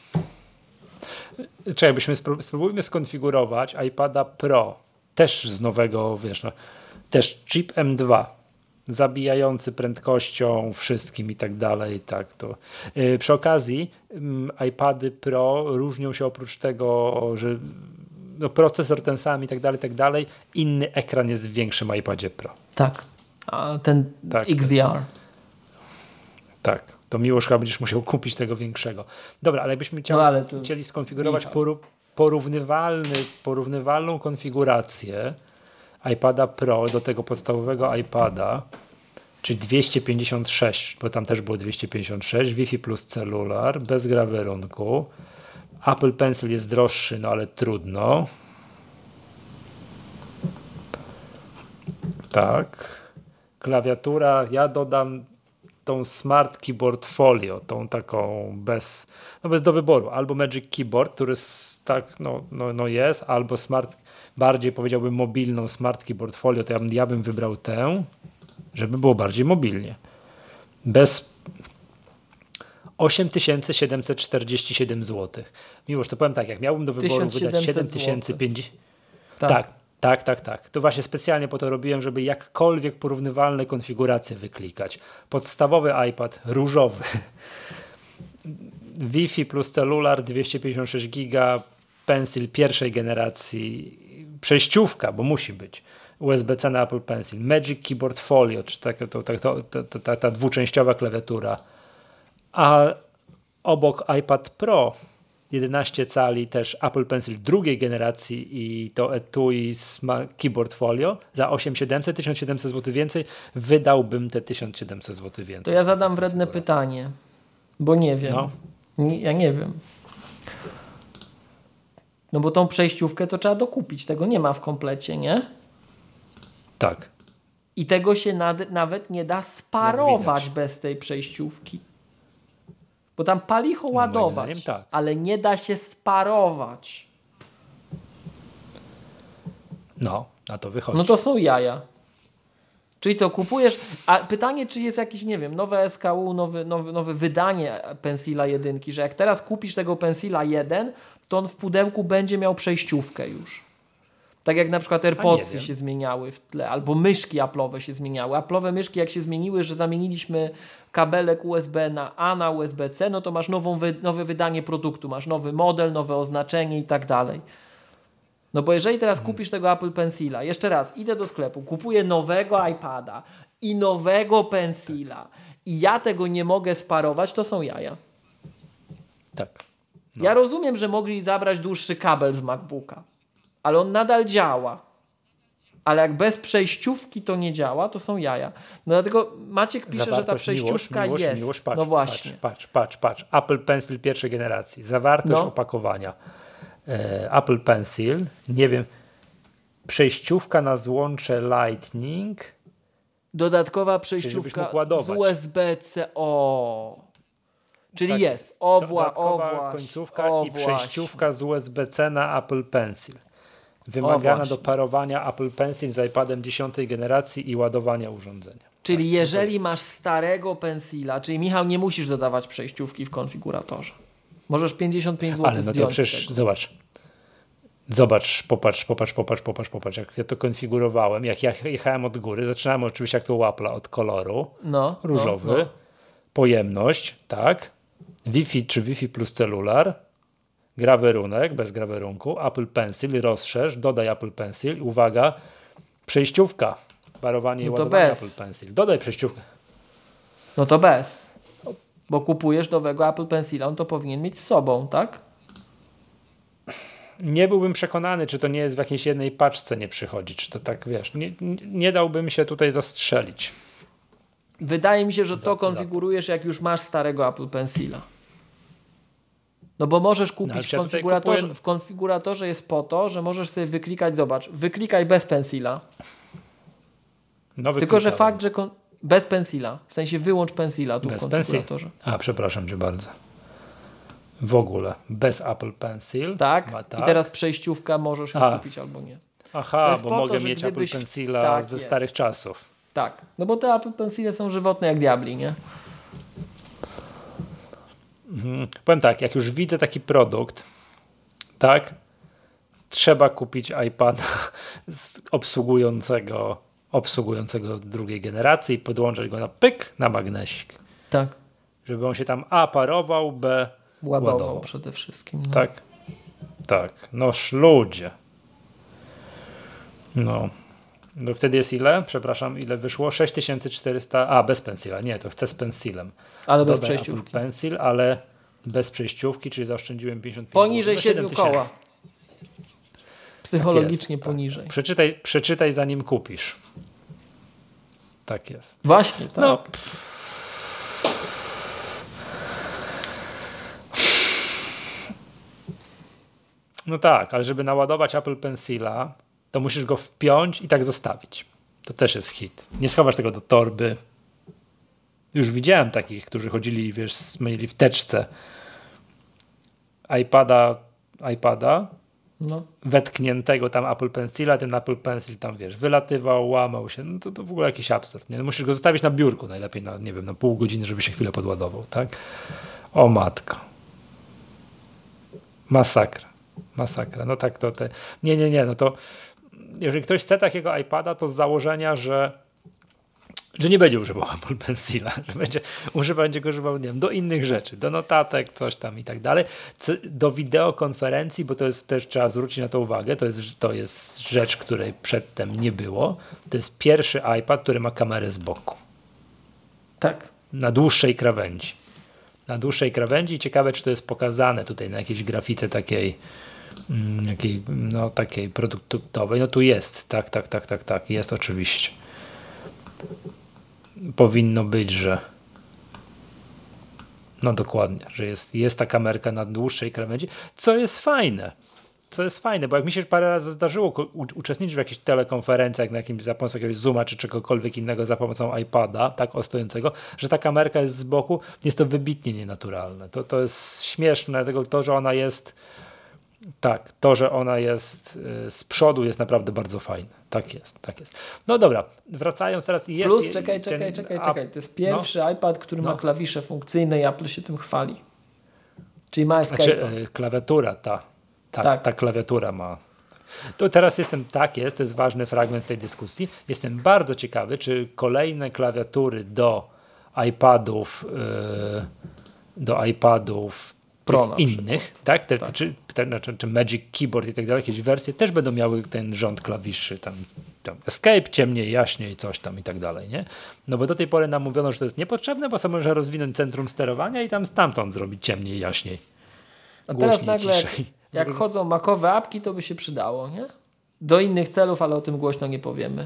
Czekaj, spróbujmy skonfigurować iPada Pro. Też z nowego, też chip M2. Zabijający prędkością, wszystkim i tak dalej. Tak, to. Przy okazji iPady Pro różnią się oprócz tego, że procesor ten sam i tak dalej, inny ekran jest w większym iPadzie Pro. Tak, a ten XDR. Tak, to Miłosz chyba będziesz musiał kupić tego większego. Dobra, ale jakbyśmy chcieli skonfigurować porównywalną konfigurację iPada Pro do tego podstawowego iPada, czyli 256, bo tam też było 256, Wi-Fi plus celular, bez grawerunku. Apple Pencil jest droższy, no ale trudno. Tak. Klawiatura, ja dodam tą Smart Keyboard Folio, tą taką bez do wyboru. Albo Magic Keyboard, który jest, albo bardziej powiedziałbym mobilną Smart Keyboard Folio, to ja bym wybrał tę, żeby było bardziej mobilnie. Bez 8747 zł. Miłoż, to powiem tak, jak miałbym do wyboru wydać 7050. Tak. To właśnie specjalnie po to robiłem, żeby jakkolwiek porównywalne konfiguracje wyklikać. Podstawowy iPad różowy. Wi-Fi plus celular 256 giga, Pencil pierwszej generacji, przejściówka, bo musi być. USB-C na Apple Pencil, Magic Keyboard Folio, czy ta dwuczęściowa klawiatura. A obok iPad Pro 11 cali też Apple Pencil drugiej generacji i to etui Keyboard Folio za 8700, 1700 zł więcej, wydałbym te 1700 zł więcej. To ja zadam wredne pytanie, bo nie wiem. Ja nie wiem. No bo tą przejściówkę to trzeba dokupić, tego nie ma w komplecie, nie? Tak. I tego się nawet nie da sparować bez tej przejściówki. Bo tam palicho ładować, tak. Ale nie da się sparować. No, na to wychodzi. No to są jaja. Czyli co, kupujesz, a pytanie, czy jest jakieś, nie wiem, nowe SKU, nowe wydanie Pencila 1, że jak teraz kupisz tego Pencila 1, to on w pudełku będzie miał przejściówkę już. Tak jak na przykład AirPodsy się zmieniały w tle, albo myszki Apple'owe się zmieniały. Apple'owe myszki jak się zmieniły, że zamieniliśmy kabelek USB na A na USB-C, no to masz nowe wydanie produktu, masz nowy model, nowe oznaczenie i tak dalej. No bo jeżeli teraz kupisz tego Apple Pencila, jeszcze raz, idę do sklepu, kupuję nowego iPada i nowego Pencila i ja tego nie mogę sparować, to są jaja. Tak. No. Ja rozumiem, że mogli zabrać dłuższy kabel z MacBooka, ale on nadal działa. Ale jak bez przejściówki to nie działa, to są jaja. No dlatego Maciek pisze, że ta przejściówka jest. Patrz, no właśnie. Patrz. Apple Pencil pierwszej generacji. Zawartość opakowania. Apple Pencil, nie wiem, przejściówka na złącze Lightning. Dodatkowa przejściówka z USB-C. Czyli tak, jest. Dodatkowa końcówka i przejściówka z USB-C na Apple Pencil. Wymagana do parowania Apple Pencil z iPadem 10 generacji i ładowania urządzenia. Czyli jeżeli masz starego Pencila, czyli Michał, nie musisz dodawać przejściówki w konfiguratorze. Możesz 55 zł ale zdjąć to przecież zobacz, popatrz, jak ja to konfigurowałem, jak ja jechałem od góry, zaczynałem oczywiście jak to łapla od koloru, różowy, pojemność, tak, Wi-Fi czy Wi-Fi plus celular, grawerunek, bez grawerunku, Apple Pencil, rozszerz, dodaj Apple Pencil, uwaga, przejściówka, parowanie i ładowanie Apple Pencil, dodaj przejściówkę. No to bez. Bo kupujesz nowego Apple Pencila, on to powinien mieć z sobą, tak? Nie byłbym przekonany, czy to nie jest w jakiejś jednej paczce nie przychodzi, czy to tak, wiesz, nie dałbym się tutaj zastrzelić. Wydaje mi się, że to konfigurujesz, jak już masz starego Apple Pencila. No bo możesz kupić w konfiguratorze jest po to, że możesz sobie wyklikać, zobacz, wyklikaj bez Pencila. Tylko, że fakt, że bez Pencila, w sensie wyłącz Pencila tu bez w konfiguratorze. A, przepraszam cię bardzo. w ogóle, bez Apple Pencil. Tak? Ma, tak. I teraz przejściówka możesz ją kupić albo nie. Aha, bo mogę mieć Apple Pencila ze starych czasów. Tak, no bo te Apple Pencile są żywotne jak diabli, nie? Powiem tak, jak już widzę taki produkt, tak, trzeba kupić iPada obsługującego drugiej generacji i podłączać go na magnesik. Tak. Żeby on się tam A parował, B ładował. Przede wszystkim. No. Tak. Tak. Noż ludzie. No wtedy jest ile? Przepraszam, ile wyszło? 6400. A, bez pensila. Nie, to chcę z pensilem. Ale bez przejściówki. Apple Pencil, ale bez przejściówki, czyli zaoszczędziłem 55 poniżej 7 koła. Psychologicznie tak poniżej. Przeczytaj zanim kupisz. Tak jest. Właśnie, tak. No. No tak, ale żeby naładować Apple Pencila, to musisz go wpiąć i tak zostawić. To też jest hit. Nie schowasz tego do torby. Już widziałem takich, którzy chodzili, mieli w teczce iPada wetkniętego tam Apple Pencila, ten Apple Pencil tam, wylatywał, łamał się. No to w ogóle jakiś absurd. Nie? Musisz go zostawić na biurku najlepiej na pół godziny, żeby się chwilę podładował. Tak? O matko. Masakra. No tak to Nie. No to jeżeli ktoś chce takiego iPada, to z założenia, że nie będzie używał Apple Pencila, że będzie go używał, nie wiem, do innych rzeczy, do notatek, coś tam i tak dalej, do wideokonferencji, bo to jest też, trzeba zwrócić na to uwagę, to jest rzecz, której przedtem nie było. To jest pierwszy iPad, który ma kamerę z boku. Tak. Na dłuższej krawędzi. I ciekawe, czy to jest pokazane tutaj na jakiejś grafice takiej takiej produktowej. No tu jest. Tak. Jest oczywiście. Powinno być, że no dokładnie, że jest ta kamerka na dłuższej krawędzi, co jest fajne, bo jak mi się parę razy zdarzyło uczestniczyć w jakichś telekonferencjach za pomocą jakiegoś Zooma czy czegokolwiek innego za pomocą iPada, tak stojącego, że ta kamerka jest z boku, jest to wybitnie nienaturalne. To jest śmieszne, to, że ona jest z przodu jest naprawdę bardzo fajne. Tak jest. No dobra, wracając teraz. Plus, czekaj. To jest pierwszy iPad, który ma klawisze funkcyjne i Apple się tym chwali. Czyli ma Escape'a. Klawiatura, ta klawiatura ma. To teraz to jest ważny fragment tej dyskusji. Jestem bardzo ciekawy, czy kolejne klawiatury do iPadów Pro innych, tak? Czy Magic Keyboard i tak dalej, jakieś wersje też będą miały ten rząd klawiszy, tam Escape, ciemniej, jaśniej, coś tam i tak dalej, nie? No bo do tej pory nam mówiono, że to jest niepotrzebne, bo sobie można rozwinąć centrum sterowania i tam stamtąd zrobić ciemniej, jaśniej. A teraz nagle, jak chodzą macowe apki, to by się przydało, nie? Do innych celów, ale o tym głośno nie powiemy.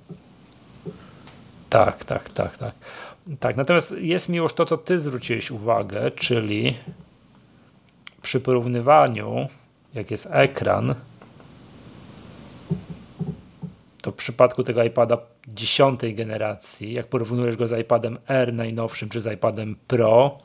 Tak. Natomiast jest mi już to, co ty zwróciłeś uwagę, czyli przy porównywaniu, jak jest ekran, to w przypadku tego iPada 10. generacji, jak porównujesz go z iPadem R najnowszym, czy z iPadem Pro,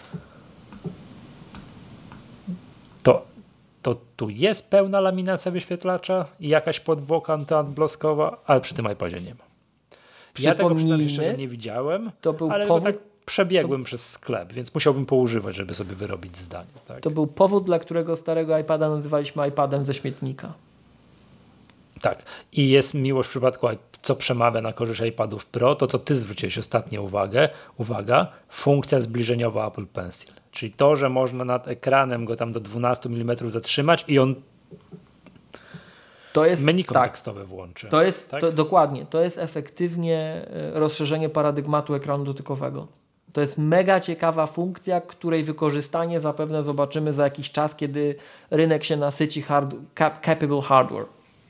to tu jest pełna laminacja wyświetlacza i jakaś podwłoka antyblaskowa, ale przy tym iPadzie nie ma. Ja tego szczerze nie widziałem, ale tak przebiegłem przez sklep, więc musiałbym poużywać, żeby sobie wyrobić zdanie. Tak? To był powód, dla którego starego iPada nazywaliśmy iPadem ze śmietnika. Tak. I jest miłość w przypadku, co przemawia na korzyść iPadów Pro, to co ty zwróciłeś ostatnio uwaga, funkcja zbliżeniowa Apple Pencil. Czyli to, że można nad ekranem go tam do 12 mm zatrzymać i on menu kontekstowe włączy. To jest, dokładnie, to jest efektywnie rozszerzenie paradygmatu ekranu dotykowego. To jest mega ciekawa funkcja, której wykorzystanie zapewne zobaczymy za jakiś czas, kiedy rynek się nasyci capable hardware.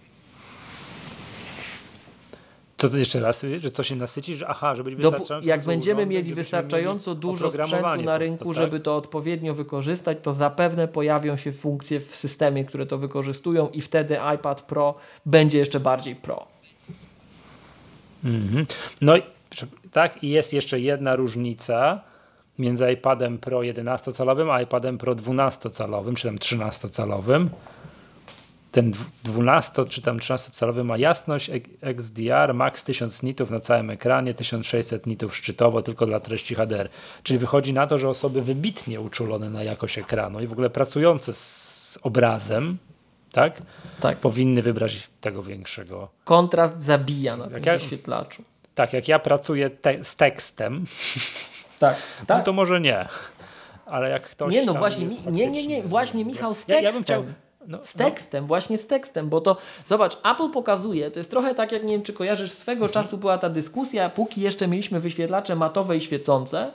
Co to jeszcze raz, że co się nasyci? Że być wystarczająco jak będziemy mieli wystarczająco dużo sprzętu na rynku, żeby to odpowiednio wykorzystać, to zapewne pojawią się funkcje w systemie, które to wykorzystują i wtedy iPad Pro będzie jeszcze bardziej pro. No i tak, i jest jeszcze jedna różnica między iPadem Pro 11-calowym a iPadem Pro 12-calowym, czy tam 13-calowym. Ten 12 czy tam 13-calowy ma jasność XDR, max 1000 nitów na całym ekranie, 1600 nitów szczytowo tylko dla treści HDR. Czyli wychodzi na to, że osoby wybitnie uczulone na jakość ekranu i w ogóle pracujące z obrazem, tak? Powinny wybrać tego większego. Kontrast zabija na tym wyświetlaczu. Tak, jak ja pracuję z tekstem, no to może nie. Ale jak ktoś nie, no właśnie, nie, właśnie Michał, z tekstem. Ja bym chciał, właśnie z tekstem, bo to zobacz, Apple pokazuje, to jest trochę tak, jak nie wiem, czy kojarzysz, swego czasu była ta dyskusja, póki jeszcze mieliśmy wyświetlacze matowe i świecące,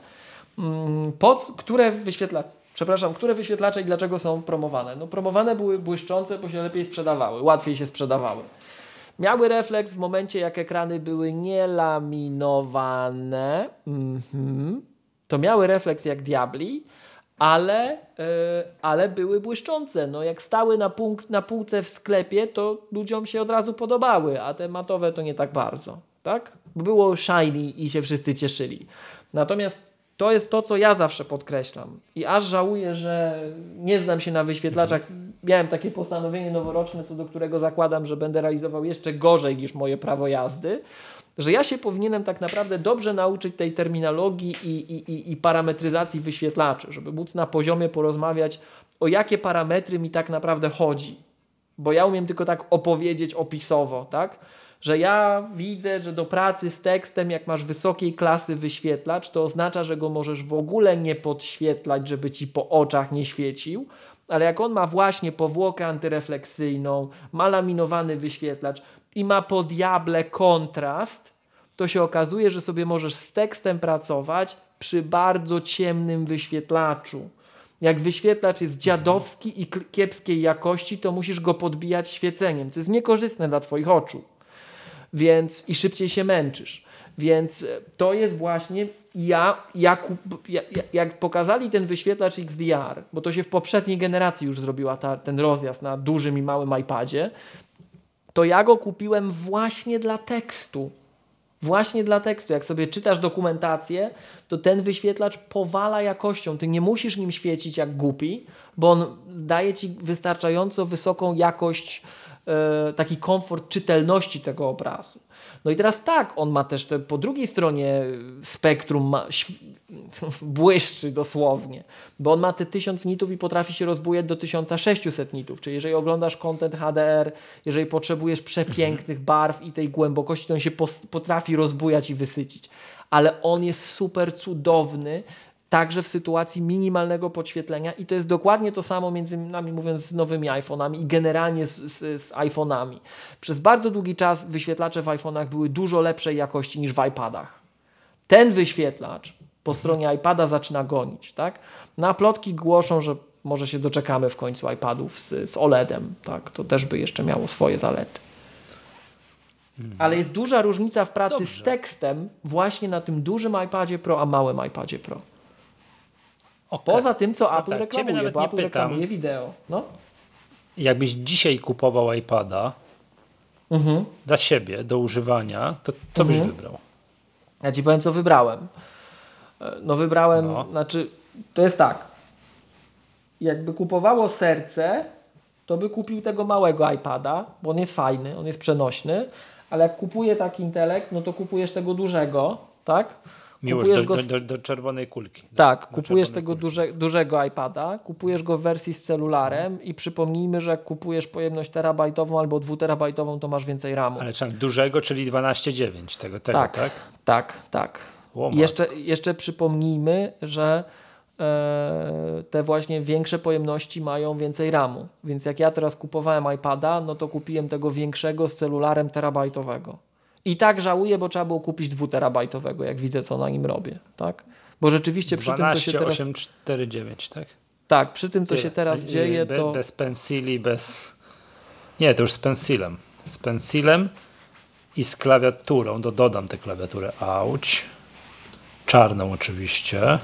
które wyświetlacze i dlaczego są promowane? No promowane były błyszczące, bo się lepiej sprzedawały, łatwiej się sprzedawały. Miały refleks w momencie, jak ekrany były nielaminowane, to miały refleks jak diabli, ale były błyszczące. No jak stały na półce w sklepie, to ludziom się od razu podobały, a te matowe to nie tak bardzo. Tak? Było shiny i się wszyscy cieszyli. Natomiast to jest to, co ja zawsze podkreślam. I aż żałuję, że nie znam się na wyświetlaczach. Miałem takie postanowienie noworoczne, co do którego zakładam, że będę realizował jeszcze gorzej niż moje prawo jazdy, że ja się powinienem tak naprawdę dobrze nauczyć tej terminologii i parametryzacji wyświetlaczy, żeby móc na poziomie porozmawiać, o jakie parametry mi tak naprawdę chodzi. Bo ja umiem tylko tak opowiedzieć opisowo, tak? Że ja widzę, że do pracy z tekstem, jak masz wysokiej klasy wyświetlacz, to oznacza, że go możesz w ogóle nie podświetlać, żeby ci po oczach nie świecił, ale jak on ma właśnie powłokę antyrefleksyjną, ma laminowany wyświetlacz i ma po diable kontrast, to się okazuje, że sobie możesz z tekstem pracować przy bardzo ciemnym wyświetlaczu. Jak wyświetlacz jest dziadowski i kiepskiej jakości, to musisz go podbijać świeceniem, co jest niekorzystne dla twoich oczu. Więc i szybciej się męczysz. Więc to jest właśnie jak pokazali ten wyświetlacz XDR, bo to się w poprzedniej generacji już zrobiła ten rozjazd na dużym i małym iPadzie, to ja go kupiłem właśnie dla tekstu. Właśnie dla tekstu. Jak sobie czytasz dokumentację, to ten wyświetlacz powala jakością. Ty nie musisz nim świecić jak głupi, bo on daje ci wystarczająco wysoką jakość, taki komfort czytelności tego obrazu. No i teraz tak, on ma też po drugiej stronie spektrum błyszczy dosłownie, bo on ma te 1000 nitów i potrafi się rozbujać do 1600 nitów, czyli jeżeli oglądasz content HDR, jeżeli potrzebujesz przepięknych barw i tej głębokości, to on się potrafi rozbujać i wysycić, ale on jest super cudowny, także w sytuacji minimalnego podświetlenia i to jest dokładnie to samo między nami mówiąc z nowymi iPhone'ami i generalnie z iPhone'ami. Przez bardzo długi czas wyświetlacze w iPhone'ach były dużo lepszej jakości niż w iPadach. Ten wyświetlacz po stronie iPada zaczyna gonić. Tak? Na plotki głoszą, że może się doczekamy w końcu iPadów z OLED-em. Tak? To też by jeszcze miało swoje zalety. Ale jest duża różnica w pracy z tekstem właśnie na tym dużym iPadzie Pro, a małym iPadzie Pro. Okay. Poza tym, co Apple reklamuje, bo Apple reklamuje wideo. No? Jakbyś dzisiaj kupował iPada dla siebie, do używania, to co byś wybrał? Ja ci powiem, co wybrałem. Znaczy, to jest tak. Jakby kupowało serce, to by kupił tego małego iPada, bo on jest fajny, on jest przenośny, ale jak kupuje taki intelekt, no to kupujesz tego dużego, tak? Miłość do czerwonej kulki. Tak, kupujesz tego dużego iPada, kupujesz go w wersji z celularem i przypomnijmy, że jak kupujesz pojemność terabajtową albo 2-terabajtową, to masz więcej RAMu. Ale dużego, czyli 12,9 tego, tak? Tak. Jeszcze przypomnijmy, że te właśnie większe pojemności mają więcej RAMu. Więc jak ja teraz kupowałem iPada, no to kupiłem tego większego z celularem terabajtowego. I tak żałuję, bo trzeba było kupić 2-terabajtowego, jak widzę, co na nim robię. Tak? Bo rzeczywiście przy tym, co się teraz... 12,849, tak? Tak, przy tym, co się teraz dzieje, to... Bez pensili, bez... Nie, to już z pensilem. Z pensilem i z klawiaturą. Dodam tę klawiaturę. Auć. Czarną oczywiście.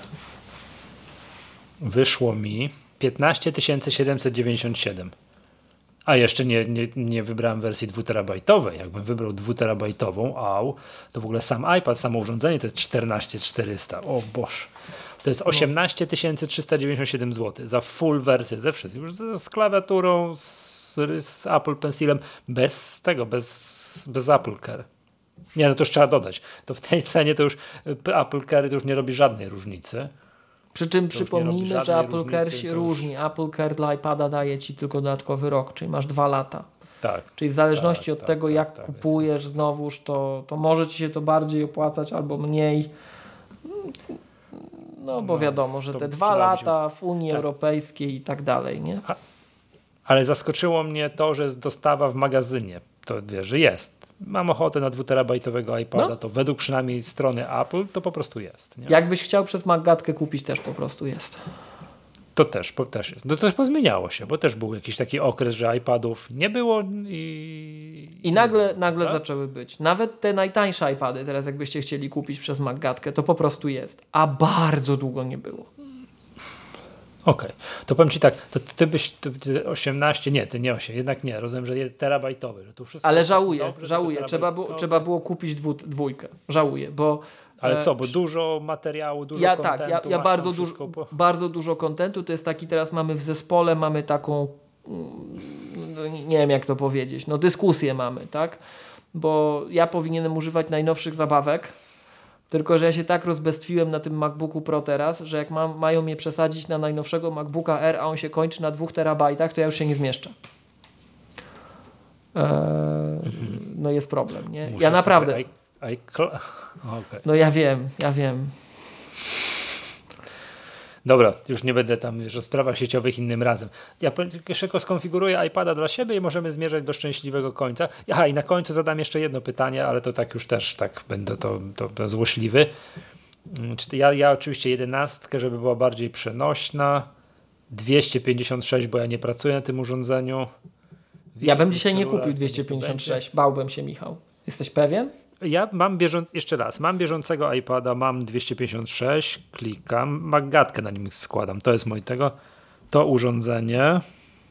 Wyszło mi 15 797. A jeszcze nie wybrałem wersji 2-terabajtowej. Jakbym wybrał 2-terabajtową, to w ogóle sam iPad, samo urządzenie to jest 14 400. O Boże. To jest 18 397 zł za full wersję ze wszystkim. Już z klawiaturą, z Apple Pencilem, bez Apple Care. Nie, no to już trzeba dodać. To w tej cenie to już Apple Care to już nie robi żadnej różnicy. Przy czym przypomnijmy, że Apple Care się różni. Apple Care dla iPada daje ci tylko dodatkowy rok, czyli masz 2 lata. Tak. Czyli w zależności od tego, jak kupujesz znowuż, to może ci się to bardziej opłacać albo mniej. No bo wiadomo, że te 2 lata w Unii Europejskiej i tak dalej, nie? Ale zaskoczyło mnie to, że jest dostawa w magazynie. To wiesz, że jest. Mam ochotę na 2-terabajtowego iPada, to według przynajmniej strony Apple to po prostu jest. Nie? Jakbyś chciał przez Maggatkę kupić, też po prostu jest. To też jest. To też pozmieniało się, bo też był jakiś taki okres, że iPadów nie było i nagle zaczęły być. Nawet te najtańsze iPady teraz jakbyście chcieli kupić przez Maggatkę, to po prostu jest. A bardzo długo nie było. Okej. To powiem ci tak, to ty byś 18, nie, ty nie 8, jednak nie, rozumiem, że terabajtowy, że tu wszystko. Ale żałuję. Trzeba było kupić dwójkę. Żałuję, bo ale co, bo dużo materiału, dużo kontentu. Ja bardzo dużo kontentu, to jest taki, teraz mamy w zespole, mamy taką, nie wiem jak to powiedzieć, dyskusję mamy, tak? Bo ja powinienem używać najnowszych zabawek, tylko że ja się tak rozbestwiłem na tym MacBooku Pro teraz, że jak mają mnie przesadzić na najnowszego MacBooka Air, a on się kończy na 2 terabajtach, to ja już się nie zmieszczę. No jest problem, nie? Ja naprawdę... Okay. No ja wiem. Dobra, już nie będę tam o sprawach sieciowych innym razem. Ja szybko skonfiguruję iPada dla siebie i możemy zmierzać do szczęśliwego końca. Aha, i na końcu zadam jeszcze jedno pytanie, ale to tak już też tak będę to złośliwy. Ja oczywiście 11, żeby była bardziej przenośna. 256, bo ja nie pracuję na tym urządzeniu. Ja bym dzisiaj nie kupił 256. Bałbym się, Michał. Jesteś pewien? Ja mam mam bieżącego iPada, mam 256, klikam, Maggatkę na nim składam, to jest to urządzenie,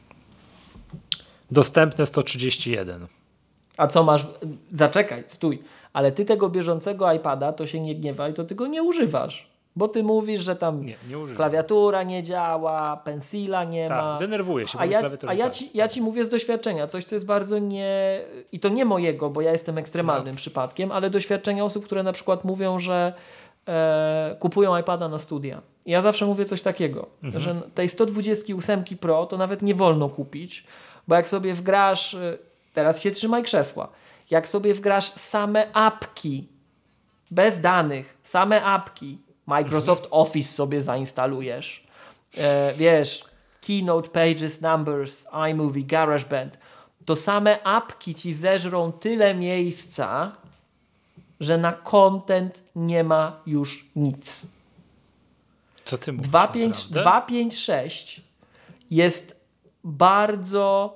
dostępne 131. A co masz, zaczekaj, stój, ale ty tego bieżącego iPada, to się nie gniewaj, to ty go nie używasz. Bo ty mówisz, że tam nie klawiatura nie działa, pensila nie ma. Denerwuję się. Ja ci mówię z doświadczenia, coś co jest bardzo i to nie mojego, bo ja jestem ekstremalnym przypadkiem, ale doświadczenia osób, które na przykład mówią, że kupują iPada na studia. I ja zawsze mówię coś takiego, że tej 128 Pro to nawet nie wolno kupić, bo jak sobie wgrasz, teraz się trzymaj krzesła, jak sobie wgrasz same apki, bez danych, same apki, Microsoft Office sobie zainstalujesz, wiesz, Keynote, Pages, Numbers, iMovie, GarageBand, to same apki ci zeżrą tyle miejsca, że na content nie ma już nic. Co ty mówisz? 256 jest bardzo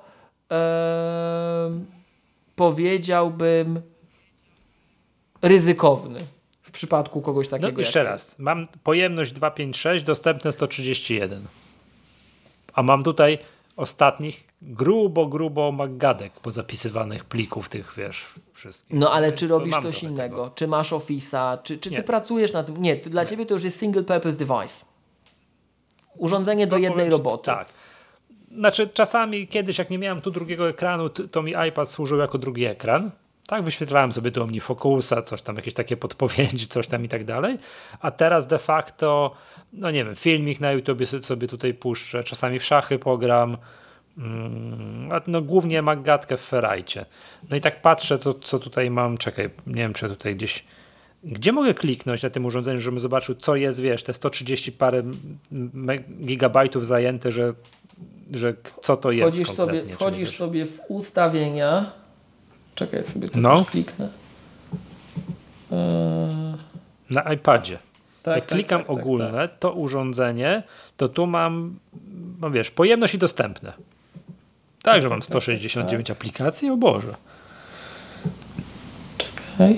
powiedziałbym ryzykowny. W przypadku kogoś takiego. Jeszcze raz. Mam pojemność 256, dostępne 131. A mam tutaj ostatnich grubo Maggatek pozapisywanych plików tych, wiesz, wszystkich. No ale czy robisz coś innego? Tego. Czy masz Office'a? Czy ty pracujesz na tym? Nie, dla ciebie to już jest single purpose device. Urządzenie do jednej roboty. Tak. Znaczy czasami kiedyś, jak nie miałem tu drugiego ekranu, to mi iPad służył jako drugi ekran. Tak, wyświetlałem sobie tu OmniFocusa, coś tam, jakieś takie podpowiedzi, coś tam i tak dalej. A teraz de facto, no nie wiem, filmik na YouTube sobie tutaj puszczę, czasami w szachy pogram, no głównie Maggatkę w Ferrite. No i tak patrzę, co tutaj mam, czekaj, nie wiem, czy tutaj gdzieś, gdzie mogę kliknąć na tym urządzeniu, żebym zobaczył, co jest, wiesz, te 130 parę gigabajtów zajęte, że co to jest kompletnie. Wchodzisz sobie w ustawienia. Czekaj, ja sobie tu też kliknę. Na iPadzie. Jak klikam ogólne, to urządzenie, to tu mam, no wiesz, pojemność i dostępne. Także mam 169 aplikacji, o Boże. Czekaj.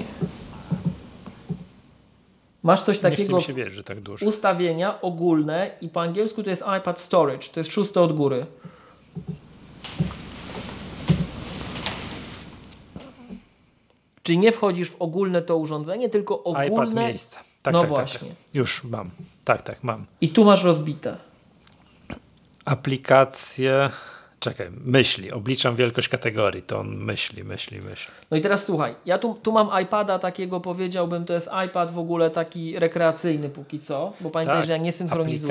Masz coś takiego, nie chce mi się wierzyć, że tak dużo. Ustawienia ogólne i po angielsku to jest iPad Storage, to jest 6 od góry. Czyli nie wchodzisz w ogólne to urządzenie, tylko ogólne Tak, No tak, właśnie. Tak. Już mam. Tak, mam. I tu masz rozbite. Aplikacje... Czekaj, obliczam wielkość kategorii, to on myśli. No i teraz słuchaj, ja tu mam iPada takiego, powiedziałbym, to jest iPad w ogóle taki rekreacyjny póki co, bo pamiętaj, że ja nie synchronizuję.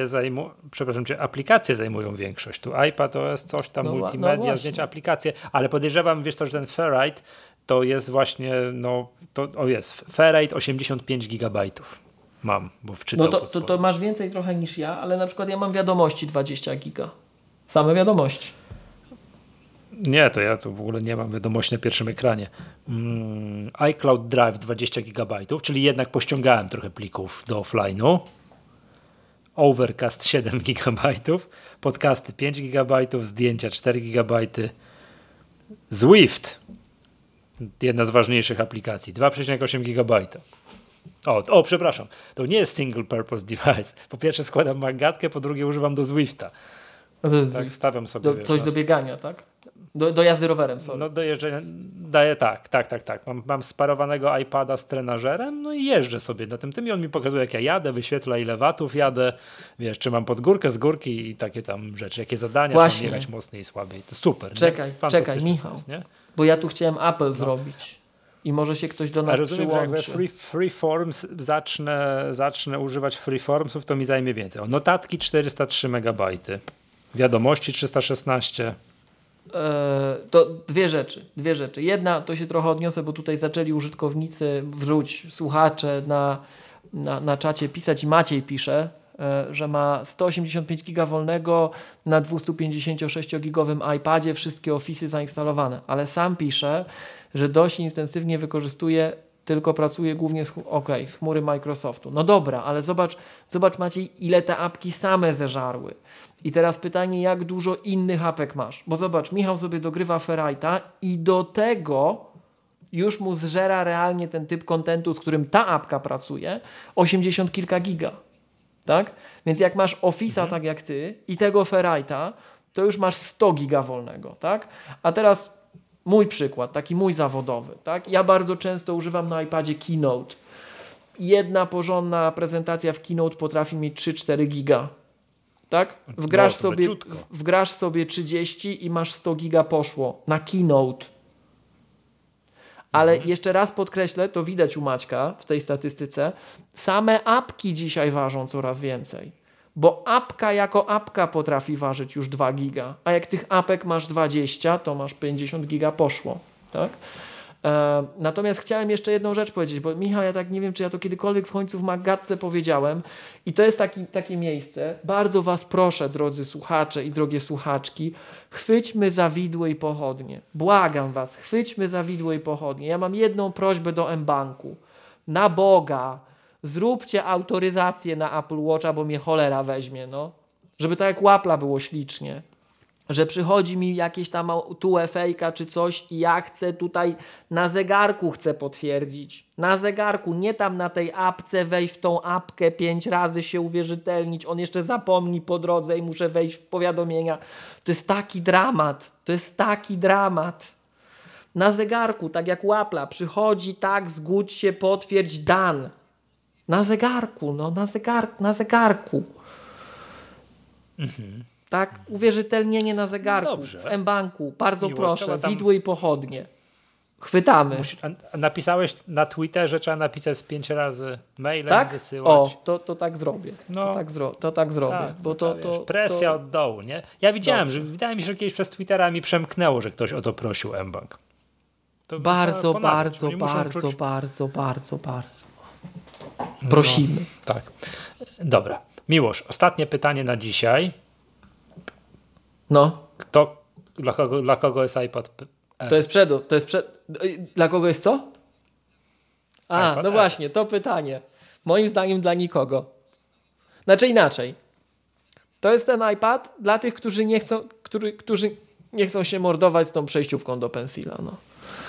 Aplikacje zajmują większość. Tu iPad to jest coś tam, multimedia, zdjęcia, aplikacje, ale podejrzewam, wiesz co, że ten Ferrite to jest właśnie, jest Ferrite 85 gigabajtów. Mam, bo wczytał. No to masz więcej trochę niż ja, ale na przykład ja mam wiadomości 20 giga. Same wiadomości. Nie, to ja tu w ogóle nie mam wiadomości na pierwszym ekranie. iCloud Drive 20 GB, czyli jednak pościągałem trochę plików do offline'u. Overcast 7 GB, podcasty 5 GB, zdjęcia 4 GB. Zwift, jedna z ważniejszych aplikacji, 2,8 GB. Przepraszam, to nie jest single purpose device. Po pierwsze składam magatkę, po drugie używam do Zwifta. Tak, stawiam sobie. Coś do biegania, tak? Do jazdy rowerem, sorry. No do jeżdżenia daję tak. Mam sparowanego iPada z trenażerem, no i jeżdżę sobie na tym i on mi pokazuje, jak ja jadę, wyświetla ile watów jadę, wiesz, czy mam pod górkę, z górki i takie tam rzeczy, jakie zadania, czy mam jechać mocniej i słabiej. To super. Czekaj, Michał, jest, nie? Bo ja tu chciałem Apple zrobić i może się ktoś do nas rozumiem, przyłączy. Że jak Freeforms zacznę używać Freeformsów, to mi zajmie więcej. Notatki 403 MB, wiadomości 316. To dwie rzeczy. Jedna, to się trochę odniosę, bo tutaj zaczęli użytkownicy, słuchacze na czacie pisać i Maciej pisze, że ma 185 giga wolnego na 256-gigowym iPadzie, wszystkie Office'y zainstalowane, ale sam pisze, że dość intensywnie wykorzystuje, tylko pracuje głównie z chmury Microsoftu. No dobra, ale zobacz Maciej, ile te apki same zeżarły. I teraz pytanie, jak dużo innych apek masz? Bo zobacz, Michał sobie dogrywa Ferrite'a i do tego już mu zżera realnie ten typ kontentu, z którym ta apka pracuje, 80 kilka giga. Tak? Więc jak masz Office'a tak jak ty i tego Ferrite'a, to już masz 100 giga wolnego. Tak? A teraz mój przykład, taki mój zawodowy. Tak? Ja bardzo często używam na iPadzie Keynote. Jedna porządna prezentacja w Keynote potrafi mieć 3-4 giga. Tak? Wgrasz sobie 30 i masz 100 giga poszło na Keynote. Ale jeszcze raz podkreślę, to widać u Maćka w tej statystyce, same apki dzisiaj ważą coraz więcej. Bo apka jako apka potrafi ważyć już 2 giga. A jak tych apek masz 20, to masz 50 giga poszło. Tak? Natomiast chciałem jeszcze jedną rzecz powiedzieć, bo Michał, ja tak nie wiem, czy ja to kiedykolwiek w końcu w Magatce powiedziałem i to jest takie miejsce, bardzo was proszę, drodzy słuchacze i drogie słuchaczki, chwyćmy za widły i pochodnie. Błagam was, chwyćmy za widły i pochodnie. Ja mam jedną prośbę do mBanku. Na Boga, zróbcie autoryzację na Apple Watcha, bo mnie cholera weźmie, no. Żeby tak jak u Apple'a było ślicznie. Że przychodzi mi jakieś tam FAQ czy coś i ja chcę tutaj na zegarku potwierdzić. Na zegarku, nie tam na tej apce, wejść w tą apkę 5 razy się uwierzytelnić. On jeszcze zapomni po drodze i muszę wejść w powiadomienia. To jest taki dramat. Na zegarku, tak jak u Apple'a, przychodzi tak, zgódź się, potwierdź, done. Na zegarku, na zegarku. Tak, uwierzytelnienie na zegarku, dobrze. w mBanku, bardzo proszę, widły i pochodnie. Chwytamy. A napisałeś na Twitterze, trzeba napisać z 5 razy mailem, tak? wysyłać. To tak zrobię. To tak zrobię. Tak, bo wiesz, presja od dołu, nie? Ja widziałem, że wydaje mi się, że kiedyś przez Twittera mi przemknęło, że ktoś o to prosił mBank. Bardzo. Prosimy. Tak. Dobra. Miłosz, ostatnie pytanie na dzisiaj. No. Dla kogo jest iPad Air? To jest Dla kogo jest co? iPad no Air. właśnie, to pytanie. Moim zdaniem dla nikogo. Znaczy inaczej. To jest ten iPad dla tych, którzy nie chcą się mordować z tą przejściówką do Pencila. No.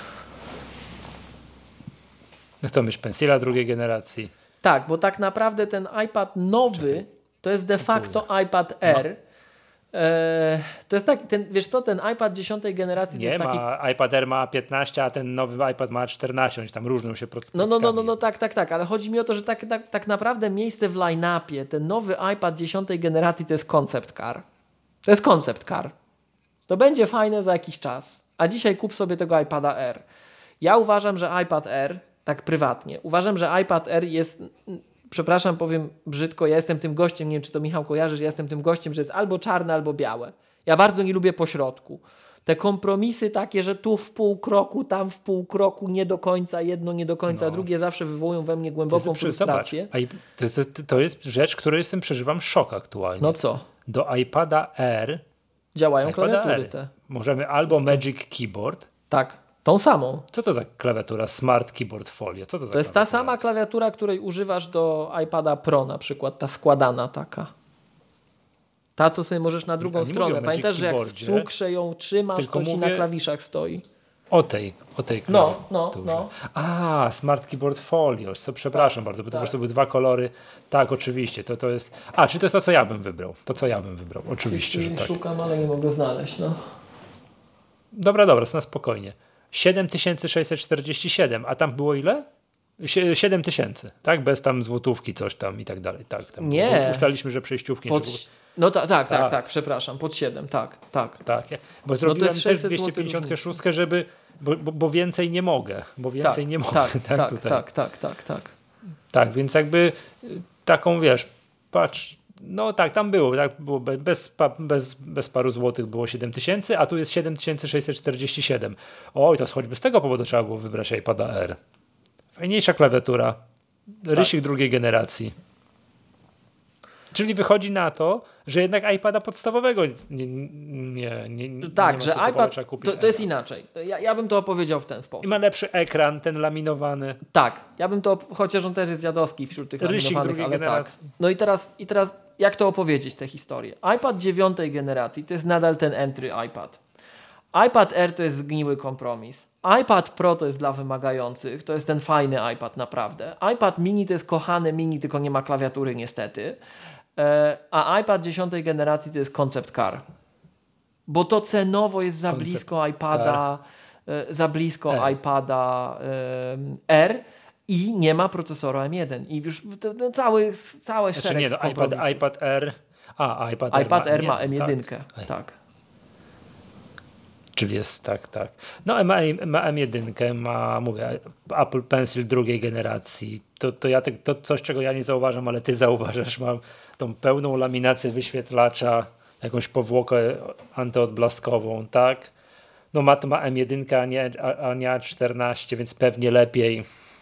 Chcą mieć Pencila drugiej generacji. Tak, bo tak naprawdę ten iPad nowy to jest de facto iPad Air. To jest tak, wiesz co, ten iPad 10 generacji to Nie jest taki... iPad Air ma 15, a ten nowy iPad ma 14, oni tam różnią się prockami. No, tak, ale chodzi mi o to, że tak naprawdę miejsce w line-upie, ten nowy iPad 10 generacji to jest concept car. To jest concept car. To będzie fajne za jakiś czas. A dzisiaj kup sobie tego iPada Air. Ja uważam, że iPad Air, tak prywatnie, uważam, że iPad Air jest, przepraszam, powiem brzydko, ja jestem tym gościem, nie wiem, czy to Michał kojarzy, że ja jestem tym gościem, że jest albo czarne, albo białe. Ja bardzo nie lubię pośrodku. Te kompromisy takie, że tu w pół kroku, tam w pół kroku, nie do końca, jedno nie do końca, drugie zawsze wywołują we mnie głęboką frustrację. To jest rzecz, której przeżywam szok aktualnie. No co? Do iPada Air działają klawiatury te. Możemy albo Magic Keyboard. Tak, tą samą. Co to za klawiatura? Smart Keyboard Folio. Co to za To jest ta sama klawiatura, której używasz do iPada Pro na przykład, ta składana taka. Ta, co sobie możesz na drugą stronę. Pamiętasz, że jak w cukrze ją trzymasz, to ci na klawiszach stoi. O tej klawiaturze. No. A, Smart Keyboard Folio. Przepraszam bardzo, bo to po prostu były dwa kolory. Tak, oczywiście. To jest... A, czy to jest to, co ja bym wybrał? To, co ja bym wybrał. Oczywiście, że tak. Szukam, ale nie mogę znaleźć, no. Dobra, na spokojnie. 7647, a tam było ile? 7000, tak? Bez tam złotówki, coś tam i tak dalej. Tak, tam nie. Ustaliliśmy, że przejściówki... No tak, przepraszam, pod 7, tak. Bo zrobiłem też 256, żeby, bo więcej nie mogę, Tak, więc jakby taką, wiesz, patrz, no tak, tam było bez paru złotych było 7000, a tu jest 7647. Oj, to choćby z tego powodu trzeba było wybrać iPada Air. Fajniejsza klawiatura, rysik drugiej generacji. Czyli wychodzi na to, że jednak iPada podstawowego nie tak, ma że co iPad trzeba kupić. To jest inaczej. Ja bym to opowiedział w ten sposób. I ma lepszy ekran, ten laminowany. Tak, ja bym to, chociaż on też jest dziadowski wśród tych laminowanych, ale generacji. Tak. No i teraz jak to opowiedzieć tę historię? iPad 9 generacji to jest nadal ten entry iPad. iPad Air to jest zgniły kompromis. iPad Pro to jest dla wymagających, to jest ten fajny iPad naprawdę. iPad mini to jest kochany mini, tylko nie ma klawiatury niestety. A iPad 10 generacji to jest concept car. Bo to cenowo jest za blisko iPada, iPada R i nie ma procesora M1. I już całe szereg iPad Air. iPad Air ma M1. Tak. Czyli jest tak. No ma M1, mówię, Apple Pencil drugiej generacji. To coś, czego ja nie zauważam, ale ty zauważasz. Mam tą pełną laminację wyświetlacza, jakąś powłokę antyodblaskową, tak? No ma M1, a nie A14, więc pewnie lepiej.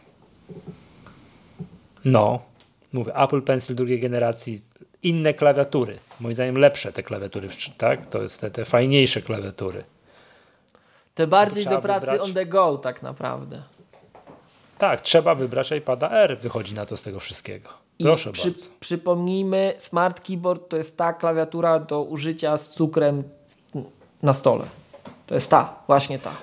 No, mówię, Apple Pencil drugiej generacji, inne klawiatury. Moim zdaniem lepsze te klawiatury, tak? To jest te fajniejsze klawiatury. Te bardziej do pracy wybrać on the go tak naprawdę. Tak, trzeba wybrać iPada Air, wychodzi na to z tego wszystkiego. Proszę bardzo. Przypomnijmy, Smart Keyboard to jest ta klawiatura do użycia z cukrem na stole. To jest właśnie ta.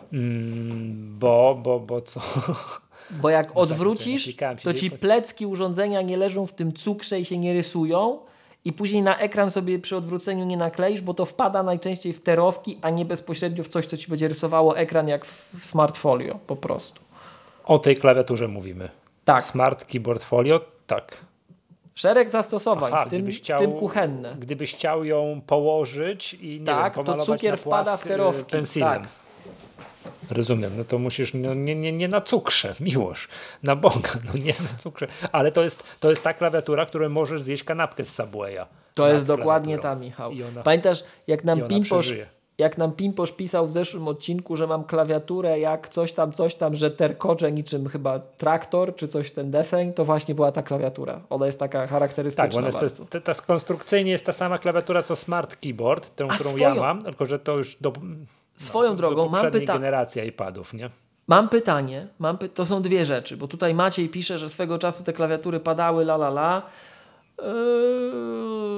Bo co? Bo jak odwrócisz, to ci plecki urządzenia nie leżą w tym cukrze i się nie rysują i później na ekran sobie przy odwróceniu nie nakleisz, bo to wpada najczęściej w terowki, a nie bezpośrednio w coś, co ci będzie rysowało ekran jak w Smart Folio po prostu. O tej klawiaturze mówimy. Tak. Smart Keyboard Folio, tak. Szereg zastosowań, w tym kuchenne. Gdybyś chciał ją położyć i to cukier wpada w terowki. Pensilem. Tak. Rozumiem, no to musisz nie na cukrze, miłość, na Boga, nie na cukrze. Ale to jest ta klawiatura, którą możesz zjeść kanapkę z Subwaya. To jest dokładnie ta, Michał. Pamiętasz, jak nam Pimposz pisał w zeszłym odcinku, że mam klawiaturę jak coś tam, że terkocze niczym chyba traktor, czy coś ten deseń, to właśnie była ta klawiatura. Ona jest taka charakterystyczna. Tak, konstrukcyjnie jest ta sama klawiatura, co Smart Keyboard, którą ja mam, tylko że to już swoją drogą mam pytanie. Generacja iPadów, nie? Mam pytanie, to są dwie rzeczy, bo tutaj Maciej pisze, że swego czasu te klawiatury padały,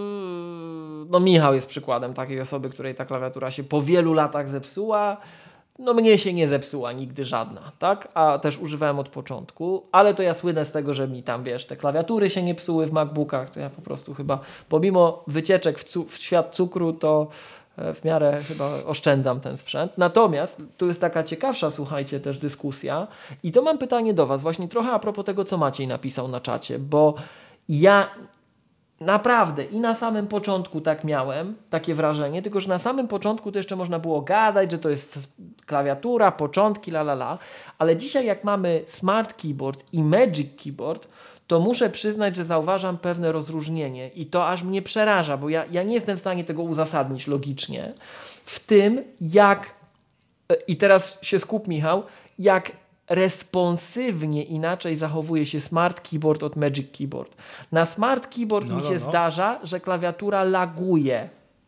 No Michał jest przykładem takiej osoby, której ta klawiatura się po wielu latach zepsuła. no mnie się nie zepsuła nigdy żadna, tak? A też używałem od początku, ale to ja słynę z tego, że mi tam, wiesz, te klawiatury się nie psuły w MacBookach, to ja po prostu chyba, pomimo wycieczek w świat cukru, to w miarę chyba oszczędzam ten sprzęt. Natomiast tu jest taka ciekawsza, słuchajcie, też dyskusja i to mam pytanie do was, właśnie trochę a propos tego, co Maciej napisał na czacie, bo ja naprawdę i na samym początku tak miałem, takie wrażenie, tylko że na samym początku to jeszcze można było gadać, że to jest klawiatura, początki, ale dzisiaj jak mamy Smart Keyboard i Magic Keyboard, to muszę przyznać, że zauważam pewne rozróżnienie i to aż mnie przeraża, bo ja nie jestem w stanie tego uzasadnić logicznie, w tym jak, i teraz się skup Michał, jak responsywnie inaczej zachowuje się Smart Keyboard od Magic Keyboard. Na Smart Keyboard mi się zdarza, że klawiatura laguje.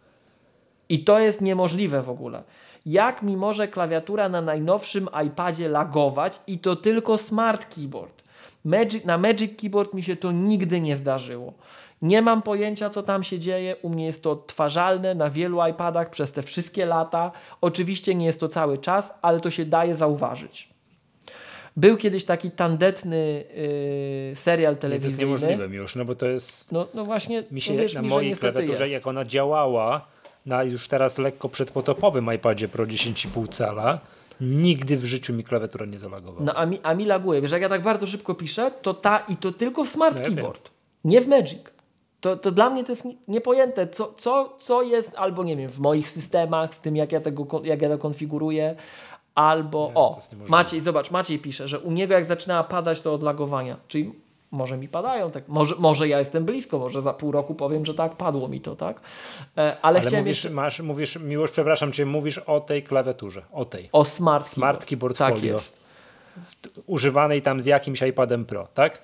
I to jest niemożliwe w ogóle. Jak mi może klawiatura na najnowszym iPadzie lagować i to tylko Smart Keyboard? Na Magic Keyboard mi się to nigdy nie zdarzyło. Nie mam pojęcia, co tam się dzieje. U mnie jest to odtwarzalne na wielu iPadach przez te wszystkie lata. Oczywiście nie jest to cały czas, ale to się daje zauważyć. Był kiedyś taki tandetny serial telewizyjny. To jest niemożliwe już, no bo to jest... No właśnie, mi się na mojej klawiaturze, jest. jak ona działała na już teraz lekko przedpotopowym iPadzie Pro 10,5 cala, nigdy w życiu mi klawiatura nie zalagowała. No a mi laguje. Wiesz, jak ja tak bardzo szybko piszę, to to tylko w Smart Keyboard, wiem. nie w Magic. To dla mnie to jest niepojęte, co jest albo nie wiem, w moich systemach, w tym jak ja to konfiguruję, albo Maciej, zobacz, Maciej pisze, że u niego jak zaczynała padać, to od lagowania. Czyli może mi padają, tak? Może ja jestem blisko, może za pół roku powiem, że tak, padło mi to, tak? Ale chciałem mówisz, Miłosz, przepraszam, czy mówisz o tej klawiaturze, o Smart Keyboard tak Folio. Jest. Używanej tam z jakimś iPadem Pro, tak?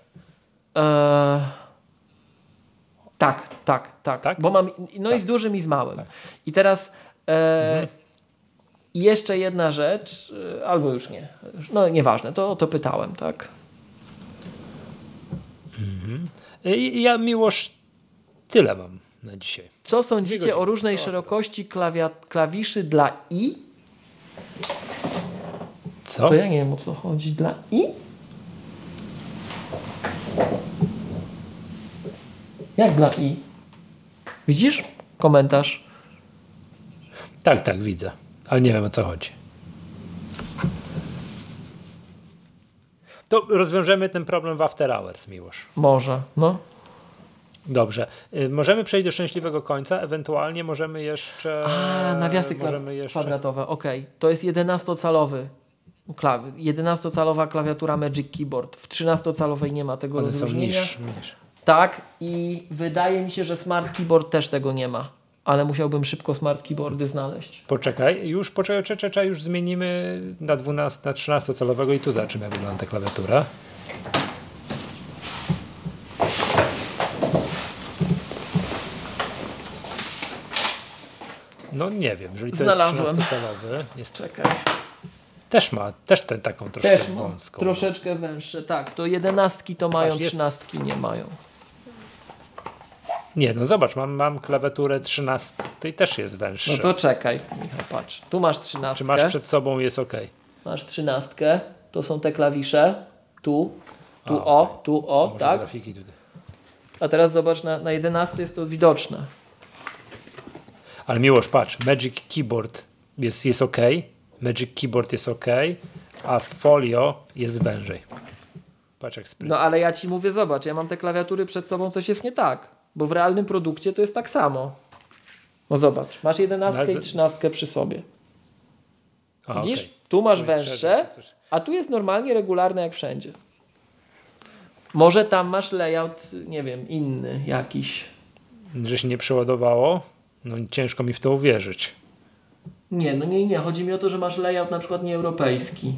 Tak? Bo mam, i z dużym i z małym. Tak. I teraz jeszcze jedna rzecz, albo już nie. No nieważne, to pytałem, tak? Ja, Miłosz, tyle mam na dzisiaj. Co sądzicie o różnej szerokości klawiszy dla i? Co? To ja nie wiem, o co chodzi. Dla i? Jak dla i? Widzisz komentarz? Tak, widzę. Ale nie wiem, o co chodzi. To rozwiążemy ten problem w After Hours, Miłosz. Może, no. Dobrze. Możemy przejść do szczęśliwego końca, ewentualnie możemy jeszcze... nawiasy kwadratowe, okej. To jest 11-calowy 11-calowa klawiatura Magic Keyboard. W 13-calowej nie ma tego rozróżnienia. One są niż. Tak, i wydaje mi się, że Smart Keyboard też tego nie ma. Ale musiałbym szybko Smart Keyboardy znaleźć. Poczekaj, już zmienimy na 13-calowego i tu zobaczymy, jak wygląda ta klawiatura. No nie wiem, jeżeli to znalazłem. Jest 13-calowy. Czekaj. Też taką troszkę wąską. Troszeczkę węższe, tak. To 11 to mają, 13 nie mają. Nie, no zobacz, mam klawiaturę 13, to i też jest węższa. No to czekaj, Michał, patrz. Tu masz 13. Czy masz przed sobą, jest ok. Masz 13, to są te klawisze. Tu tak? Grafiki tutaj. A teraz zobacz, na 11 jest to widoczne. Ale Miłosz, patrz, Magic Keyboard jest ok, Magic Keyboard jest ok, a Folio jest wężej. Patrz jak sprytnie. No ale ja ci mówię, zobacz, ja mam te klawiatury przed sobą, coś jest nie tak. Bo w realnym produkcie to jest tak samo. No zobacz, masz 11 i 13 przy sobie. Widzisz? Okay. Tu masz węższe, a tu jest normalnie regularne jak wszędzie. Może tam masz layout, nie wiem, inny jakiś. Że się nie przeładowało? No ciężko mi w to uwierzyć. Nie. Chodzi mi o to, że masz layout na przykład nieeuropejski.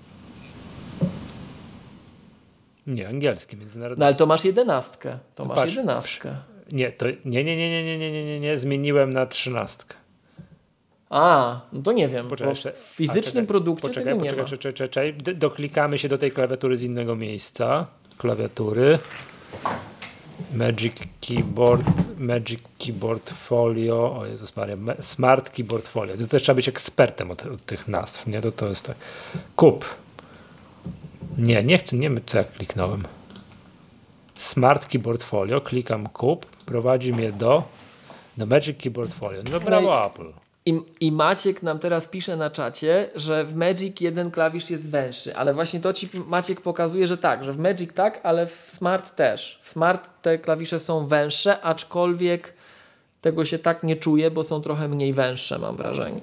Nie, angielski, międzynarodowy. No ale to masz 11. To masz 11. Nie, to nie, zmieniłem na 13. No to nie wiem. Poczekaj, w fizycznym produkcie tego nie ma. Poczekaj. Doklikamy się do tej klawiatury z innego miejsca. Klawiatury. Magic Keyboard Folio, o Jezus Maria, Smart Keyboard Folio. To też trzeba być ekspertem od tych nazw, nie? To jest tak. Kup. Nie chcę, nie wiem co ja kliknąłem. Smart Keyboard Folio, klikam kup, prowadzi mnie do Magic Keyboard Folio. No brawo Apple. I Maciek nam teraz pisze na czacie, że w Magic jeden klawisz jest węższy, ale właśnie to ci Maciek pokazuje, że tak, że w Magic tak, ale w Smart też. W Smart te klawisze są węższe, aczkolwiek tego się tak nie czuje, bo są trochę mniej węższe, mam wrażenie.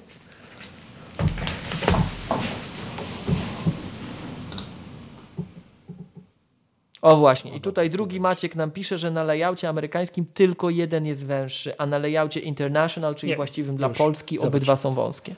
O właśnie, i tutaj drugi Maciek nam pisze, że na layoutie amerykańskim tylko jeden jest węższy, a na layoutie international, czyli właściwym dla Polski, obydwa są wąskie.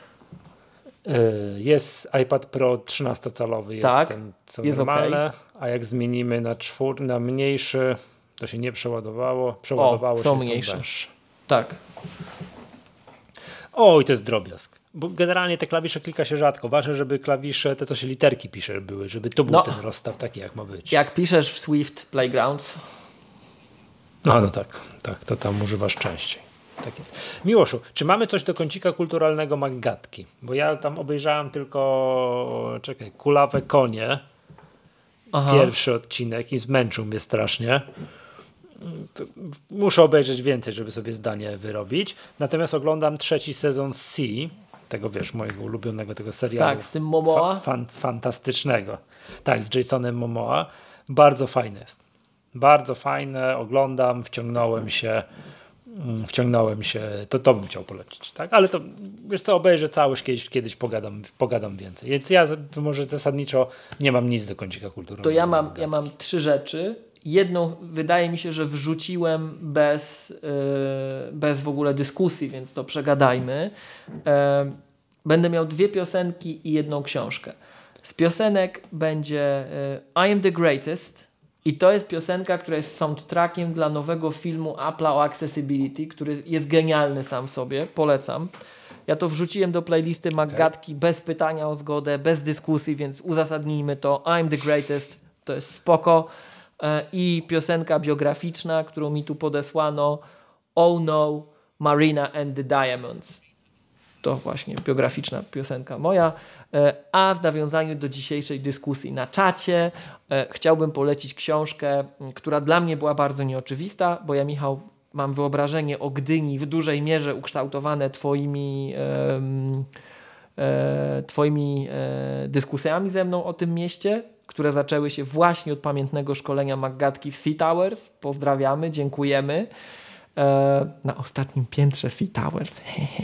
Jest iPad Pro 13-calowy, jest tak, ten co jest normalne, okay. A jak zmienimy na mniejszy, to się nie przeładowało są się mniejsze. Są węższe. Tak. O, i to jest drobiazg. Bo generalnie te klawisze klika się rzadko. Ważne, żeby klawisze, te co się literki pisze były, żeby to był ten rozstaw taki, jak ma być. Jak piszesz w Swift Playgrounds. No tak, to tam używasz częściej. Takie. Miłoszu, czy mamy coś do kącika kulturalnego Maggatki? Bo ja tam obejrzałem tylko, Kulawe konie. Aha. Pierwszy odcinek i zmęczył mnie strasznie. Muszę obejrzeć więcej, żeby sobie zdanie wyrobić. Natomiast oglądam 3. sezon C, tego mojego ulubionego tego serialu. Tak, z tym Momoa. Fantastycznego. Tak, z Jasonem Momoa. Bardzo fajne jest. Bardzo fajne, oglądam, wciągnąłem się, to bym chciał polecić, tak? Ale to, obejrzę całość, kiedyś pogadam więcej. Więc ja może zasadniczo nie mam nic do kącika kulturalnego. To ja mam 3 rzeczy. Jedną wydaje mi się, że wrzuciłem bez w ogóle dyskusji, więc to przegadajmy. Będę miał 2 piosenki i 1 książkę. Z piosenek będzie I Am The Greatest i to jest piosenka, która jest soundtrackiem dla nowego filmu Apple'a o Accessibility, który jest genialny sam sobie, polecam. Ja to wrzuciłem do playlisty Maggatki bez pytania o zgodę, bez dyskusji, więc uzasadnijmy to. I Am The Greatest, to jest spoko. I piosenka biograficzna, którą mi tu podesłano, Oh No, Marina and the Diamonds. To właśnie biograficzna piosenka moja. A w nawiązaniu do dzisiejszej dyskusji na czacie chciałbym polecić książkę, która dla mnie była bardzo nieoczywista, bo ja, Michał, mam wyobrażenie o Gdyni w dużej mierze ukształtowane twoimi dyskusjami ze mną o tym mieście, które zaczęły się właśnie od pamiętnego szkolenia Maggatki w Sea Towers. Pozdrawiamy, dziękujemy. Na ostatnim piętrze Sea Towers.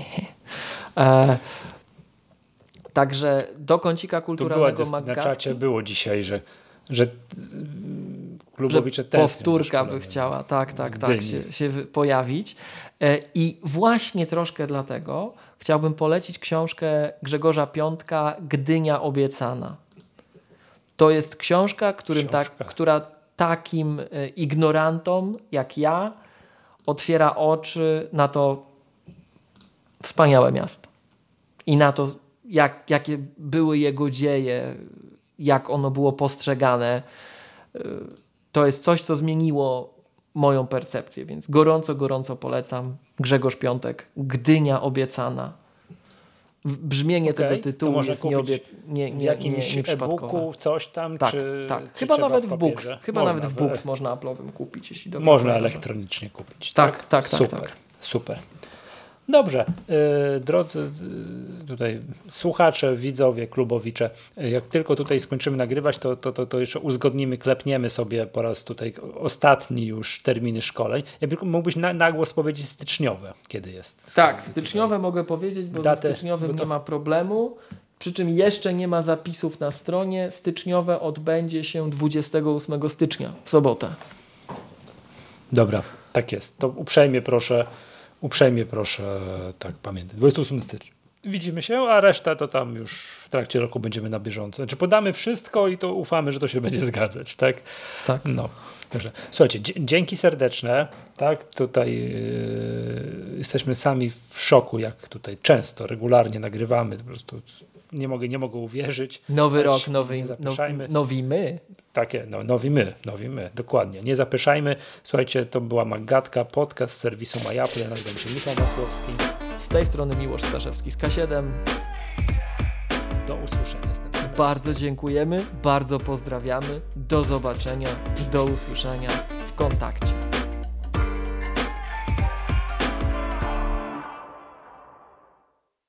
Także do kącika kulturalnego Maggatki. Na czacie było dzisiaj, że klubowicze powtórka by chciała się pojawić. I właśnie troszkę dlatego chciałbym polecić książkę Grzegorza Piątka Gdynia obiecana. To jest książka, która takim ignorantom jak ja otwiera oczy na to wspaniałe miasto. I na to, jakie były jego dzieje, jak ono było postrzegane. To jest coś, co zmieniło moją percepcję, więc gorąco polecam. Grzegorz Piątek, Gdynia obiecana. Brzmienie tego tytułu jest w jakimś e-booku, coś tam, czy chyba nawet w Books. Chyba nawet w Books można Apple'owym kupić, jeśli dobrze można elektronicznie kupić. Tak. Super. Dobrze, drodzy tutaj słuchacze, widzowie, klubowicze, jak tylko tutaj skończymy nagrywać, to jeszcze uzgodnimy, klepniemy sobie po raz tutaj ostatni już terminy szkoleń. Mógłbyś na głos powiedzieć styczniowe, kiedy jest? Tak, styczniowe mogę powiedzieć, bo ze styczniowym nie ma problemu. Przy czym jeszcze nie ma zapisów na stronie. Styczniowe odbędzie się 28 stycznia, w sobotę. Dobra, tak jest. To uprzejmie proszę tak pamiętać. 28 stycznia. Widzimy się, a resztę to tam już w trakcie roku będziemy na bieżąco. Znaczy podamy wszystko i to ufamy, że to się będzie zgadzać, tak? Tak. No. Także, słuchajcie, dzięki serdeczne, tak? Tutaj jesteśmy sami w szoku, jak tutaj często, regularnie nagrywamy, po prostu nie mogę uwierzyć. Nowy rok, nowi my. Takie, nowi my, dokładnie. Nie zapeszajmy. Słuchajcie, to była Magatka, podcast z serwisu MyApple. Ja nazywam się Michał Masłowski. Z tej strony Miłosz Staszewski z K7. Do usłyszenia następnym razem. Bardzo dziękujemy, bardzo pozdrawiamy. Do zobaczenia, do usłyszenia w kontakcie.